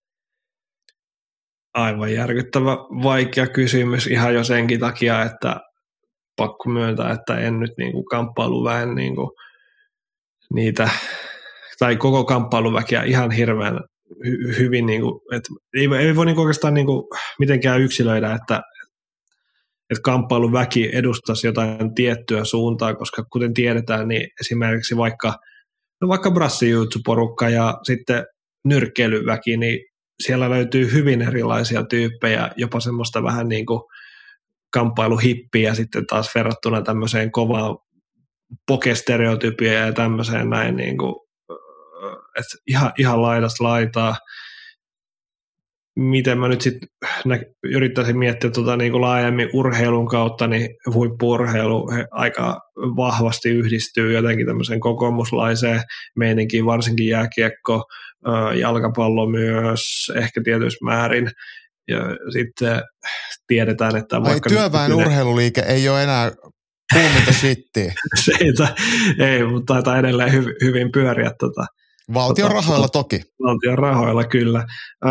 Speaker 5: Aivan järkyttävä vaikea kysymys ihan jo senkin takia, että pakko myöntää, että en nyt niinku kamppailuväen niinku niitä, tai koko kamppailuväkeä ihan hirveän hy- hyvin, niinku, että ei, ei voi niinku oikeastaan niinku mitenkään yksilöidä, että, että kamppailuväki edustaisi jotain tiettyä suuntaa, koska kuten tiedetään, niin esimerkiksi vaikka, no vaikka brassijutsu-porukka ja sitten nyrkkeilyväki, niin siellä löytyy hyvin erilaisia tyyppejä, jopa semmoista vähän niin kuin kamppailuhippiä sitten taas verrattuna tämmöiseen kovaan pokestereotypiaan ja tämmöiseen näin niin kuin, että ihan, ihan laidasta laitaa. Miten mä nyt sitten yrittäisin miettiä tuota niin kuin laajemmin urheilun kautta, niin huippu-urheilu aika vahvasti yhdistyy jotenkin tämmöiseen kokoomuslaiseen meininkiin, varsinkin jääkiekko, jalkapallo myös, ehkä tietyissä määrin. Ja sitten tiedetään, että...
Speaker 6: Ai
Speaker 5: vaikka
Speaker 6: työväen nyt urheiluliike ei ole enää kuuminta shittiä.
Speaker 5: Siitä ei, mutta taitaa edelleen hy, hyvin pyöriä. Tota,
Speaker 6: Valtion tota, rahoilla toki.
Speaker 5: Valtion rahoilla, kyllä.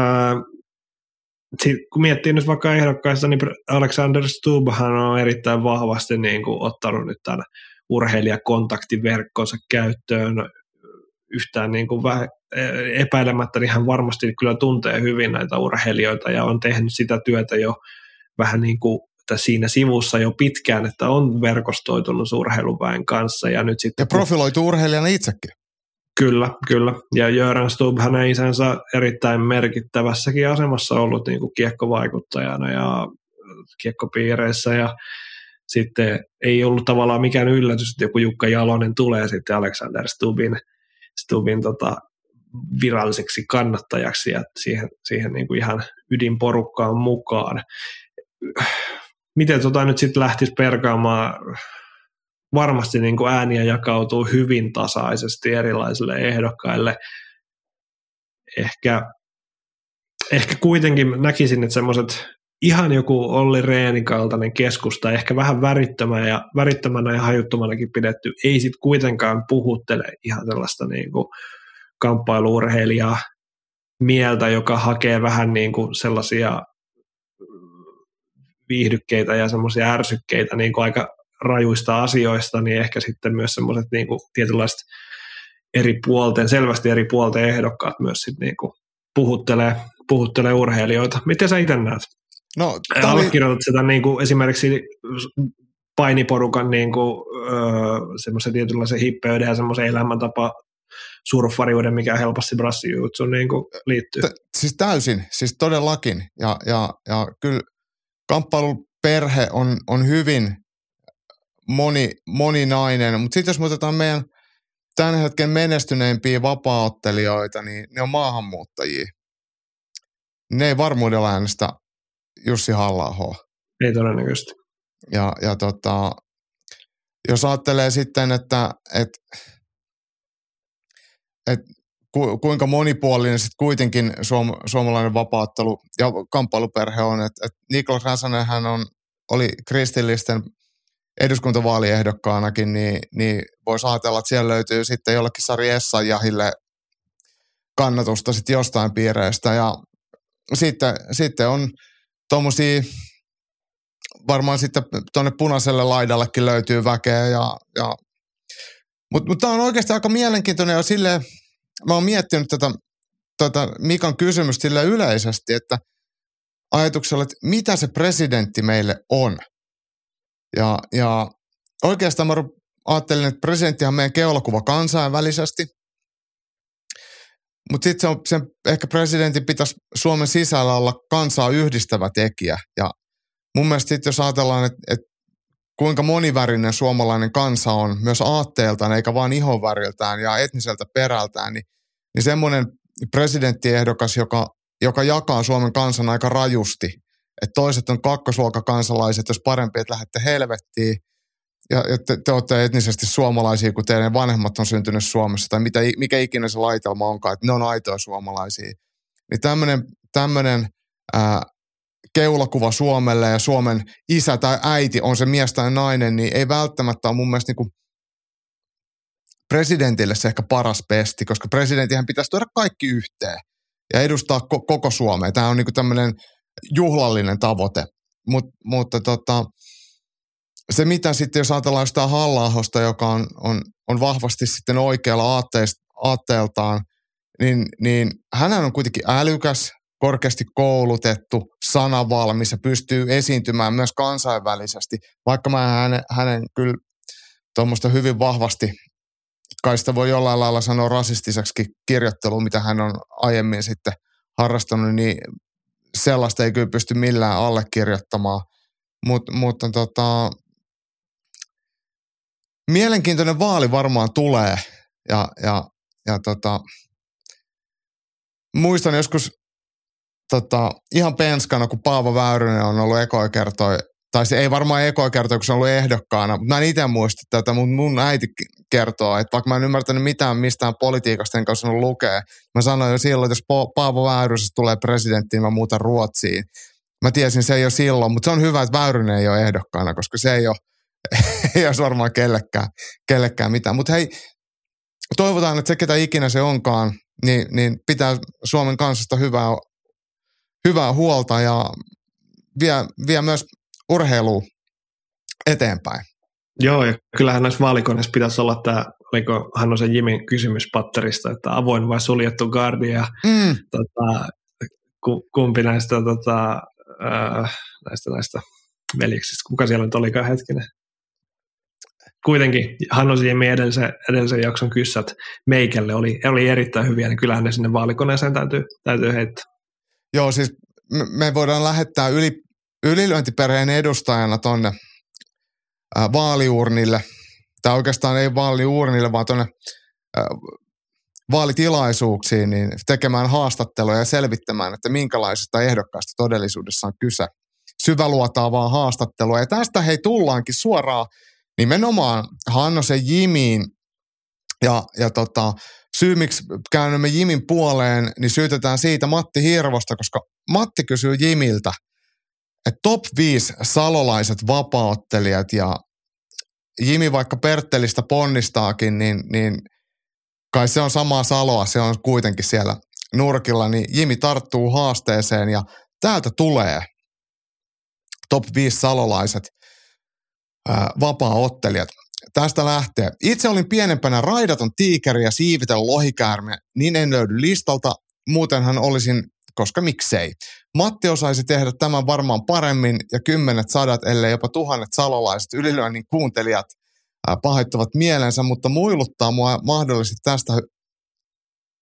Speaker 5: Sitten kun miettii nyt vaikka ehdokkaista, niin Alexander Stubbhan on erittäin vahvasti niin kuin ottanut nyt tämän urheilijakontaktiverkkonsa käyttöön yhtään niin kuin vähän epäilemättä, niin hän varmasti kyllä tuntee hyvin näitä urheilijoita ja on tehnyt sitä työtä jo vähän niin kuin siinä sivussa jo pitkään, että on verkostoitunut urheiluväen kanssa. Ja, nyt sitten,
Speaker 6: ja profiloitu urheilijana itsekin.
Speaker 5: Kyllä, kyllä. Ja Göran Stubb, hänen isänsä erittäin merkittävässäkin asemassa ollut niin kuin kiekkovaikuttajana ja kiekkopiireissä ja sitten ei ollut tavallaan mikään yllätys, että joku Jukka Jalonen tulee sitten Alexander Stubbin, Stubbin tota, viralliseksi kannattajaksi ja siihen, siihen niin kuin ihan ydinporukkaan mukaan. Miten tota nyt sitten lähtisi perkaamaan? Varmasti niin kuin ääniä jakautuu hyvin tasaisesti erilaisille ehdokkaille. Ehkä, ehkä kuitenkin näkisin, että semmoiset ihan joku Olli Rehnin kaltainen keskusta, ehkä vähän värittömänä ja, värittömänä ja hajuttomanakin pidetty, ei sitten kuitenkaan puhuttele ihan sellaista niin kuin kamppailu-urheilijaa mieltä, joka hakee vähän niin kuin sellaisia viihdykkeitä ja semmoisia ärsykkeitä niin kuin aika rajuista asioista, niin ehkä sitten myös semmoiset niin kuin tietynlaiset eri puolten, selvästi eri puolten ehdokkaat myös sitten niin kuin puhuttelee, puhuttelee urheilijoita. Miten sä itse näet?
Speaker 6: No,
Speaker 5: allekirjoitat sitä niin kuin esimerkiksi painiporukan niin kuin, öö, semmoisen tietynlaisen hippeyden ja semmoisen elämäntapa surffariuden, mikä helposti brassijutsuun niin liittyy.
Speaker 6: T- siis täysin, siis todellakin. Ja, ja, ja kyllä kamppailuperhe on, on hyvin moni, moninainen, mutta sitten jos me otetaan meidän tämän hetken menestyneimpiä vapaaottelijoita, niin ne on maahanmuuttajia. Ne ei varmuudella äänestä Jussi Halla-ahoa.
Speaker 5: Ei todennäköisesti.
Speaker 6: Ja, ja tota, jos ajattelee sitten, että et, et, ku, kuinka monipuolinen sitten kuitenkin suom, suomalainen vapaaottelu ja kamppailuperhe on, että et Niklas Räsänen hän on, oli kristillisten eduskuntavaaliehdokkaanakin, niin, niin voisi ajatella, että siellä löytyy sitten jollekin Sari Essayahille kannatusta sitten jostain piireistä. Ja sitten, sitten on tuommoisia, varmaan sitten tuonne punaiselle laidallekin löytyy väkeä. Ja, ja, mutta mut tämä on oikeasti aika mielenkiintoinen ja silleen, mä oon miettinyt tätä, tätä Mikan kysymystä silleen yleisesti, että ajatuksella, että mitä se presidentti meille on. Ja, ja oikeastaan mä ajattelin, että presidenttihan on meidän keulakuva kansainvälisesti, mutta sitten se sen ehkä presidentin pitäisi Suomen sisällä olla kansaa yhdistävä tekijä. Ja mun mielestä sitten jos ajatellaan, että, että kuinka monivärinen suomalainen kansa on myös aatteeltaan, eikä vaan ihonväriltään ja etniseltä perältään, niin, niin semmoinen presidenttiehdokas, joka, joka jakaa Suomen kansan aika rajusti, että toiset on kakkosluokkakansalaiset, jos parempi, että lähdette helvettiin, ja, ja te, te olette etnisesti suomalaisia, kun teidän vanhemmat on syntynyt Suomessa, tai mitä, mikä ikinä se laitelma onkaan, että ne on aitoja suomalaisia. Niin tämmöinen, tämmöinen ää, keulakuva Suomelle ja Suomen isä tai äiti on se mies tai nainen, niin ei välttämättä ole mun mielestä niin kuin presidentille se ehkä paras pesti, koska presidentihän pitäisi tuoda kaikki yhteen ja edustaa ko- koko Suomea. Tämä on niin kuin tämmöinen juhlallinen tavoite, Mut, mutta tota, se mitä sitten, jos ajatellaan jostain Halla-ahosta, joka on, on, on vahvasti sitten oikealla aatteeltaan, niin, niin hän on kuitenkin älykäs, korkeasti koulutettu, sanavalmis ja pystyy esiintymään myös kansainvälisesti, vaikka mä hänen, hänen kyllä tuommoista hyvin vahvasti, kai sitä voi jollain lailla sanoa rasistiseksi kirjoitteluun, mitä hän on aiemmin sitten harrastanut, niin sellaista ei kyllä pysty millään allekirjoittamaan, Mut, mutta tota, mielenkiintoinen vaali varmaan tulee ja, ja, ja tota, muistan joskus tota, ihan penskana, kun Paavo Väyrynen on ollut ekoja kertoja, tai se ei varmaan ekoja kertoja, kun se on ollut ehdokkaana, mutta mä en itse muista tätä, mutta mun äiti kertoo, että vaikka mä en ymmärtänyt mitään mistään politiikasta, enkä osannut lukea, mä sanoin jo silloin, että jos Paavo Väyrysestä tulee presidentti, niin mä muutan Ruotsiin. Mä tiesin se ei ole silloin, mutta se on hyvä, että Väyrynen ei ole ehdokkaana, koska se ei ole, ei olisi varmaan kellekään, kellekään mitään. Mutta hei, toivotaan, että se ketä ikinä se onkaan, niin, niin pitää Suomen kansasta hyvää, hyvää huolta ja vie, vie myös urheilua eteenpäin.
Speaker 5: Joo, ja kyllähän näissä vaalikoneissa pitäisi olla tämä, oliko Hannosen Jimin kysymys patterista, että avoin vai suljettu gardi, ja mm. tota, kumpi näistä, tota, äh, näistä, näistä veljeksistä, kuka siellä nyt olikaan hetkinen. Kuitenkin Hannosen Jimi edellisen, edellisen jakson kyssät meikälle oli, oli erittäin hyviä, niin kyllähän ne sinne vaalikoneeseen täytyy, täytyy heittää.
Speaker 6: Joo, siis me, me voidaan lähettää yli, ylilyöntiperheen edustajana tonne ää, vaaliurnille, tai oikeastaan ei vaaliurnille, vaan tonne ää, vaalitilaisuuksiin, niin tekemään haastatteluja ja selvittämään, että minkälaisesta ehdokkaasta todellisuudessa on kyse. Syväluotaavaa haastattelua. Ja tästä hei tullaankin suoraan nimenomaan Hannosen Jimiin. Ja, ja tota, syy, miksi käännymme Jimin puoleen, niin syytetään siitä Matti Hirvosta, koska Matti kysyy Jimiltä, että top viisi salolaiset vapaaottelijat, ja Jimi vaikka Perttelistä ponnistaakin, niin, niin kai se on samaa Saloa, se on kuitenkin siellä nurkilla, niin Jimi tarttuu haasteeseen ja täältä tulee top viisi salolaiset ää, vapaa-ottelijat. Tästä lähtee. Itse olin pienempänä raidaton tiikeri ja siivitön lohikäärme, niin en löydy listalta, muutenhan olisin, koska miksei. Matti osaisi tehdä tämän varmaan paremmin ja kymmenet sadat, ellei jopa tuhannet salolaiset ylilyönnin kuuntelijat pahoittavat mielensä, mutta muiluttaa mua mahdollisesti tästä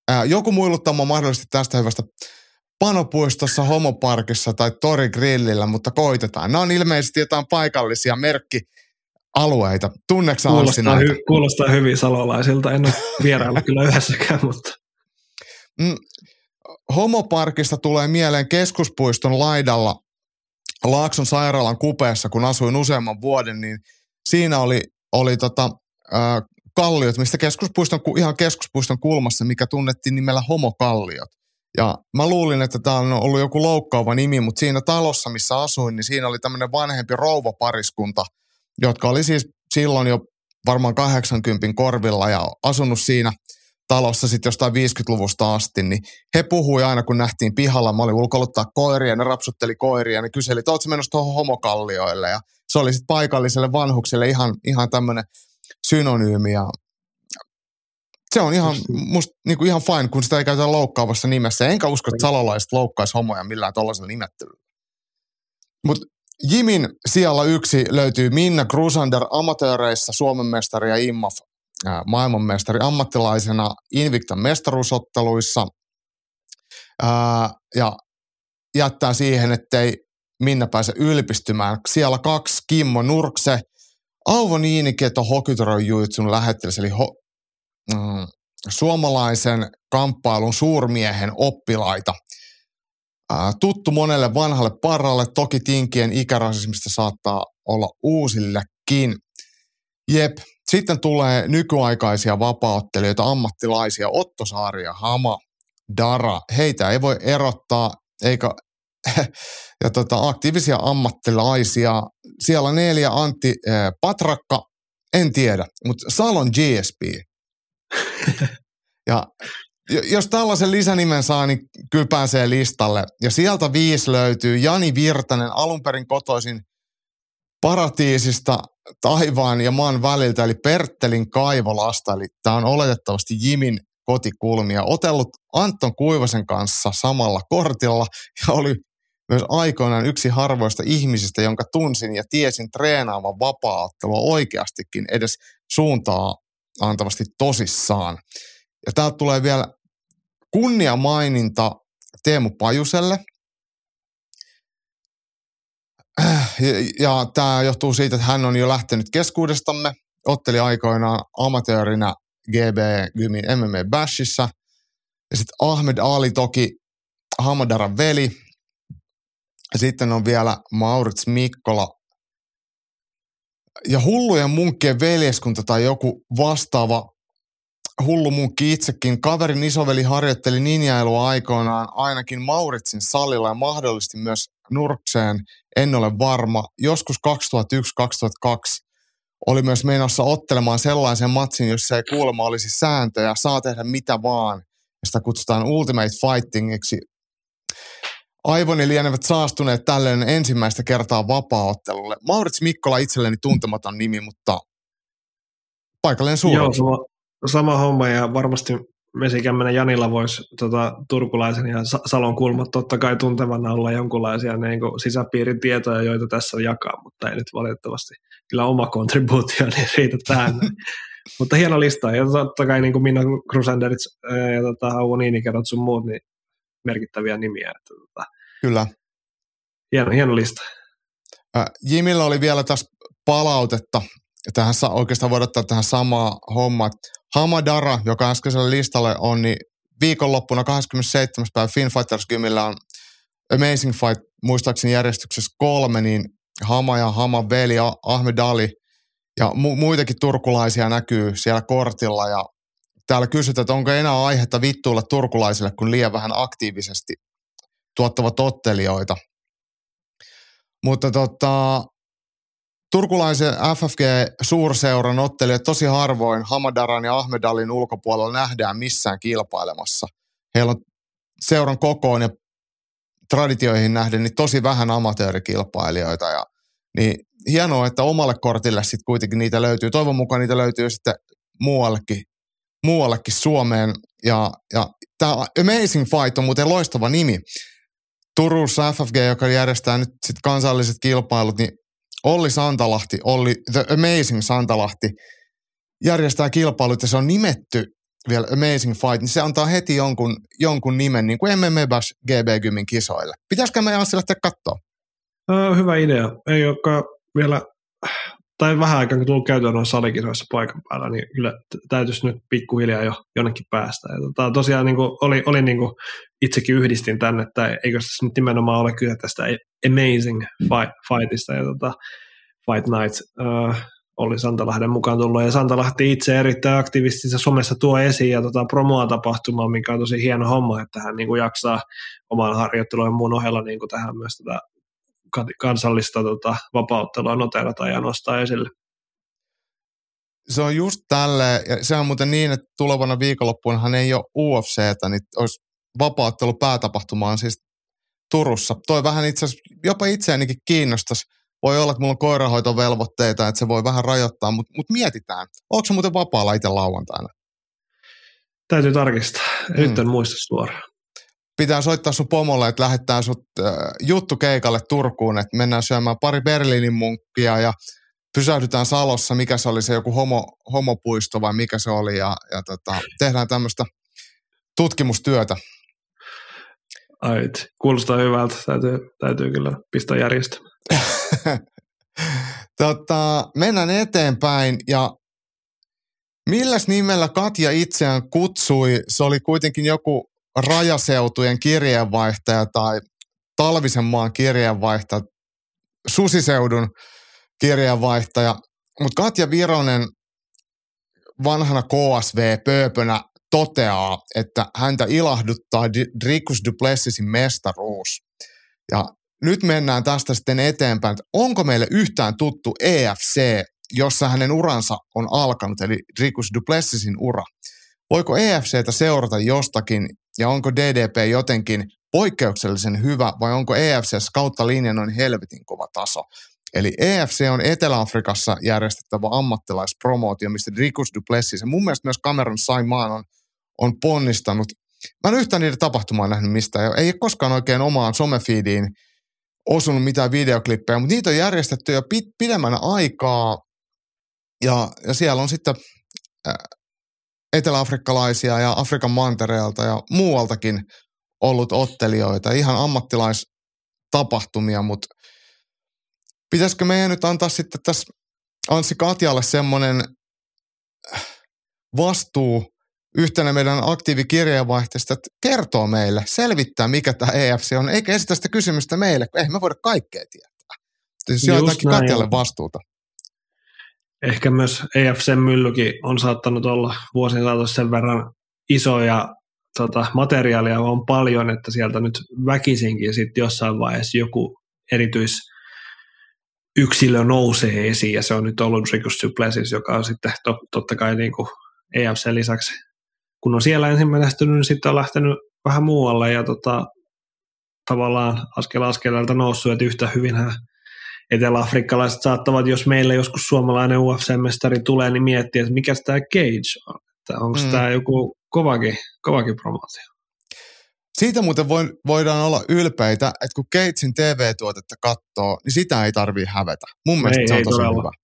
Speaker 6: Ää, joku muiluttaa mua mahdollisesti tästä hyvästä Panopuistossa, Homoparkissa tai Tori-grillillä, mutta koitetaan. Nämä on ilmeisesti jotain paikallisia merkkialueita. Tunneeko sä Anssi näitä?
Speaker 5: Hy- kuulostaa hyvin salolaisilta. En ole vierailla kyllä yhdessäkään, mutta...
Speaker 6: Mm, Homoparkista tulee mieleen Keskuspuiston laidalla Laakson sairaalan kupeessa, kun asuin useamman vuoden, niin siinä oli, oli tota, äh, kalliot, mistä keskuspuiston, ihan keskuspuiston kulmassa, mikä tunnettiin nimellä Homokalliot. Ja mä luulin, että tämä on ollut joku loukkaava nimi, mutta siinä talossa, missä asuin, niin siinä oli tämmöinen vanhempi rouvapariskunta, jotka oli siis silloin jo varmaan kahdeksankympin korvilla ja asunut siinä talossa sitten jostain viisikymmentäluvusta asti, niin he puhui aina, kun nähtiin pihalla. Mä olin ulkoiluttaa koiria, ne rapsutteli koiria ja ne kyseli, että ootko menossa tuohon Homokallioille? Ja se oli sitten paikalliselle vanhukselle ihan, ihan tämmöinen synonyymi. Ja se on ihan, musta niinku ihan fine, kun sitä ei käytetä loukkaavassa nimessä. Enkä usko, että salolaiset loukkaisi homoja millään tuollaisella nimettelyllä. Mutta Jimin sijalla yksi löytyy Minna Grusander amatööreissä, Suomen mestari ja I M A F maailmanmestari ammattilaisena Invictan mestaruusotteluissa ää, ja jättää siihen, ettei Minna pääse ylpistymään. Siellä kaksi Kimmo Nurkse, Auvo Niiniketo Hokytoron Jujutsun lähettiläs, eli ho, mm, suomalaisen kamppailun suurmiehen oppilaita. Ää, tuttu monelle vanhalle parralle, toki tinkien ikärasismista saattaa olla uusillekin. Jep. Sitten tulee nykyaikaisia vapaaottelijoita, ammattilaisia, Otto Saari ja Hama Dara. Heitä ei voi erottaa, eikä ja tota, aktiivisia ammattilaisia. Siellä neljä Antti eh, Patrakka, en tiedä, mutta Salon G S P. Ja jos tällaisen lisänimen saa, niin kyllä pääsee listalle. Ja sieltä viisi löytyy Jani Virtanen, alun perin kotoisin Paratiisista taivaan ja maan väliltä, eli Perttelin Kaivolasta, eli tämä on oletettavasti Jimin kotikulmia. Otellut Anton Kuivasen kanssa samalla kortilla ja oli myös aikoinaan yksi harvoista ihmisistä, jonka tunsin ja tiesin treenaavan vapaa-ottelua oikeastikin edes suuntaa antavasti tosissaan. Ja täältä tulee vielä kunniamaininta Teemu Pajuselle. Ja, ja tämä johtuu siitä, että hän on jo lähtenyt keskuudestamme. Otteli aikoinaan amatöörinä G B Gymin M M A Bashissa. Ja sitten Ahmed Ali toki Hamadaran veli. Ja sitten on vielä Maurits Mikkola. Ja hullujen munkkien veljeskunta tai joku vastaava hullu munkki itsekin. Kaverin isoveli harjoitteli ninjailua aikoinaan ainakin Mauritsin salilla ja mahdollisesti myös Nurkseen, en ole varma. Joskus kaksituhattayksi kaksituhattakaksi oli myös menossa ottelemaan sellaisen matsin, jossa ei kuulemma olisi sääntöjä, saa tehdä mitä vaan. Sitä kutsutaan Ultimate Fightingiksi. Aivoni lienevät saastuneet tällöin ensimmäistä kertaa vapaa-ottelulle. Maurits Mikkola itselleni tuntematon nimi, mutta paikallinen suuri.
Speaker 5: Joo, sama, sama homma ja varmasti Mesikämmenen Janilla voisi tota, turkulaisen ja Salon kulmat totta kai tuntevana olla jonkunlaisia niin kuin sisäpiirin tietoja, joita tässä jakaa, mutta ei nyt valitettavasti kyllä oma kontribuutio niin riitä tähän. Mutta hieno lista ja totta kai niin kuin Minna Grusanderit ja tota, Auvo Niinikerot sun muut, niin merkittäviä nimiä. Että, tota,
Speaker 6: kyllä.
Speaker 5: Hieno, hieno lista.
Speaker 6: Äh, Jimillä oli vielä tässä palautetta. Tähän oikeastaan voidaan ottaa tähän samaa hommaa. Hamadara, joka äskeisellä listalle on, niin viikonloppuna kahdeskymmenesseitsemäs päivä Finn Fighters Gymillä on Amazing Fight, muistaakseni järjestyksessä kolme, niin Hama ja Hama veli, Ahmed Ali ja mu- muitakin turkulaisia näkyy siellä kortilla. Ja täällä kysytään, että onko enää aihetta vittuilla turkulaisille, kun liian vähän aktiivisesti tuottavat ottelijoita. Mutta tota... Turkulaisen F F G-suurseuran ottelijat tosi harvoin Hamadaran ja Ahmed Alin ulkopuolella nähdään missään kilpailemassa. Heillä on seuran kokoon ja traditioihin nähden niin tosi vähän amatöörikilpailijoita. Ja, niin hienoa, että omalle kortille sitten kuitenkin niitä löytyy. Toivon mukaan niitä löytyy sitten muuallekin, muuallekin Suomeen. Ja, ja tämä Amazing Fight on muuten loistava nimi. Turussa F F G, joka järjestää nyt sitten kansalliset kilpailut, niin Olli Santalahti, Olli, The Amazing Santalahti, järjestää kilpailut ja se on nimetty vielä Amazing Fight, niin se antaa heti jonkun, jonkun nimen, niin kuin M M A Bash G B Gymin kisoille. Pitäisikö meidän Anssi lähteä katsoa?
Speaker 5: No, hyvä idea. Ei olekaan vielä, tai vähän aikaa kun tullut käytyä noissa salikisoissa paikan päällä, niin kyllä täytyisi nyt pikkuhiljaa jo jonnekin päästä. Ja tota, tosiaan niin kuin oli, oli niin kuin itsekin yhdistin tänne, että eikö tässä nyt nimenomaan ole kyllä tästä Amazing fight, Fightista ja tota, Fight Nights uh, oli Santalahden mukaan tullut. Ja Santalahti itse erittäin aktiivisesti somessa tuo esiin ja tota, promoa tapahtumaa, mikä on tosi hieno homma, että hän niin kuin jaksaa oman harjoittelun ja muun ohella niin kuin tähän myös tätä kansallista tota, vapauttelua noterata ja nostaa esille.
Speaker 6: Se on just tälleen, ja se on muuten niin, että tulevana viikonloppuunhan ei ole U F C:tä, niin olisi vapauttelu päätapahtumaan siis Turussa. Toi vähän itse asiassa jopa itseänikin kiinnostaisi. Voi olla, että mulla on koirahoitovelvoitteita, että se voi vähän rajoittaa, mutta mut mietitään. Onko se muuten vapaalla itse lauantaina?
Speaker 5: Täytyy tarkistaa. Nyt en hmm. muista suoraan.
Speaker 6: Pitää soittaa sun pomolle, että lähettää sut äh, juttukeikalle Turkuun, että mennään syömään pari Berliinin munkkia ja pysähdytään Salossa, mikä se oli se joku homo, homopuisto vai mikä se oli ja, ja tota, tehdään tämmöistä tutkimustyötä.
Speaker 5: Ait, kuulostaa hyvältä. Täytyy, täytyy kyllä pistää järjestämään.
Speaker 6: tota, mennään eteenpäin ja milläs nimellä Katja itseään kutsui? Se oli kuitenkin joku rajaseutujen kirjeenvaihtaja tai Talvisen maan kirjeenvaihtaja, Susiseudun kirjeenvaihtaja. Mutta Katja Vironen vanhana K S V-pööpönä toteaa, että häntä ilahduttaa Dricus du Plessisin mestaruus. Ja nyt mennään tästä sitten eteenpäin, että onko meille yhtään tuttu E F C, jossa hänen uransa on alkanut, eli Dricus du Plessisin ura. Voiko E F C:tä seurata jostakin ja onko D D P jotenkin poikkeuksellisen hyvä vai onko E F C kautta linjan noin helvetin kova taso? Eli E F C on Etelä-Afrikassa järjestettävä ammattilaispromootio, mistä Dricus du Plessis ja mun mielestä myös Cameron Saint-Main on, on ponnistanut. Mä en yhtään niiden tapahtumaa nähnyt mistään. Ei ole koskaan oikein omaan somefiidiin osunut mitään videoklippejä, mutta niitä on järjestetty jo pit, pidemmän aikaa ja, ja siellä on sitten äh, eteläafrikkalaisia ja Afrikan mantereelta ja muualtakin ollut ottelijoita, ihan ammattilaistapahtumia, mutta pitäisikö meidän nyt antaa sitten tässä Anssi Katjalle semmoinen vastuu yhtenä meidän aktiivikirjeenvaihteesta, että kertoo meille, selvittää mikä tämä E F C on, eikä esitä sitä kysymystä meille, kun eihän me voida kaikkea tietää. Jos jotakin Katjalle vastuuta.
Speaker 5: Ehkä myös E F C-myllykin on saattanut olla vuosien saatossa sen verran iso ja tota, materiaalia on paljon, että sieltä nyt väkisinkin sitten jossain vaiheessa joku erityisyksilö nousee esiin ja se on nyt ollut Dricus du Plessis, joka on sitten to, totta kai niin kuin E F C lisäksi, kun on siellä ensin menestynyt, niin sitten on lähtenyt vähän muualle ja tota, tavallaan askel askeleelta noussut, että yhtä hyvinhän etelä-afrikkalaiset saattavat, jos meille joskus suomalainen U F C-mestari tulee, niin miettiä, että mikä tämä Cage on. Että onko mm. tämä joku kovakin, kovakin promootio.
Speaker 6: Siitä muuten voidaan olla ylpeitä, että kun Cagein T V-tuotetta katsoo, niin sitä ei tarvitse hävetä. Mun mielestä ei, se on tosi todella hyvä.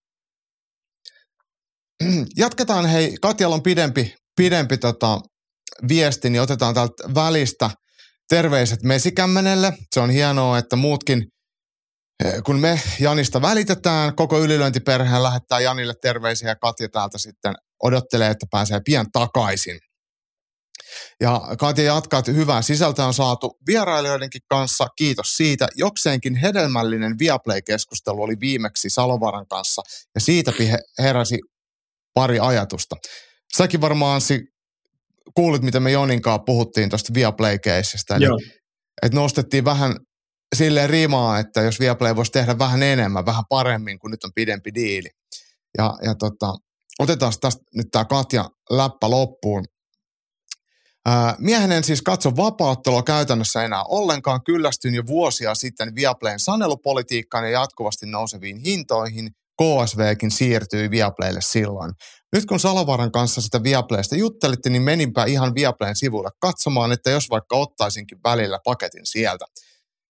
Speaker 6: Jatketaan, hei, Katjalla on pidempi, pidempi tota, viesti, niin otetaan täältä välistä terveiset Mesikämmenelle. Se on hienoa, että muutkin, kun me Janista välitetään, koko ylilyöntiperheen lähettää Janille terveisiä ja Katja täältä sitten odottelee, että pääsee pian takaisin. Ja Katja jatkaa, että hyvää sisältöä on saatu vierailijoidenkin kanssa. Kiitos siitä. Jokseenkin hedelmällinen Viaplay-keskustelu oli viimeksi Salovaaran kanssa ja siitä heräsi pari ajatusta. Säkin varmaan, Anssi, kuulit, mitä me Joninkaan puhuttiin tuosta Viaplay-keissistä. Eli että nostettiin vähän silleen rimaa, että jos Viaplay voisi tehdä vähän enemmän, vähän paremmin, kun nyt on pidempi diili. Ja, ja tota, otetaan tästä nyt tämä Katja läppä loppuun. Ää, miehen en siis katso vapauttelua käytännössä enää ollenkaan. Kyllästyin jo vuosia sitten Viaplayn sanelupolitiikkaan ja jatkuvasti nouseviin hintoihin. K S V:kin siirtyi Viaplaylle silloin. Nyt kun Salovaaran kanssa sitä Viaplaysta juttelitte, niin meninpä ihan Viaplayn sivuille katsomaan, että jos vaikka ottaisinkin välillä paketin sieltä.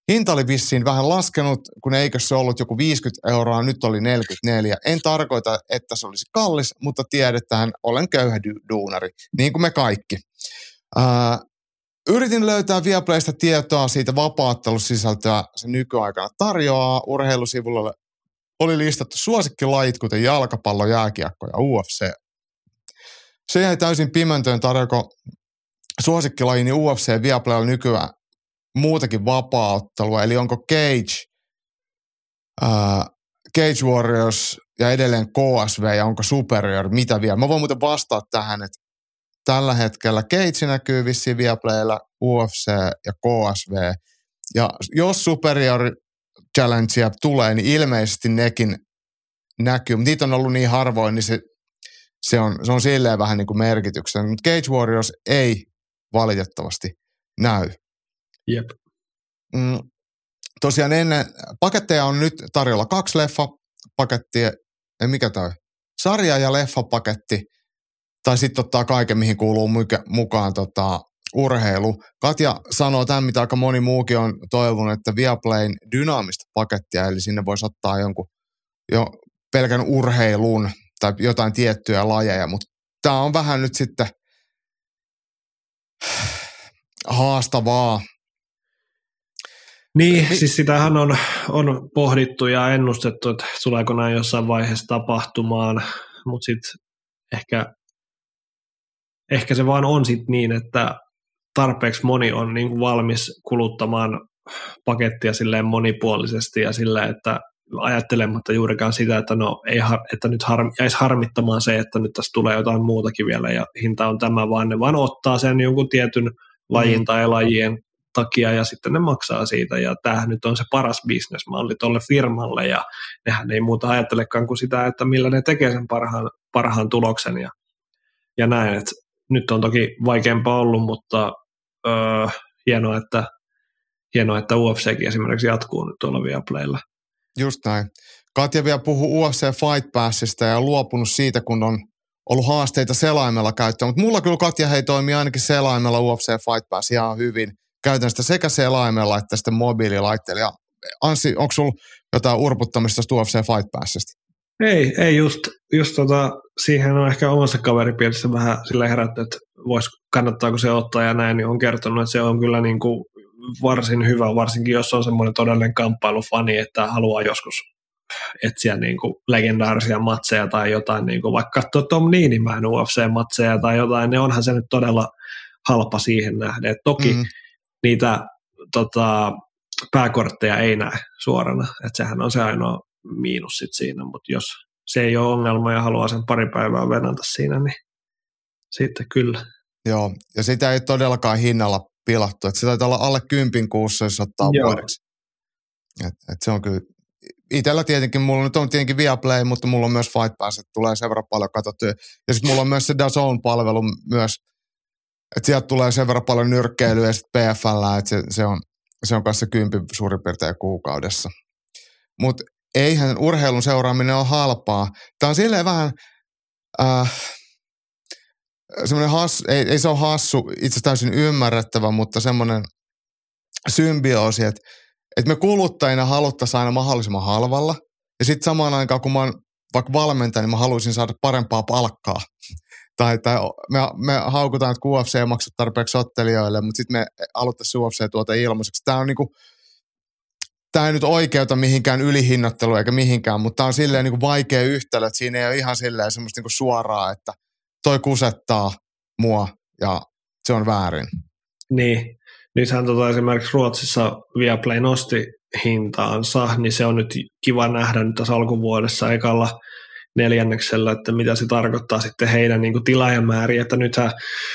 Speaker 6: Hinta oli vissiin vähän laskenut, kun eikö se ollut joku viisikymmentä euroa, nyt oli neljäkymmentäneljä. En tarkoita, että se olisi kallis, mutta tiedetään, olen köyhä duunari, niin kuin me kaikki. Ää, yritin löytää Viaplaysta tietoa siitä vapaa-ottelusisältöä se nykyaikana tarjoaa. Urheilusivulla oli listattu suosikkilajit, kuten jalkapallo, jääkiekko ja U F C. Se jäi täysin pimentoon, tarjoako suosikkilajini niin U F C Viaplaylla nykyään muutakin vapaa-ottelua, eli onko Cage, ää, Cage Warriors ja edelleen K S V ja onko Superior, mitä vielä. Mä voin muuten vastaa tähän, että tällä hetkellä Cage näkyy vissiin Viaplaylla, U F C ja K S V. Ja jos Superior Challengea tulee, niin ilmeisesti nekin näkyy. Mutta niitä on ollut niin harvoin, niin se, se, on, se on silleen vähän niin kuin merkityksellä. Mutta Cage Warriors ei valitettavasti näy.
Speaker 5: Jep.
Speaker 6: Mm, tosiaan ennen, paketteja on nyt tarjolla kaksi leffapakettia, ei mikä toi, sarja- ja leffapaketti, tai sitten ottaa kaiken, mihin kuuluu mykä, mukaan tota, urheilu. Katja sanoo tämän, mitä aika moni muukin on toivonut, että Viaplayn dynaamista pakettia, eli sinne voisi ottaa jonkun jo pelkän urheilun tai jotain tiettyjä lajeja, mutta tämä on vähän nyt sitten haastavaa.
Speaker 5: Niin, Mi- siis sitähän on, on pohdittu ja ennustettu, että tuleeko näin jossain vaiheessa tapahtumaan, mutta sitten ehkä, ehkä se vaan on sitten niin, että tarpeeksi moni on niin kuin valmis kuluttamaan pakettia silleen monipuolisesti ja silleen, että ajattelematta juurikaan sitä, että, no, ei, että nyt har, jäisi harmittamaan se, että nyt tässä tulee jotain muutakin vielä ja hinta on tämä, vaan ne vaan ottaa sen jonkun tietyn lajin tai lajien takia ja sitten ne maksaa siitä ja tämähän nyt on se paras bisnesmalli tuolle firmalle ja nehän ei muuta ajattelekaan kuin sitä, että millä ne tekee sen parhaan, parhaan tuloksen ja, ja näin, että nyt on toki vaikeampaa ollut, mutta öö, hienoa, että, hienoa, että U F C:kin esimerkiksi jatkuu nyt tuolla Viaplaylla.
Speaker 6: Just näin. Katja vielä puhuu U F C Fight Passista ja on luopunut siitä, kun on ollut haasteita selaimella käyttöön, mutta mulla kyllä Katja hei toimii ainakin selaimella U F C Fight Pass ihan hyvin. Käytän sitä sekä selaimella että sitten mobiililaitteella. Ja Anssi, onko sulla jotain urputtamista tuosta U F C Fight Passista?
Speaker 5: Ei, ei just, just tota, siihen on ehkä omassa kaveripiirissä vähän sille herätty, että vois, kannattaako se ottaa ja näin, niin on kertonut, että se on kyllä niin kuin varsin hyvä, varsinkin jos on semmoinen todellinen kamppailufani, että haluaa joskus etsiä niin kuin legendaarisia matseja tai jotain, niin kuin vaikka katsoa Tom Niinimäen U F C-matseja tai jotain, niin onhan se nyt todella halpa siihen nähden. Et toki mm. niitä tota, pääkortteja ei näe suorana, että sehän on se ainoa miinus sit siinä, mutta jos se ei ole ongelma ja haluaa sen pari päivää venata siinä, niin sitten kyllä.
Speaker 6: Joo, ja sitä ei todellakaan hinnalla pilattu, että se taitaa olla alle kympin kuussa, jos ottaa Joo. vuodeksi. Et, et se on kyllä, itsellä tietenkin, mulla nyt on tietenkin Viaplay, mutta mulla on myös Fight Pass, että tulee sen verran paljon katsottua. Ja sitten mulla on myös se D A Z N-palvelu myös, että sieltä tulee sen verran paljon nyrkkeilyä ja sitten P F L, että se, se on se on kanssa kympin suurin piirtein kuukaudessa. Mutta eihän urheilun seuraaminen ole halpaa. Tämä on silleen vähän, äh, semmoinen hassu, ei, ei se ole hassu, itse täysin ymmärrettävä, mutta semmoinen symbioosi, että, että me kuluttajina haluttaisiin aina mahdollisimman halvalla. Ja sitten samaan aikaan, kun mä oon vaikka valmentaja, niin mä haluaisin saada parempaa palkkaa. Tai, tai me, me haukutaan, että U F C ei maksa tarpeeksi ottelijoille, mutta sitten me haluttaisiin U F C-tuota ilmaiseksi. Tämä on niinku, tämä ei nyt oikeuta mihinkään ylihinnoitteluun eikä mihinkään, mutta tämä on silleen niinku vaikea yhtälö, että siinä ei ole ihan silleen semmoista niinku suoraa, että toi kusettaa mua ja se on väärin.
Speaker 5: Niin, nythän tota esimerkiksi Ruotsissa Viaplay nosti hintaansa, niin se on nyt kiva nähdä nyt tässä alkuvuodessa ekalla neljänneksellä, että mitä se tarkoittaa sitten heidän niin kuin tilaajamääriä, että nythän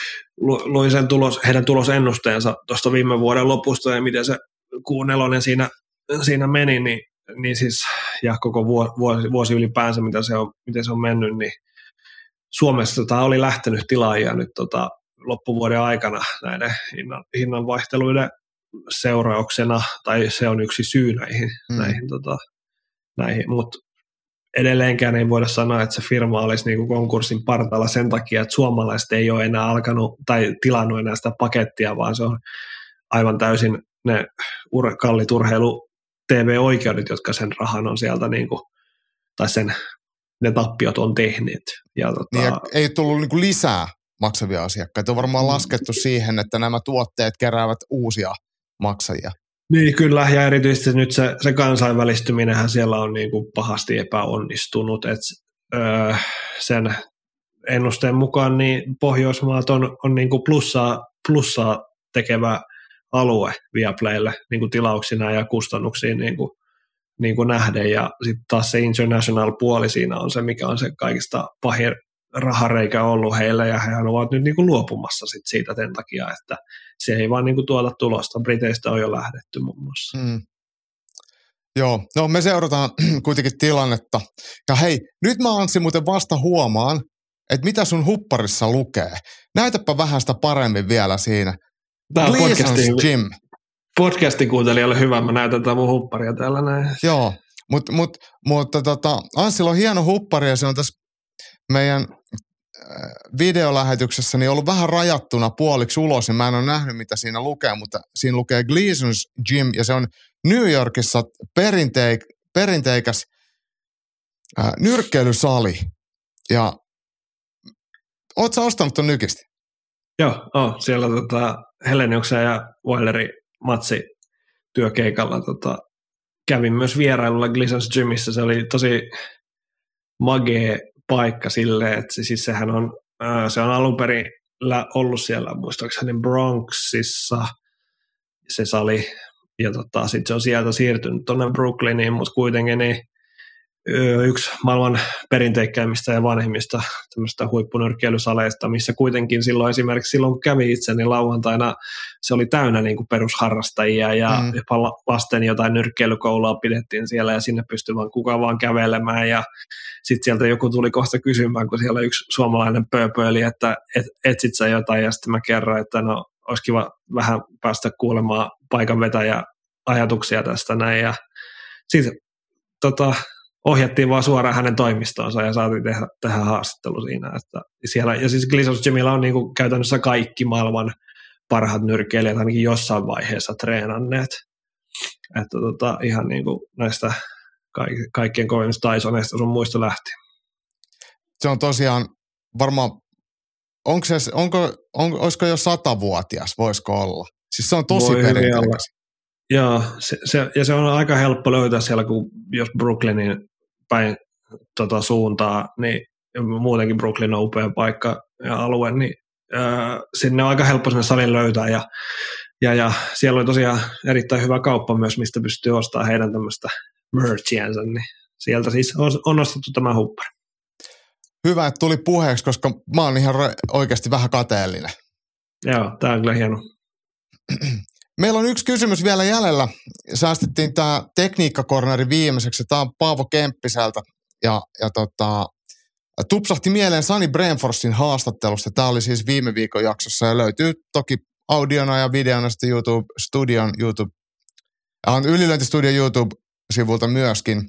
Speaker 5: luin sen tulos, heidän tulosennusteensa tuosta viime vuoden lopusta ja miten se Q neljä siinä, siinä meni, niin, niin siis, ja koko vuosi, vuosi ylipäänsä, mitä se on, miten se on mennyt, niin Suomessa tota, oli lähtenyt tilaajia nyt tota, loppuvuoden aikana näiden hinnan, hinnanvaihteluiden seurauksena, tai se on yksi syy näihin, mm. näihin, tota, näihin. Mutta edelleenkään ei voida sanoa, että se firma olisi niinku konkurssin partaalla sen takia, että suomalaiset ei ole enää alkanut tai tilannut enää sitä pakettia, vaan se on aivan täysin ne ur, kallit urheilu T V-oikeudet, jotka sen rahan on sieltä niin kuin, tai sen, ne tappiot on tehneet. Ja, tota,
Speaker 6: niin, ja ei tullut niin kuin lisää maksavia asiakkaita. On varmaan laskettu siihen, että nämä tuotteet keräävät uusia maksajia.
Speaker 5: Niin kyllä, ja erityisesti nyt se, se kansainvälistyminenhän siellä on niin kuin pahasti epäonnistunut. Et, öö, sen ennusteen mukaan niin Pohjoismaat on, on niin kuin plussaa, plussaa tekevä alue Viaplaylle niin kuin tilauksina ja kustannuksiin niin kuin, niin kuin nähden. Ja sitten taas se international puoli siinä on se, mikä on se kaikista pahin rahareikä ollut heille, ja he ovat nyt niin kuin luopumassa sit siitä sen takia, että se ei vaan niin kuin tuota tulosta. Briteistä on jo lähdetty muun muassa. Mm.
Speaker 6: Joo, no me seurataan kuitenkin tilannetta. Ja hei, nyt mä Anssi muuten vasta huomaan, että mitä sun hupparissa lukee. Näytäpä vähän sitä paremmin vielä siinä.
Speaker 5: Tämä on podcastin,
Speaker 6: Gym.
Speaker 5: podcastin kuuntelijalle hyvä, mä näytän tämän mun hupparia täällä näin.
Speaker 6: Joo, mut, mut, mutta tota, Anssilla on hieno huppari ja se on tässä meidän videolähetyksessä niin ollut vähän rajattuna puoliksi ulos, ja mä en ole nähnyt, mitä siinä lukee, mutta siinä lukee Gleason's Gym, ja se on New Yorkissa perinteik, perinteikäs ää, nyrkkeilysali. Ja oot sä ostanut ton nykistä?
Speaker 5: Joo, oh, siellä tota, Heleniuksen ja Wilderin matsi työkeikalla tota, kävin myös vierailulla Gleason's Gymissä. Se oli tosi magee paikka silleen, että se, siis sehän on, ää, se on alun perin ollut siellä, muistaakseni Bronxissa se sali, ja tota, sitten se on sieltä siirtynyt tuonne Brooklyniin, mutta kuitenkin niin, yksi maailman perinteikkäimmistä ja vanhimmista tämmöistä huippunyrkkeilysaleista, missä kuitenkin silloin esimerkiksi silloin kun kävi itse, niin lauantaina se oli täynnä niin kuin perusharrastajia ja mm. jopa lasten jotain nyrkkeilykoulua pidettiin siellä ja sinne pystyi vaan kuka vaan kävelemään ja sitten sieltä joku tuli kohta kysymään, kun siellä yksi suomalainen pööpöili, että et, etsit sä jotain ja sitten mä kerroin, että no olisi kiva vähän päästä kuulemaan paikan vetäjä ajatuksia tästä näin ja sitten tota, ohjattiin vaan suoraan hänen toimistoonsa ja saatiin tehdä, tehdä haastattelu siinä. Että siellä, ja siis Gleason's Gymillä on niin kuin käytännössä kaikki maailman parhaat nyrkkeilijät ainakin jossain vaiheessa treenanneet. Että tota, ihan niin kuin näistä kaik- kaikkien kovimmista Tysoneista sun muista lähtien.
Speaker 6: Se on tosiaan varmaan, onko se, onko, on, olisiko jo satavuotias, voisiko olla? Siis se on tosi perinteikäs.
Speaker 5: Joo, se, se, ja se on aika helppo löytää siellä, kun jos Brooklynin päin tota, suuntaa, niin muutenkin Brooklyn on upea paikka ja alue, niin ää, sinne on aika helppo sinne salin löytää. Ja, ja, ja siellä oli tosiaan erittäin hyvä kauppa myös, mistä pystyy ostamaan heidän tämmöistä merchiänsä, niin sieltä siis on, on ostettu tämä huppari.
Speaker 6: Hyvä, että tuli puheeksi, koska mä oon ihan oikeasti vähän kateellinen.
Speaker 5: Joo, tää on kyllä hieno.
Speaker 6: Meillä on yksi kysymys vielä jäljellä. Säästettiin tämä tekniikkakorneri viimeiseksi. Tämä on Paavo Kemppiseltä. Ja, ja tota, tupsahti mieleen Sunny Brainforcin haastattelusta. Tämä oli siis viime viikon jaksossa ja löytyy toki audiona ja videona sitten YouTube-studion YouTube, äh, Ylilöintistudion YouTube-sivulta myöskin.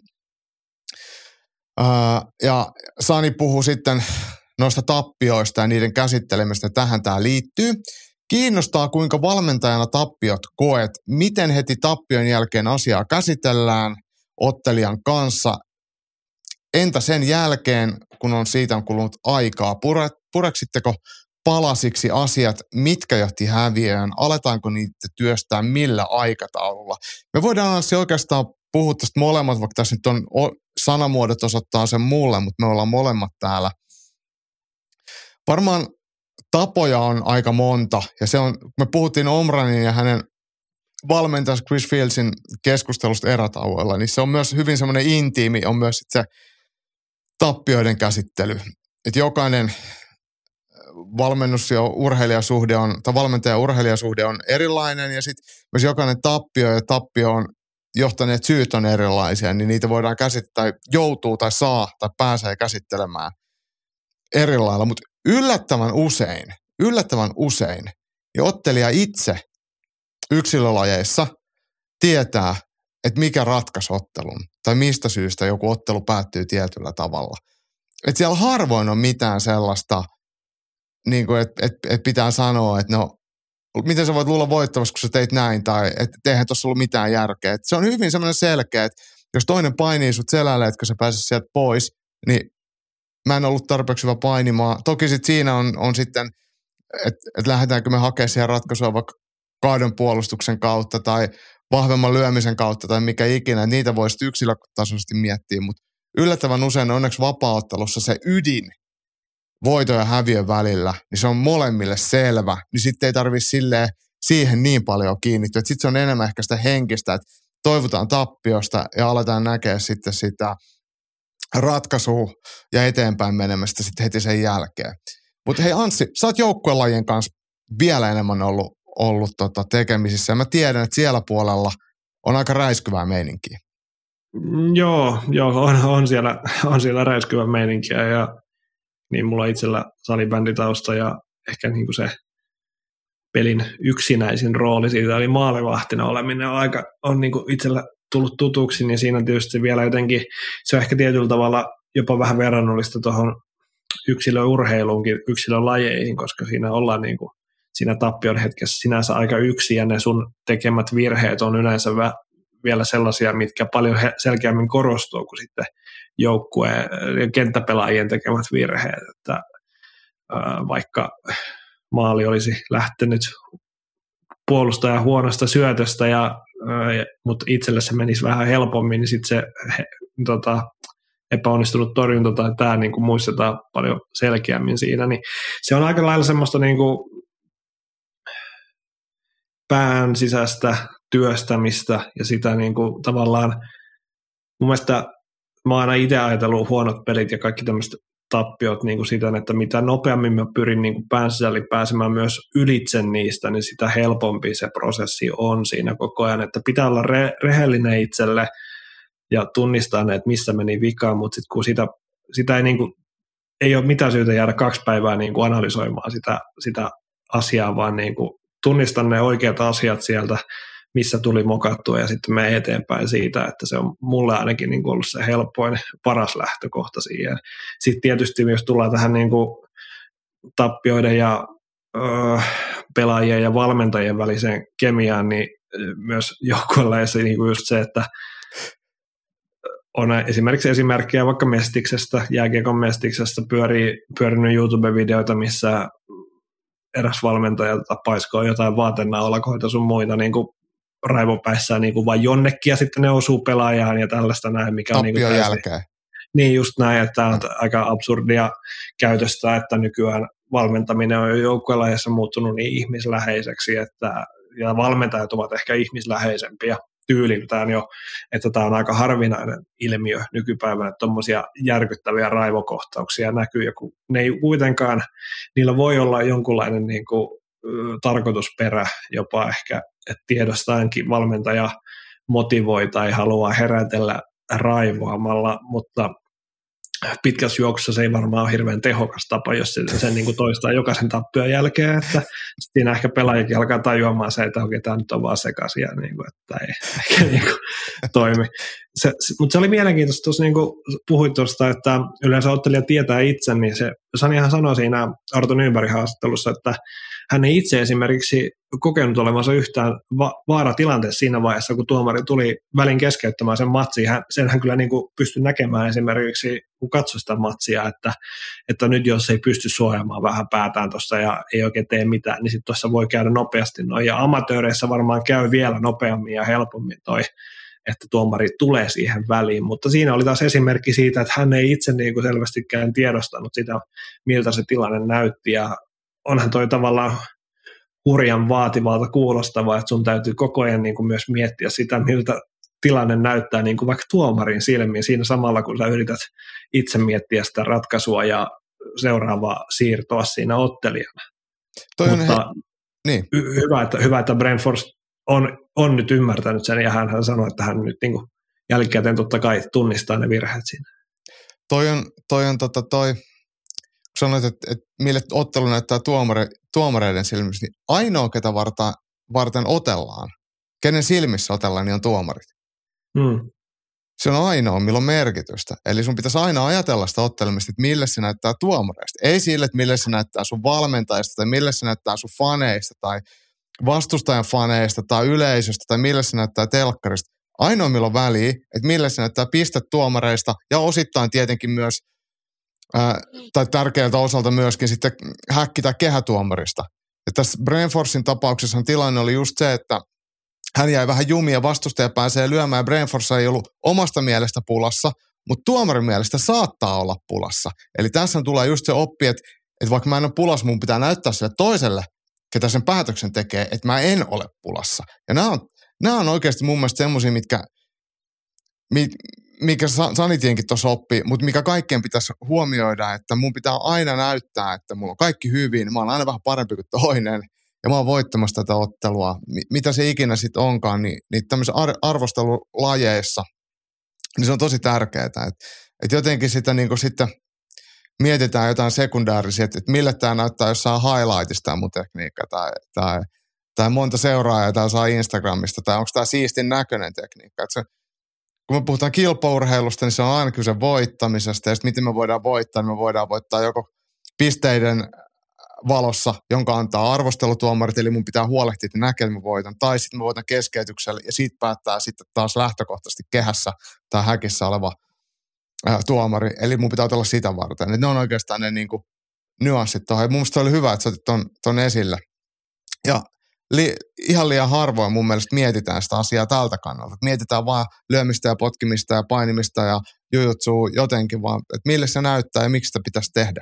Speaker 6: Äh, ja Sunny puhuu sitten noista tappioista ja niiden käsittelemistä. Tähän tämä liittyy. Kiinnostaa, kuinka valmentajana tappiot koet, miten heti tappion jälkeen asiaa käsitellään ottelijan kanssa. Entä sen jälkeen, kun on siitä kulunut aikaa, pure, pureksitteko palasiksi asiat, mitkä johti häviöön, aletaanko niitä työstää millä aikataululla? Me voidaan Anssi oikeastaan puhua tästä molemmat, vaikka tässä nyt on sanamuodot osoittaa sen mulle, mutta me ollaan molemmat täällä. Varmaan tapoja on aika monta, ja se on, me puhuttiin Omranin ja hänen valmentajansa Chris Fieldsin keskustelusta erätauoilla, niin se on myös hyvin semmoinen intiimi, on myös se tappioiden käsittely. Että jokainen valmennus- ja urheilijasuhde on, tai valmentaja- ja urheilijasuhde on erilainen, ja sitten myös jokainen tappio ja tappio on johtaneet syyt on erilaisia, niin niitä voidaan käsittää, joutuu tai saa tai pääsee käsittelemään eri lailla, mutta yllättävän usein, yllättävän usein, ja ottelija itse yksilölajeissa tietää, että mikä ratkaisi ottelun, tai mistä syystä joku ottelu päättyy tietyllä tavalla. Että siellä harvoin on mitään sellaista, niin kuin, että, että, että pitää sanoa, että no, miten sä voit luulla voittavasti, kun sä teit näin, tai että eihän tuossa ollut mitään järkeä. Et se on hyvin semmoinen selkeä, että jos toinen painii sut selälle, että kun sä pääset sieltä pois, niin mä en ollut tarpeeksi hyvä painimaan. Toki sit siinä on, on sitten, että et lähdetäänkö me hakemaan siihen ratkaisua vaikka kaadon puolustuksen kautta tai vahvemman lyömisen kautta tai mikä ikinä. Niitä voisi yksilötasoisesti miettiä, mutta yllättävän usein onneksi vapaa-ottelussa se ydin voiton ja häviön välillä, niin se on molemmille selvä. Niin sitten ei tarvitse silleen siihen niin paljon kiinnittyä. Sitten se on enemmän ehkä sitä henkistä, että toivotaan tappiosta ja aletaan näkeä sitten sitä ratkaisua ja eteenpäin menemistä sitten heti sen jälkeen. Mutta hei Anssi, sä oot joukkuelajien kanssa vielä enemmän ollut, ollut tota tekemisissä ja mä tiedän, että siellä puolella on aika räiskyvää meininkiä.
Speaker 5: Joo, joo on, on, siellä, on siellä räiskyvää meininkiä ja niin mulla on itsellä salibänditausta ja ehkä niin kuin se pelin yksinäisin rooli siitä oli maalivahtina oleminen on aika on niin kuin itsellä tullut tutuksi, niin siinä tietysti vielä jotenkin, se on ehkä tietyllä tavalla jopa vähän verrannollista tuohon yksilöurheiluunkin, yksilölajeihin, koska siinä ollaan niin kuin siinä tappion hetkessä sinänsä aika yksin ja ne sun tekemät virheet on yleensä vä- vielä sellaisia, mitkä paljon he- selkeämmin korostuu kuin sitten joukkueen ja kenttäpelaajien tekemät virheet, että ää, vaikka maali olisi lähtenyt puolustajan huonosta syötöstä, ja, ää, mutta itselle se menisi vähän helpommin, niin sitten se he, tota, epäonnistunut torjunta tai tämä niin kuin muistetaan paljon selkeämmin siinä, niin se on aika lailla semmoista niin kuin pään sisäistä työstämistä ja sitä niin kuin tavallaan mun mielestä mä oon aina itse ajatellut huonot pelit ja kaikki tämmöiset tappiot niin kuin sitä, että mitä nopeammin mä pyrin niin kuin pään sisälle pääsemään myös ylitse niistä, niin sitä helpompi se prosessi on siinä koko ajan, että pitää olla re- rehellinen itselle ja tunnistaa ne, että missä meni vikaan, mutta sitten kun sitä, sitä ei, niin kuin, ei ole mitään syytä jäädä kaksi päivää niin kuin analysoimaan sitä, sitä asiaa, vaan niin kuin tunnistan ne oikeat asiat sieltä, missä tuli mokattua ja sitten mene eteenpäin siitä, että se on mulle ainakin niin kuin ollut se helpoin, paras lähtökohta siihen. Sitten tietysti jos tullaan tähän niin kuin tappioiden ja öö, pelaajien ja valmentajien väliseen kemiaan, niin myös joukkueleissa niin kuin just se, että on esimerkiksi esimerkkejä vaikka Mestiksestä, jääkiekon Mestiksestä pyörii, pyörinyt YouTube-videoita, missä eräs valmentaja paiskoo jotain vaatenaulakoita sun muita niin kuin raivopäissään niin kuin vaan jonnekin ja sitten ne osuu pelaajaan ja tällaista näin, mikä on niin kuin täysin,
Speaker 6: jälkeen. Niin
Speaker 5: just näin, että on aika absurdia käytöstä, että nykyään valmentaminen on jo joukkuelajissa muuttunut niin ihmisläheiseksi, että ja valmentajat ovat ehkä ihmisläheisempiä tyyliltään jo, että tämä on aika harvinainen ilmiö nykypäivänä, että tuommoisia järkyttäviä raivokohtauksia näkyy, ja kun ne ei kuitenkaan, niillä voi olla jonkunlainen niin kuin, tarkoitusperä jopa ehkä, että tiedostaankin valmentaja motivoi tai haluaa herätellä raivoamalla, mutta pitkässä juoksussa se ei varmaan ole hirveän tehokas tapa, jos se sen niin kuin toistaa jokaisen tappion jälkeen, että siinä ehkä pelaajakin alkaa tajuamaan se, että okei, tämä nyt on vaan sekaisin, niin kuin, että ei ehkä niin kuin toimi. Se, mutta se oli mielenkiintoista, tuossa niin kuin puhuit tuosta, että yleensä ottelija tietää itse, niin se Sanihan sanoi siinä Arto Nybergin haastattelussa, että hän ei itse esimerkiksi kokenut olevansa yhtään va- vaaratilanteessa siinä vaiheessa, kun tuomari tuli välin keskeyttämään sen matsin. Hän, sen hän kyllä niin kuin pystyi näkemään esimerkiksi, kun katsoi sitä matsia, että, että nyt jos ei pysty suojaamaan vähän päätään tuossa ja ei oikein tee mitään, niin sitten tuossa voi käydä nopeasti noin. Ja amatööreissä varmaan käy vielä nopeammin ja helpommin toi, että tuomari tulee siihen väliin. Mutta siinä oli taas esimerkki siitä, että hän ei itse niin kuin selvästikään tiedostanut sitä, miltä se tilanne näytti, ja onhan toi tavallaan hurjan vaativalta kuulostavaa, että sun täytyy koko ajan niin kuin myös miettiä sitä, miltä tilanne näyttää niin kuin vaikka tuomarin silmiin siinä samalla, kun sä yrität itse miettiä sitä ratkaisua ja seuraavaa siirtoa siinä ottelijana.
Speaker 6: Toi
Speaker 5: Mutta
Speaker 6: he... niin.
Speaker 5: hy- hyvä, että, hyvä, että Brentford on, on nyt ymmärtänyt sen, ja hän, hän sanoi, että hän nyt niin kuin jälkikäteen totta kai tunnistaa ne virheet siinä.
Speaker 6: Toi on, toi on tota toi... Kun sanoit, että, että mille ottelu näyttää tuomare, tuomareiden silmissä, niin ainoa, ketä varta, varten otellaan, kenen silmissä otellaan, niin on tuomarit.
Speaker 5: Mm.
Speaker 6: Se on ainoa, millä on merkitystä. Eli sun pitäisi aina ajatella sitä ottelemista, että mille se näyttää tuomareista. Ei sille, että mille se näyttää sun valmentajista tai mille se näyttää sun faneista tai vastustajan faneista tai yleisöstä tai millä se näyttää telkkarista. Ainoa millä on väliä, että millä se näyttää pistetuomareista ja osittain tietenkin myös, ää, tai tärkeältä osalta myöskin sitten häkki- tai kehätuomarista. Ja tässä Brentfordin tapauksessa tilanne oli just se, että hän jäi vähän jumiin ja vastustaja pääsee lyömään ja Brentford ei ollut omasta mielestä pulassa, mutta tuomarin mielestä saattaa olla pulassa. Eli tässä tulee just se oppi, että, että vaikka mä en ole pulassa, mun pitää näyttää sille toiselle, ketä sen päätöksen tekee, että mä en ole pulassa. Ja nämä on, nämä on oikeasti mun mielestä semmoisia, mitkä, mikä Sanitienkin tuossa oppii, mutta mikä kaikkien pitäisi huomioida, että mun pitää aina näyttää, että mulla on kaikki hyvin, mä oon aina vähän parempi kuin toinen, ja mä oon voittamassa tätä ottelua. Mitä se ikinä sitten onkaan, niin, niin tämmöisissä ar- arvostelulajeissa, niin se on tosi tärkeää, että, että jotenkin sitä niin kuin sitten mietitään jotain sekundäärisiä, että, että millä tämä näyttää jossain highlightista tämä mun tekniikka, tai, tai, tai monta seuraajaa tämä saa Instagramista, tai onko tämä siistin näköinen tekniikka. Että se, kun me puhutaan kilpaurheilusta, niin se on aina kyse voittamisesta, ja sitten miten me voidaan voittaa, niin me voidaan voittaa joko pisteiden valossa, jonka antaa arvostelutuomarit, eli mun pitää huolehtia, että näkee, että mä voitan, tai sitten mä voitan keskeytyksellä, ja siitä päättää sitten taas lähtökohtaisesti kehässä tai häkissä oleva ää, tuomari, eli mun pitää otella sitä varten. Et ne on oikeastaan ne niinku nyanssit tuohon, ja mun mielestä oli hyvä, että sä otit ton, ton esille. Ja li, ihan liian harvoin mun mielestä mietitään sitä asiaa tältä kannalta. Et mietitään vaan lyömistä ja potkimista ja painimista ja jujutsua jotenkin, vaan että mille se näyttää ja miksi sitä pitäisi tehdä.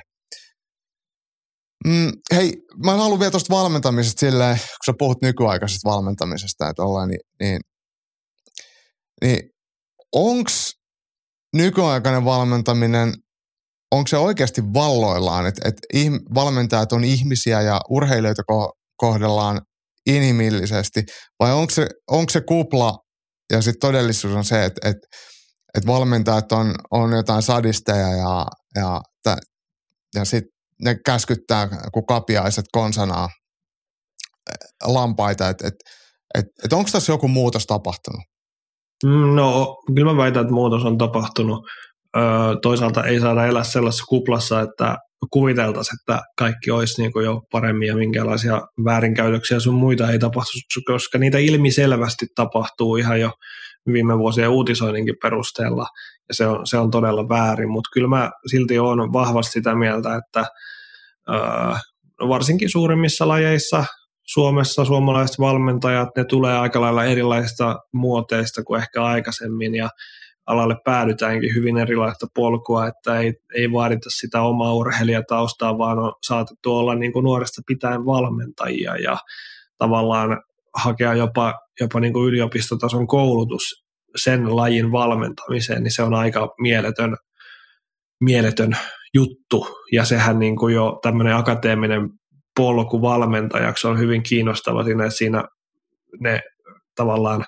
Speaker 6: Mm, hei, mä haluan vielä tuosta valmentamisesta silleen, kun sä puhut nykyaikaisesta valmentamisesta, että ollaan, niin, niin, niin onks nykyaikainen valmentaminen, onko se oikeasti valloillaan, että, että valmentajat on ihmisiä ja urheilijoita kohdellaan inhimillisesti, vai onko se, onko se kupla ja sitten todellisuus on se, että, että, että valmentajat on, on jotain sadisteja ja, ja, ja sitten ne käskyttää kuin kapiaiset konsanaa lampaita, että et, et, et onko tässä joku muutos tapahtunut?
Speaker 5: No, kyllä mä väitän, että muutos on tapahtunut. Öö, toisaalta ei saada elää sellaisessa kuplassa, että kuviteltaisiin, että kaikki olisi niin kuin jo paremmin ja minkälaisia väärinkäytöksiä sun muita ei tapahtu, koska niitä ilmiselvästi tapahtuu ihan jo viime vuosien uutisoinninkin perusteella, ja se on, se on todella väärin, mutta kyllä mä silti olen vahvasti sitä mieltä, että öö, varsinkin suurimmissa lajeissa Suomessa suomalaiset valmentajat, ne tulee aika lailla erilaisista muoteista kuin ehkä aikaisemmin, ja alalle päädytäänkin hyvin erilaista polkua, että ei, ei vaadita sitä omaa urheilijataustaa, vaan on saatettu olla niin kuin nuoresta pitäen valmentajia ja tavallaan hakea jopa, jopa niin kuin yliopistotason koulutus sen lajin valmentamiseen, niin se on aika mieletön, mieletön juttu. Ja sehän niin kuin jo tämmöinen akateeminen polku valmentajaksi on hyvin kiinnostava siinä, että siinä ne tavallaan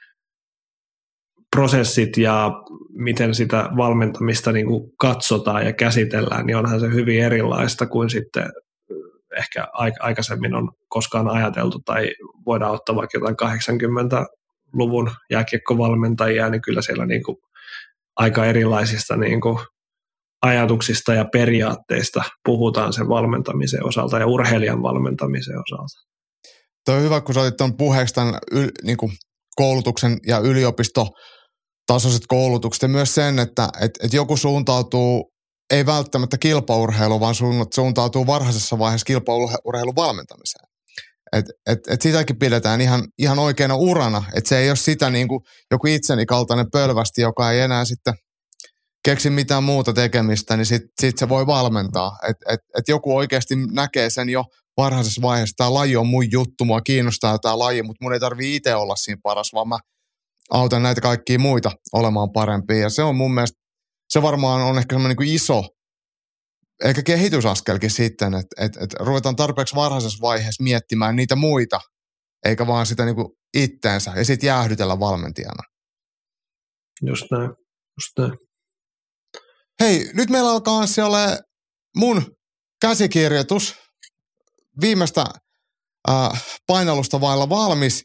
Speaker 5: prosessit ja miten sitä valmentamista niin kuin katsotaan ja käsitellään, niin onhan se hyvin erilaista kuin sitten ehkä aikaisemmin on koskaan ajateltu, tai voidaan ottaa vaikka jotain kahdeksankymmentäluvun jääkiekkovalmentajia, niin kyllä siellä niin kuin aika erilaisista niin kuin ajatuksista ja periaatteista puhutaan sen valmentamisen osalta ja urheilijan valmentamisen osalta.
Speaker 6: Tuo on hyvä, kun sä otit tuon puheeksi tämän yl, niin kuin koulutuksen ja yliopistotasoiset koulutukset ja myös sen, että et, et joku suuntautuu ei välttämättä kilpaurheilu, vaan suuntautuu varhaisessa vaiheessa kilpaurheilun valmentamiseen. Et, et, et sitäkin pidetään ihan, ihan oikeana urana, että se ei ole sitä niin kuin joku itseni kaltainen pölvästi, joka ei enää sitten keksi mitään muuta tekemistä, niin sitten sit se voi valmentaa. Että et, et joku oikeasti näkee sen jo varhaisessa vaiheessa, tämä laji on mun juttu, mua kiinnostaa tämä laji, mutta mun ei tarvitse itse olla siinä paras, vaan mä autan näitä kaikkia muita olemaan parempia. Ja se on mun mielestä, se varmaan on ehkä semmoinen niin iso, ehkä kehitysaskelkin sitten, että et, et ruvetaan tarpeeksi varhaisessa vaiheessa miettimään niitä muita, eikä vaan sitä niin kuin itteensä, ja sitten jäähdytellä valmentajana.
Speaker 5: Just näin, just näin.
Speaker 6: Hei, nyt meillä alkaa olla mun käsikirjoitus viimeistä äh, painallusta vailla valmis.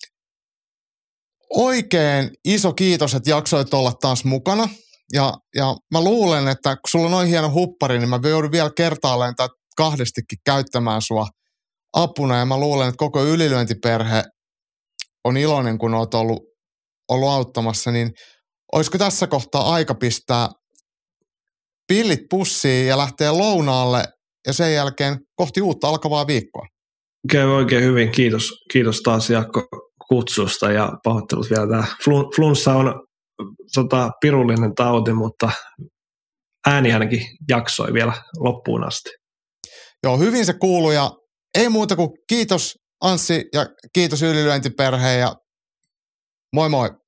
Speaker 6: Oikein iso kiitos, että jaksoit olla taas mukana. Ja, ja mä luulen, että kun sulla on noin hieno huppari, niin mä joudun vielä kertaalleen tai kahdestikin käyttämään sua apuna ja mä luulen, että koko ylilyöntiperhe on iloinen, kun oot ollut, ollut auttamassa, niin olisiko tässä kohtaa aika pistää pillit pussiin ja lähteä lounaalle ja sen jälkeen kohti uutta alkavaa viikkoa?
Speaker 5: Käy oikein hyvin. Kiitos, kiitos taas Jaakko kutsusta ja pahoittelut vielä. Tämä flunssa on tota, pirullinen tauti, mutta ääni ainakin jaksoi vielä loppuun asti.
Speaker 6: Joo, hyvin se kuuluu ja ei muuta kuin kiitos Anssi ja kiitos ylilyöntiperhe ja moi moi.